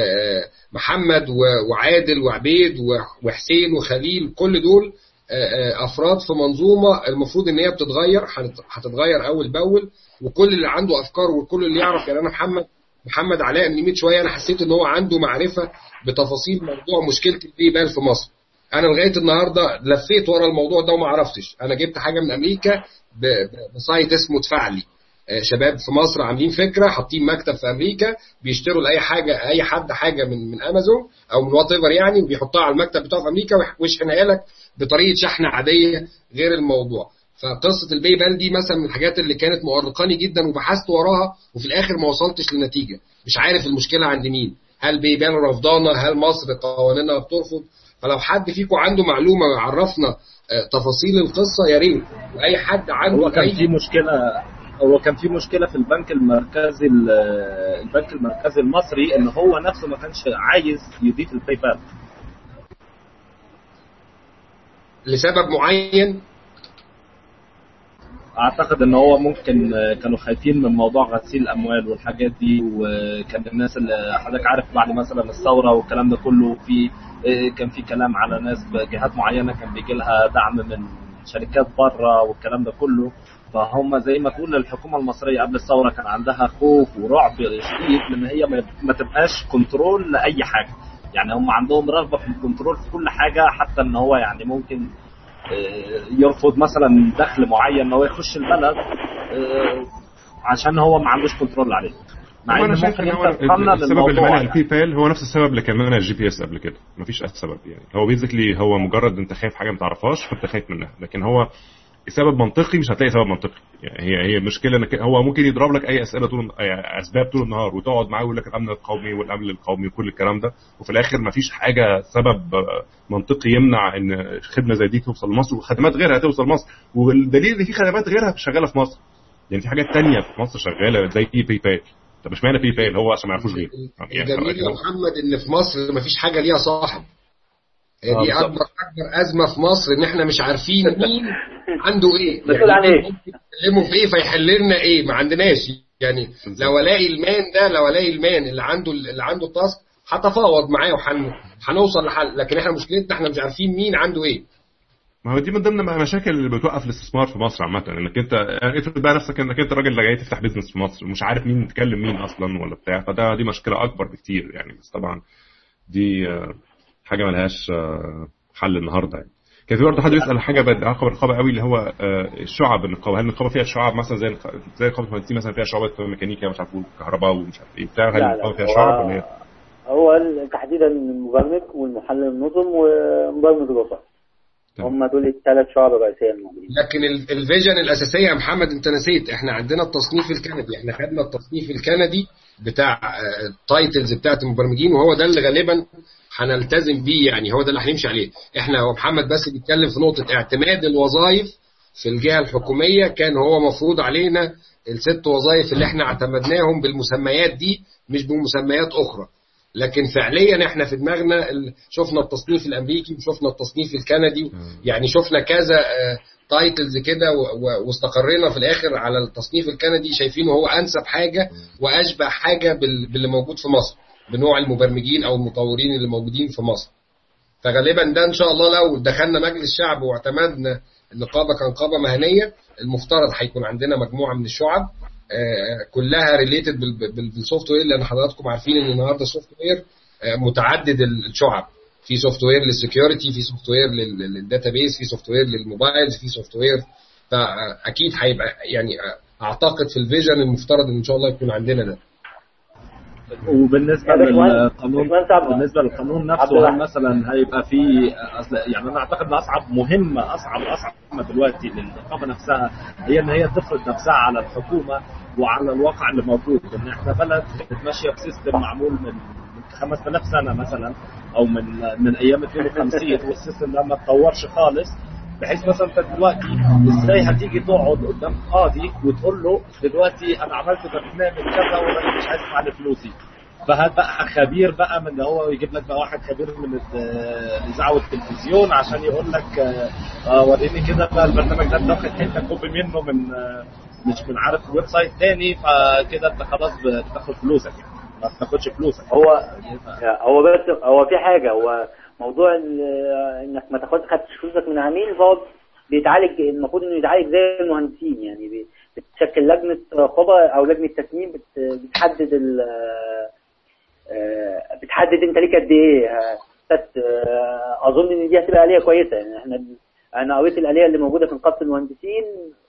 محمد وعادل وعبيد وحسين وخليل كل دول افراد في منظومه المفروض ان هي بتتغير، هتتغير اول باول، وكل اللي عنده افكار وكل اللي يعرف. يعني انا محمد محمد علاء من مية شويه انا حسيت ان هو عنده معرفه بتفاصيل موضوع مشكله البي بال في مصر. انا لغايه النهارده لفيت ورا الموضوع ده وما عرفتش. انا جبت حاجه من امريكا بسايت اسمه ادفعلي، شباب في مصر عاملين فكره، حاطين مكتب في امريكا بيشتروا لاي حاجه اي حد حاجه من من امازون او من وات ايفر يعني، وبيحطها على المكتب بتاعه في امريكا ويشحنها لك بطريقه شحن عاديه غير الموضوع. فقصه الباي بال دي مثلا من الحاجات اللي كانت مؤرقاني جدا وبحثت وراها وفي الاخر ما وصلتش لنتيجه. مش عارف المشكله عند مين، هل باي بال رفضانه، هل مصر قوانينها بترفض؟ فلو حد فيكم عنده معلومه يعرفنا تفاصيل القصه يا ريت. واي حد عنده هو كان في مشكله هو كان في مشكله في البنك المركزي البنك المركزي المصري ان هو نفسه ما كانش عايز يضيف الباي بال لسبب معين. اعتقد ان هو ممكن كانوا خايفين من موضوع غسيل الاموال والحاجات دي، وكان الناس اللي حضرتك عارف بعد مثلا الثوره والكلام ده كله في كان في كلام على ناس جهات معينه كان بيجي لها دعم من شركات بره والكلام ده كله. فهم زي ما تقول الحكومه المصريه قبل الثوره كان عندها خوف ورعب شديد ان هي ما تبقاش كنترول لاي حاجه. يعني هم عندهم رغبه في الكنترول في كل حاجه، حتى ان هو يعني ممكن يرفض مثلا دخل معين ان هو يخش البلد عشان هو ما عندوش كنترول عليه. مع ان ممكن انت السبب اللي منع البي بال هو نفس السبب اللي كان منع الجي بي اس قبل كده، مفيش سبب يعني. هو بيزيكلي هو مجرد انت خايف حاجه ما تعرفهاش فانت خايف منها، لكن هو سبب منطقي مش هتلاقي سبب منطقي. يعني هي هي مشكله انك هو ممكن يضرب لك اي اسئله طول اسباب طول النهار وتقعد معاه ويقول لك الامن القومي والامن القومي وكل الكلام ده، وفي الاخر مفيش حاجه سبب منطقي يمنع ان خدمه زي دي توصل لمصر وخدمات غيرها توصل لمصر. والدليل ان في خدمات غيرها شغاله في مصر، يعني في حاجات تانية في مصر شغاله زي باي بال. طب مش معنى باي بال هو عشان ما يعرفوش غيره يعني. جميل يا محمد ان في مصر مفيش حاجه ليها صاحب. دي اكبر اكبر ازمه في مصر ان احنا مش عارفين مين عنده ايه، بتقول عن ايه يتكلموا في ايه فيحل لنا ايه، ما عندناش يعني. لو الاقي المان ده لو الاقي المان اللي عنده اللي عنده التاسك هتفاوض معاه وهنوصل لحل، لكن احنا مشكلتنا احنا مش عارفين مين عنده ايه. ما هو دي من ضمن المشاكل اللي بتوقف الاستثمار في مصر عامه، انك انت افرض بقى نفسك انك انت راجل اللي جاي تفتح بيزنس في مصر ومش عارف مين تكلم مين اصلا ولا بتاع، فده دي مشكله اكبر بكتير يعني. بس طبعا دي حاجه ملهاش حل النهارده يعني. كان في برضه حد يسال حاجه بعلاقه بالرقابه قوي اللي هو الشعب النقابه. هل النقابه فيها شعب مثلا زي زي نقابه المهندسين مثلا فيها شعبة ميكانيكا مش عارف كهرباء ومش عارف ايه بتاع؟ هل النقابه فيها شعب ولا ايه؟ هو تحديدا المبرمج والمحلل النظم ومبرمج الوسائط. هم دول الثلاث شعب الرئيسيه الموجودين. لكن الفيجن الاساسيه يا محمد انت نسيت، احنا عندنا التصنيف الكندي، احنا خدنا التصنيف الكندي بتاع التايتلز بتاعت المبرمجين، وهو ده اللي غالبا هنلتزم بيه، يعني هو ده اللي هنمشي عليه. احنا ومحمد بس بيتكلم في نقطه اعتماد الوظائف في الجهه الحكوميه، كان هو مفروض علينا الست وظائف اللي احنا اعتمدناهم بالمسميات دي مش بمسميات اخرى. لكن فعليا احنا في دماغنا شفنا التصنيف الامريكي وشفنا التصنيف الكندي، يعني شفنا كذا تايتلز كده واستقرينا في الاخر على التصنيف الكندي، شايفينه هو انسب حاجه واشبه حاجه باللي موجود في مصر بنوع المبرمجين او المطورين اللي موجودين في مصر. فغالبا ده ان شاء الله لو دخلنا مجلس الشعب واعتمدنا النقابه كنقابه مهنيه، المفترض هيكون عندنا مجموعه من الشعب كلها ريليتد بالسوفت وير، لان حضراتكم عارفين ان النهارده السوفت وير متعدد الشعب، في سوفت وير للسكيورتي، في سوفت وير للداتابيس، في سوفت وير للموبايلز، في سوفت وير. فاكيد هيبقى يعني اعتقد في الفيجن المفترض ان شاء الله يكون عندنا ده. وبالنسبه للقانون بالنسبه للقانون نفسه، هل مثلا هيبقى في يعني انا اعتقد ان اصعب مهمه اصعب اصعب مهمه دلوقتي للنقابه نفسها هي ان هي تفرض نفسها على الحكومه وعلى الواقع اللي موجود، ان احنا بلد ماشيه بسيستم معمول من خمسة آلاف سنه مثلا او من من ايام اثنين وخمسين، والسيستم ده ما اتطورش خالص، بحيث مثلا انت دلوقتي ازاي هتيجي تقعد قدام قاضي وتقول له دلوقتي انا عملت برنامج كذا وانا مش عايز ادفع لي فلوسي، فهات بقى خبير بقى من اللي هو يجيب لك بقى واحد خبير من الاذاعه والتلفزيون عشان يقول لك اه وريني كده بقى البرنامج ده بتاخد حته كوبي منه من مش من عارف ويب سايت تاني، فكده انت خلاص بتاخد فلوسك يعني ما بتاخدش فلوسك. هو هو بس هو في حاجه، هو موضوع انك ما تاخدش خدتش فلوسك من عميل، فهو بيتعالج المفروض انه يتعالج زي المهندسين، يعني بتشكل لجنه رقابه او لجنه تسنيم بتحدد ال بتحدد انت ليك قد ايه. بس اظن ان دي هتبقى آلية كويسه، يعني احنا انا قريت الآلية اللي موجوده في نقابه المهندسين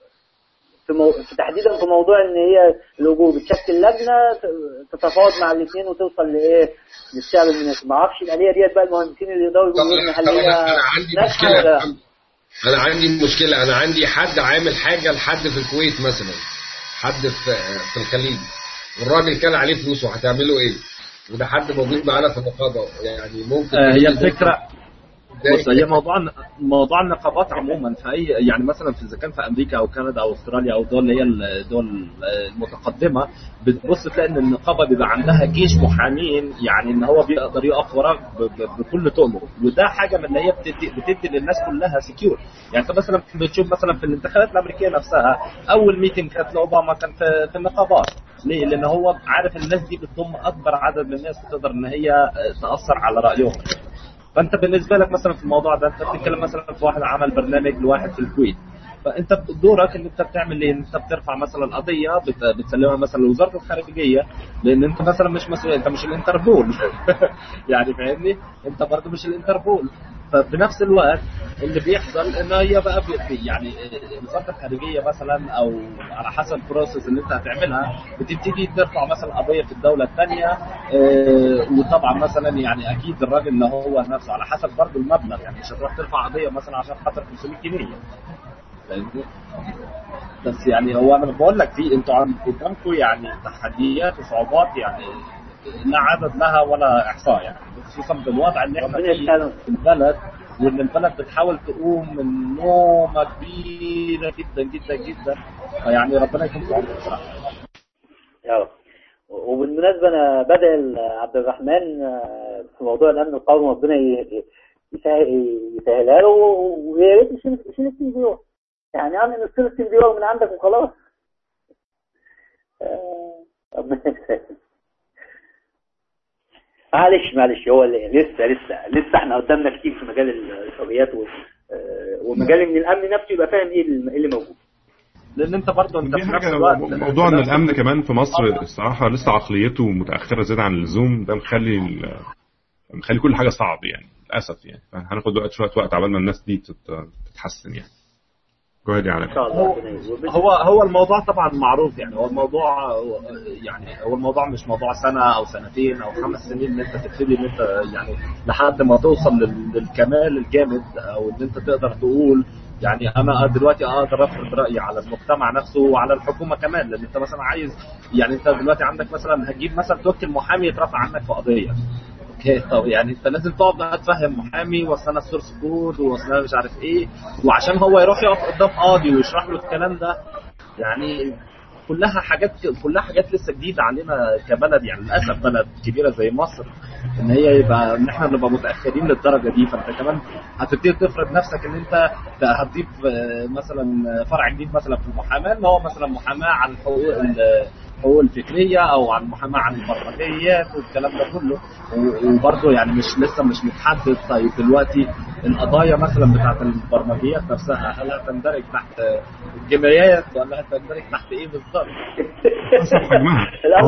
في, مو... في تحديدا في موضوع ان هي الاجور بتشكل لجنه تتفاوض مع الاثنين وتوصل لايه للسعر المناسب. ما اعرفش الآلية ديت بقى المهندسين اللي يقدروا يقولوا ان هل هي ناجحه ولا. انا عندي مشكله، انا عندي حد عامل حاجه لحد في الكويت مثلا، حد في في الخليج، والراجل كان عليه فلوسه، هتعملوا ايه؟ وده حد موجود معانا في النقابه، يعني ممكن آه هي الفكره. بص هي موضوع موضوع النقابات عموما في اي يعني مثلا في اذا كان في امريكا او كندا او استراليا او الدول اللي هي الدول المتقدمه، بتبص تلاقي ان النقابه بيبقى عندها جيش محامين، يعني ان هو بيقدر يقف وراك بكل تؤمر، وده حاجه من اللي هي بتدي, بتدي للناس كلها سكيور. يعني انت مثلا بتشوف مثلا في الانتخابات الامريكيه نفسها اول ميتنج كانت لاوباما كان في, في النقابات. ليه؟ لان هو عارف الناس دي بتضم اكبر عدد من الناس تقدر ان هي تاثر على رايهم. فانت بالنسبه لك مثلا في الموضوع ده انت بتتكلم مثلا في واحد عمل برنامج لواحد في الكويت، فانت دورك ان انت بتعمل ايه؟ انت بترفع مثلا قضيه بتسلمها مثلا لوزاره الخارجيه، لان انت مثلا مش مسؤول، انت مش الانتربول يعني فاهمني؟ انت برضه مش الانتربول. فبنفس الوقت اللي بيحصل ان هي بقى يعني وزاره الخارجيه مثلا او على حسب البروسيس اللي انت هتعملها بتبتدي ترفع مثلا قضيه في الدوله الثانيه، اه وطبعا مثلا يعني اكيد الراجل اللي هو نفسه على حسب برضه المبلغ، يعني مش هتروح ترفع قضيه مثلا عشان خاطر خمسمية جنيه، فاهمني؟ بس يعني هو انا بقول لك في انتوا قدامكم يعني تحديات وصعوبات يعني لا عدد لها ولا احصاء، يعني خصوصا بالوضع اللي احنا فيه في البلد، وان البلد بتحاول تقوم من نومه كبيره جدا جدا جدا، فيعني ربنا يكون في عونكم بصراحه. يلا وبالمناسبه انا بدأ عبد الرحمن في موضوع الامن القومي، ربنا يسهلها له، ويا ريت يشيل السي بي يعني اعمل نصير السي بي من عندك وخلاص. ربنا يسهل. معلش معلش هو لسه لسه لسه احنا قدامنا كتير في مجال الحريات ومجال ان الامن نفسه يبقى فاهم ايه اللي موجود، لان انت برضه انت في نفس الوقت موضوع ان الامن كمان في مصر الصراحه لسه عقليته متاخره زياده عن اللزوم، ده مخلي مخلي كل حاجه صعب يعني للاسف، يعني هناخد وقت شويه وقت عبال ما الناس دي تتحسن يعني. جوهدي على ان شاء الله. هو هو الموضوع طبعا معروف يعني. هو الموضوع يعني هو الموضوع مش موضوع سنه او سنتين او خمس سنين ان انت تبتدي ان انت يعني لحد ما توصل للكمال الجامد، او ان انت تقدر تقول يعني انا دلوقتي اقدر افرض رايي على المجتمع نفسه وعلى الحكومه كمان. لان انت مثلا عايز يعني انت دلوقتي عندك مثلا هتجيب مثلا توكل محامي يترفع عنك في قضيه، اوكي طب يعني انت لازم تقعد بقى تفهم محامي واصل السورس كود واصل مش عارف ايه، وعشان هو يروح يقف قدام قاضي ويشرح له الكلام ده يعني كلها حاجات كلها حاجات لسه جديده علينا كبلد. يعني للاسف بلد كبيره زي مصر ان هي يبقى ان احنا نبقى متاخرين للدرجه دي. فانت كمان هتبتدي تفرض نفسك ان انت هتضيف مثلا فرع جديد مثلا في المحاماه ان هو مثلا محاماه عن حقوق الحقوق الفكريه او عن محاماه عن البرمجيات والكلام ده كله. وبرضه يعني مش لسه مش متحدد. طيب دلوقتي القضايا مثلا بتاعت البرمجيات نفسها هل هتندرج تحت الجنايات ولا هتندرج تحت ايه بالظبط؟ حسب حجمها.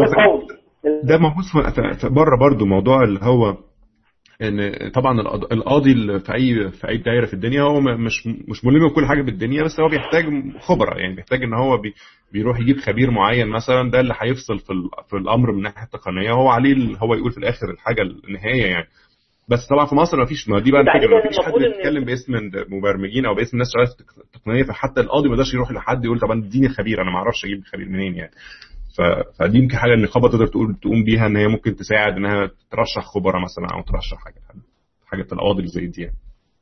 ده موجود في بره برضو موضوع اللي هو ان طبعا القاضي في اي في اي دايره في الدنيا هو مش مش ملم بكل حاجه بالدنيا، بس هو بيحتاج خبره. يعني بيحتاج ان هو بي بيروح يجيب خبير معين مثلا ده اللي هيفصل في في الامر من الناحيه التقنيه، هو عليه هو يقول في الاخر الحاجه النهايه يعني. بس طبعا في مصر ما فيش، ما دي بقى الفكره، ما فيش حد بيتكلم باسم مبرمجين او باسم الناس شغاله في التقنيه، فحتى القاضي ما يقدرش يروح لحد يقول طب اديني خبير، انا ما اعرفش اجيب خبير منين يعني. فدي يمكن حاجه النقابه تقدر تقول تقوم بيها ان هي ممكن تساعد انها ترشح خبراء مثلا او ترشح حاجه حاجه القاضي اللي زي دي يعني.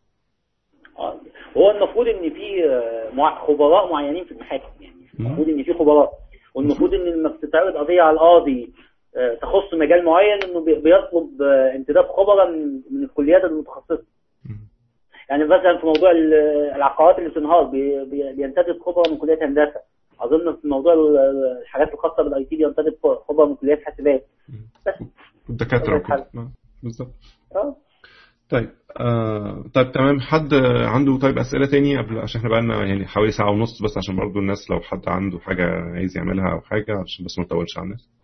اه هو المفروض ان في خبراء معينين في المحاكم، يعني المفروض ان في خبراء، والمفروض ان لما بتتعرض قضيه على القاضي تخص مجال معين انه بيطلب انتداب خبراء من من الكليات المتخصصه. يعني مثلا في موضوع العقارات اللي بتنهار بينتدب خبراء من كليه هندسه. اظن في موضوع الحاجات الخاصه بالاي تي بينتدب خبراء من كليات حاسبات بس. الدكاتره وكده بالظبط. اه طيب آه طيب تمام. حد عنده طيب اسئله تاني قبل، عشان احنا بقى لنا يعني حوالي ساعه ونص بس، عشان برضو الناس لو حد عنده حاجه عايز يعملها او حاجه عشان بس ما نطولش على الناس.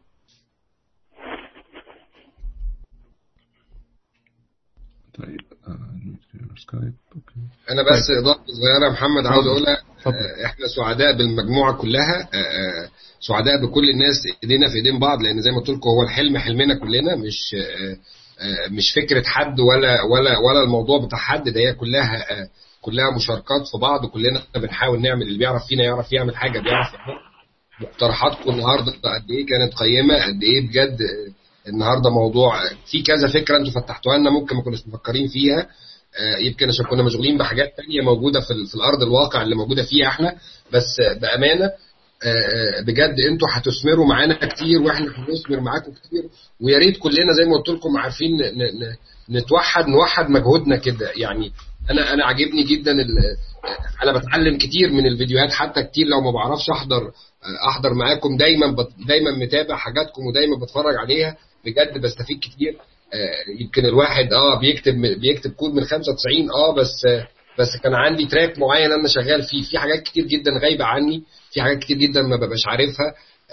طيب سكايب اوكي. انا بس طيب. اضافه صغيره يا محمد عاوز اقولها. احنا سعداء بالمجموعه كلها، سعداء بكل الناس، ايدينا في ايدين بعض، لان زي ما قلت لكم هو الحلم حلمنا كلنا، مش مش فكره حد ولا ولا ولا الموضوع بتاع حد، ده هي كلها كلها مشاركات في بعض، وكلنا بنحاول نعمل اللي بيعرف فينا يعرف يعمل حاجه بيعرف يعمل. مقترحاتكم النهارده قد ايه كانت قيمه، قد ايه بجد النهارده موضوع في كذا فكره انتوا فتحتوها لنا ممكن ما كناش مفكرين فيها، يمكن عشان كنا مشغولين بحاجات تانية موجوده في, في الارض الواقع اللي موجوده فيها احنا. بس بامانه بجد انتوا هتثمروا معانا كتير واحنا هنثمر معاكم كتير، ويا ريت كلنا زي ما قلت لكم عارفين نتوحد نوحد مجهودنا كده. يعني انا انا عاجبني جدا، انا بتعلم كتير من الفيديوهات، حتى كتير لو ما بعرفش احضر احضر معاكم دايما دايما متابع حاجاتكم ودايما بتفرج عليها، بجد بستفيد كتير. يمكن الواحد اه بيكتب بيكتب كود من خمسة وتسعين اه بس بس كان عندي تراك معين انا شغال فيه، في حاجات كتير جدا غايبه عني، في حاجات كتير جدا ما ببقاش عارفها.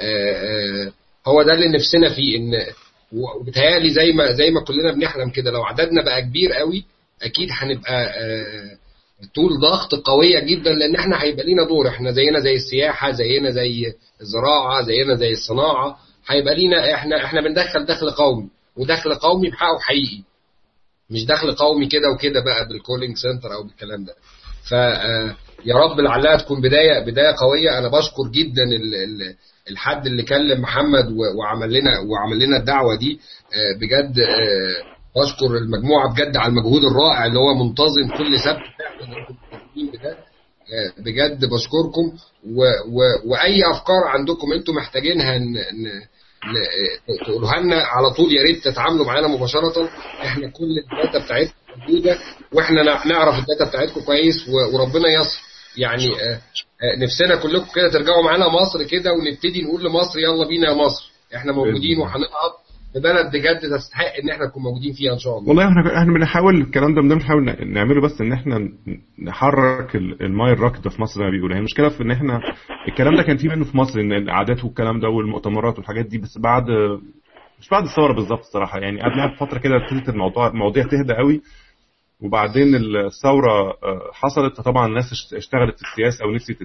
هو ده اللي نفسنا فيه، ان وبتهيالي زي ما زي ما كلنا بنحلم كده، لو عددنا بقى كبير قوي اكيد هنبقى طول ضغط قويه جدا، لان احنا هيبقى لينا دور، احنا زينا زي السياحه، زينا زي الزراعه، زينا زي الصناعه، هيبقى لينا احنا احنا بندخل دخل قومي، ودخل قومي بحقه حقيقي، مش دخل قومي كده وكده بقى بالكولينج سنتر او بالكلام ده. ف يا رب لعلها تكون بدايه بدايه قويه. انا بشكر جدا الحد اللي كلم محمد وعمل لنا وعمل لنا الدعوه دي، بجد بشكر المجموعه بجد على المجهود الرائع اللي هو منتظم كل سبت بده، بجد بشكركم. و... و... واي افكار عندكم انتم محتاجينها ن... ن... تقولوها لنا على طول، يا ريت تتعاملوا معانا مباشره، احنا كل الداتا بتاعتكم موجوده واحنا نعرف الداتا بتاعتكم كويس، وربنا ييسر. يعني نفسنا كلكم كده ترجعوا معانا مصر كده ونبتدي نقول لمصر يلا بينا يا مصر، احنا موجودين وهنقعد في بلد بجد تستحق ان احنا نكون موجودين فيها ان شاء الله. والله احنا احنا بنحاول الكلام ده بنحاول نعمله، بس ان احنا نحرك الماي الراكده في مصر زي ما بيقولوا. هي المشكله في ان احنا الكلام ده كان فيه منه في مصر، ان العادات والكلام ده والمؤتمرات والحاجات دي، بس بعد مش بعد الثوره بالظبط الصراحه، يعني قبلها بفتره كده ابتدت الموضوع المواضيع تهدى قوي، وبعدين الثوره حصلت، فطبعا الناس اشتغلت في السياسه او نسيت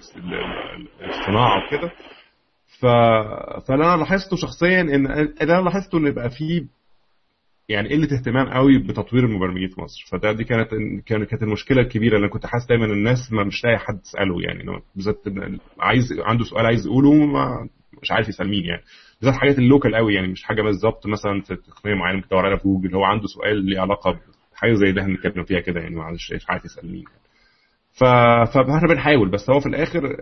الصناعه وكده. ف فانا لاحظته شخصيا ان انا لاحظته ان بقى فيه يعني قله اهتمام قوي بتطوير المبرمجين في مصر. فده دي كانت كانت المشكله الكبيره اللي كنت حاسس دايما الناس ما مش لاقي حد تساله، يعني بالذات عايز عنده سؤال عايز يقوله ما مش عارف يسال مين، يعني بالذات حاجات اللوكال قوي، يعني مش حاجه بالظبط مثلا في تقنيه معينه بتدور عليها في جوجل، هو عنده سؤال ليه علاقه بحاجه زي ده هنتكلم فيها كده، يعني معلش مش عارف يسال مين. ف فاحنا بنحاول، بس هو في الاخر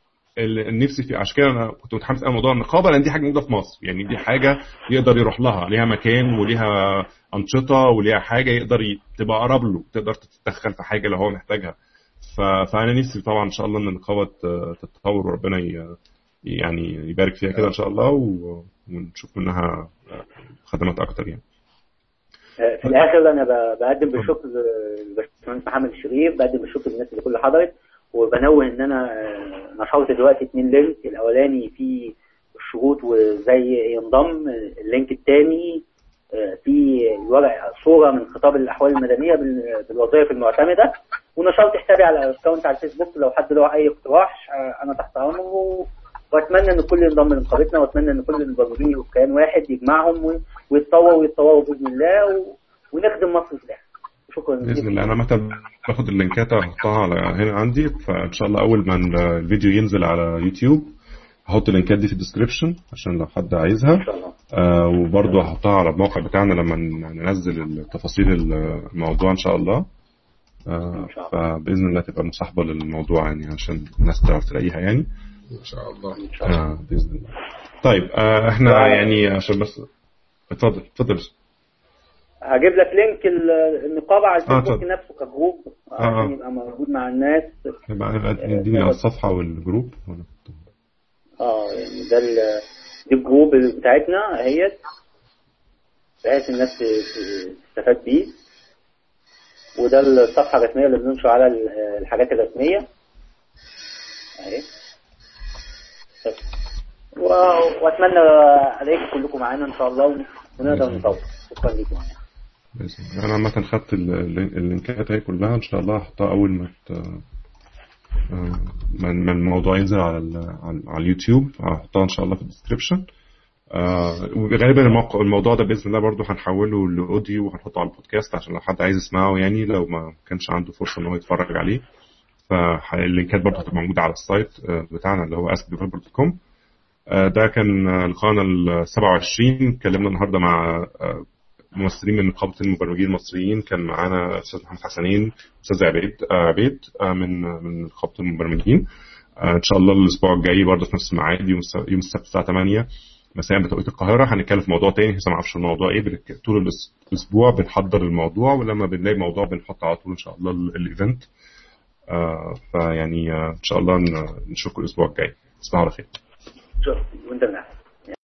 النفسي في عشان كده انا كنت متحمس قوي موضوع النقابه، لان دي حاجه موجوده في مصر، يعني دي حاجه يقدر يروح لها، ليها مكان وليها انشطه وليها حاجه يقدر تبقى اقرب له، تقدر تتدخل في حاجه لو هو محتاجها. فانا نفسي طبعا ان شاء الله ان النقابه تتطور وربنا يعني يبارك فيها كده ان شاء الله، ونشوف منها خدمات اكتر. يعني في الاخر انا بقدم بالشكر للباشمهندس محمد الشريف، بقدم بالشكر للناس اللي كل حضرت، وبنوه ان انا نشرت دلوقتي اتنين لينك، الاولاني فيه الشروط وازاي ينضم، اللينك الثاني في ورق صوره من خطاب الاحوال المدنيه بالوظائف المعتمده، ونشرت حسابي على الاكونت على الفيسبوك، لو حد له اي اقتراح انا تحت امره. واتمنى ان الكل ينضم لنقابتنا، واتمنى ان كل المبرمجين يبقوا كيان واحد يجمعهم ويتطوروا ويتطوروا باذن الله، ونخدم مصر في الاخر. شكرا باذن الله. انا متى باخد اللينكات احطها على هنا عندي، فان شاء الله اول ما الفيديو ينزل على يوتيوب هحط اللينكات دي في الديسكريبشن عشان لو حد عايزها، آه وبرضه هحطها على الموقع بتاعنا لما ننزل التفاصيل الموضوع ان شاء الله. آه فباذن الله تبقى مصاحبه للموضوع، يعني عشان الناس تعرف تلاقيها يعني ان شاء الله. آه باذن الله. طيب آه احنا يعني عشان بس اتفضل اتفضل. هجيب لك لينك النقابه على الفيسبوك آه نفسه كجروب عشان آه. يبقى موجود مع الناس. يبقى اديني على الصفحه والجروب. اه يعني ده دي الجروب بتاعتنا اهيت، بحيث الناس تستفاد بيه، وده الصفحه الرسميه اللي بننشر على الحاجات الرسميه اهي. واتمنى الاقيكم كلكم معانا ان شاء الله ونقدر نطور. شكرا لكم. انا عامه خدت اللينكات هي كلها، ان شاء الله هحطها اول ما من الموضوع ينزل على على اليوتيوب، هحطها ان شاء الله في الديسكريبشن. وغالبا الموقع الموضوع ده باذن الله برضو هنحوله لاوديو وهنحطه على البودكاست عشان لو حد عايز يسمعه، يعني لو ما كانش عنده فرصه ان هو يتفرج عليه. فاللينكات برضو هتبقى موجوده على السايت بتاعنا اللي هو ask developer dot com. ده كان لقاءنا ال سبعة وعشرين. اتكلمنا النهارده مع ممثلين من نقابه المبرمجين المصريين، كان معانا استاذ محمد حسنين، استاذ عبيد عبيد من من نقابه المبرمجين. ان شاء الله الاسبوع الجاي برضه في نفس الميعاد يوم السبت الساعه ثمانية مساء بتوقيت القاهره هنتكلم في موضوع تاني، لسه ما اعرفش الموضوع ايه. طول الاسبوع بنحضر الموضوع، ولما بنلاقي موضوع بنحط على طول ان شاء الله الايفنت. فيعني ان شاء الله نشوفكم الاسبوع الجاي. تصبحوا على خير. شكرا وانت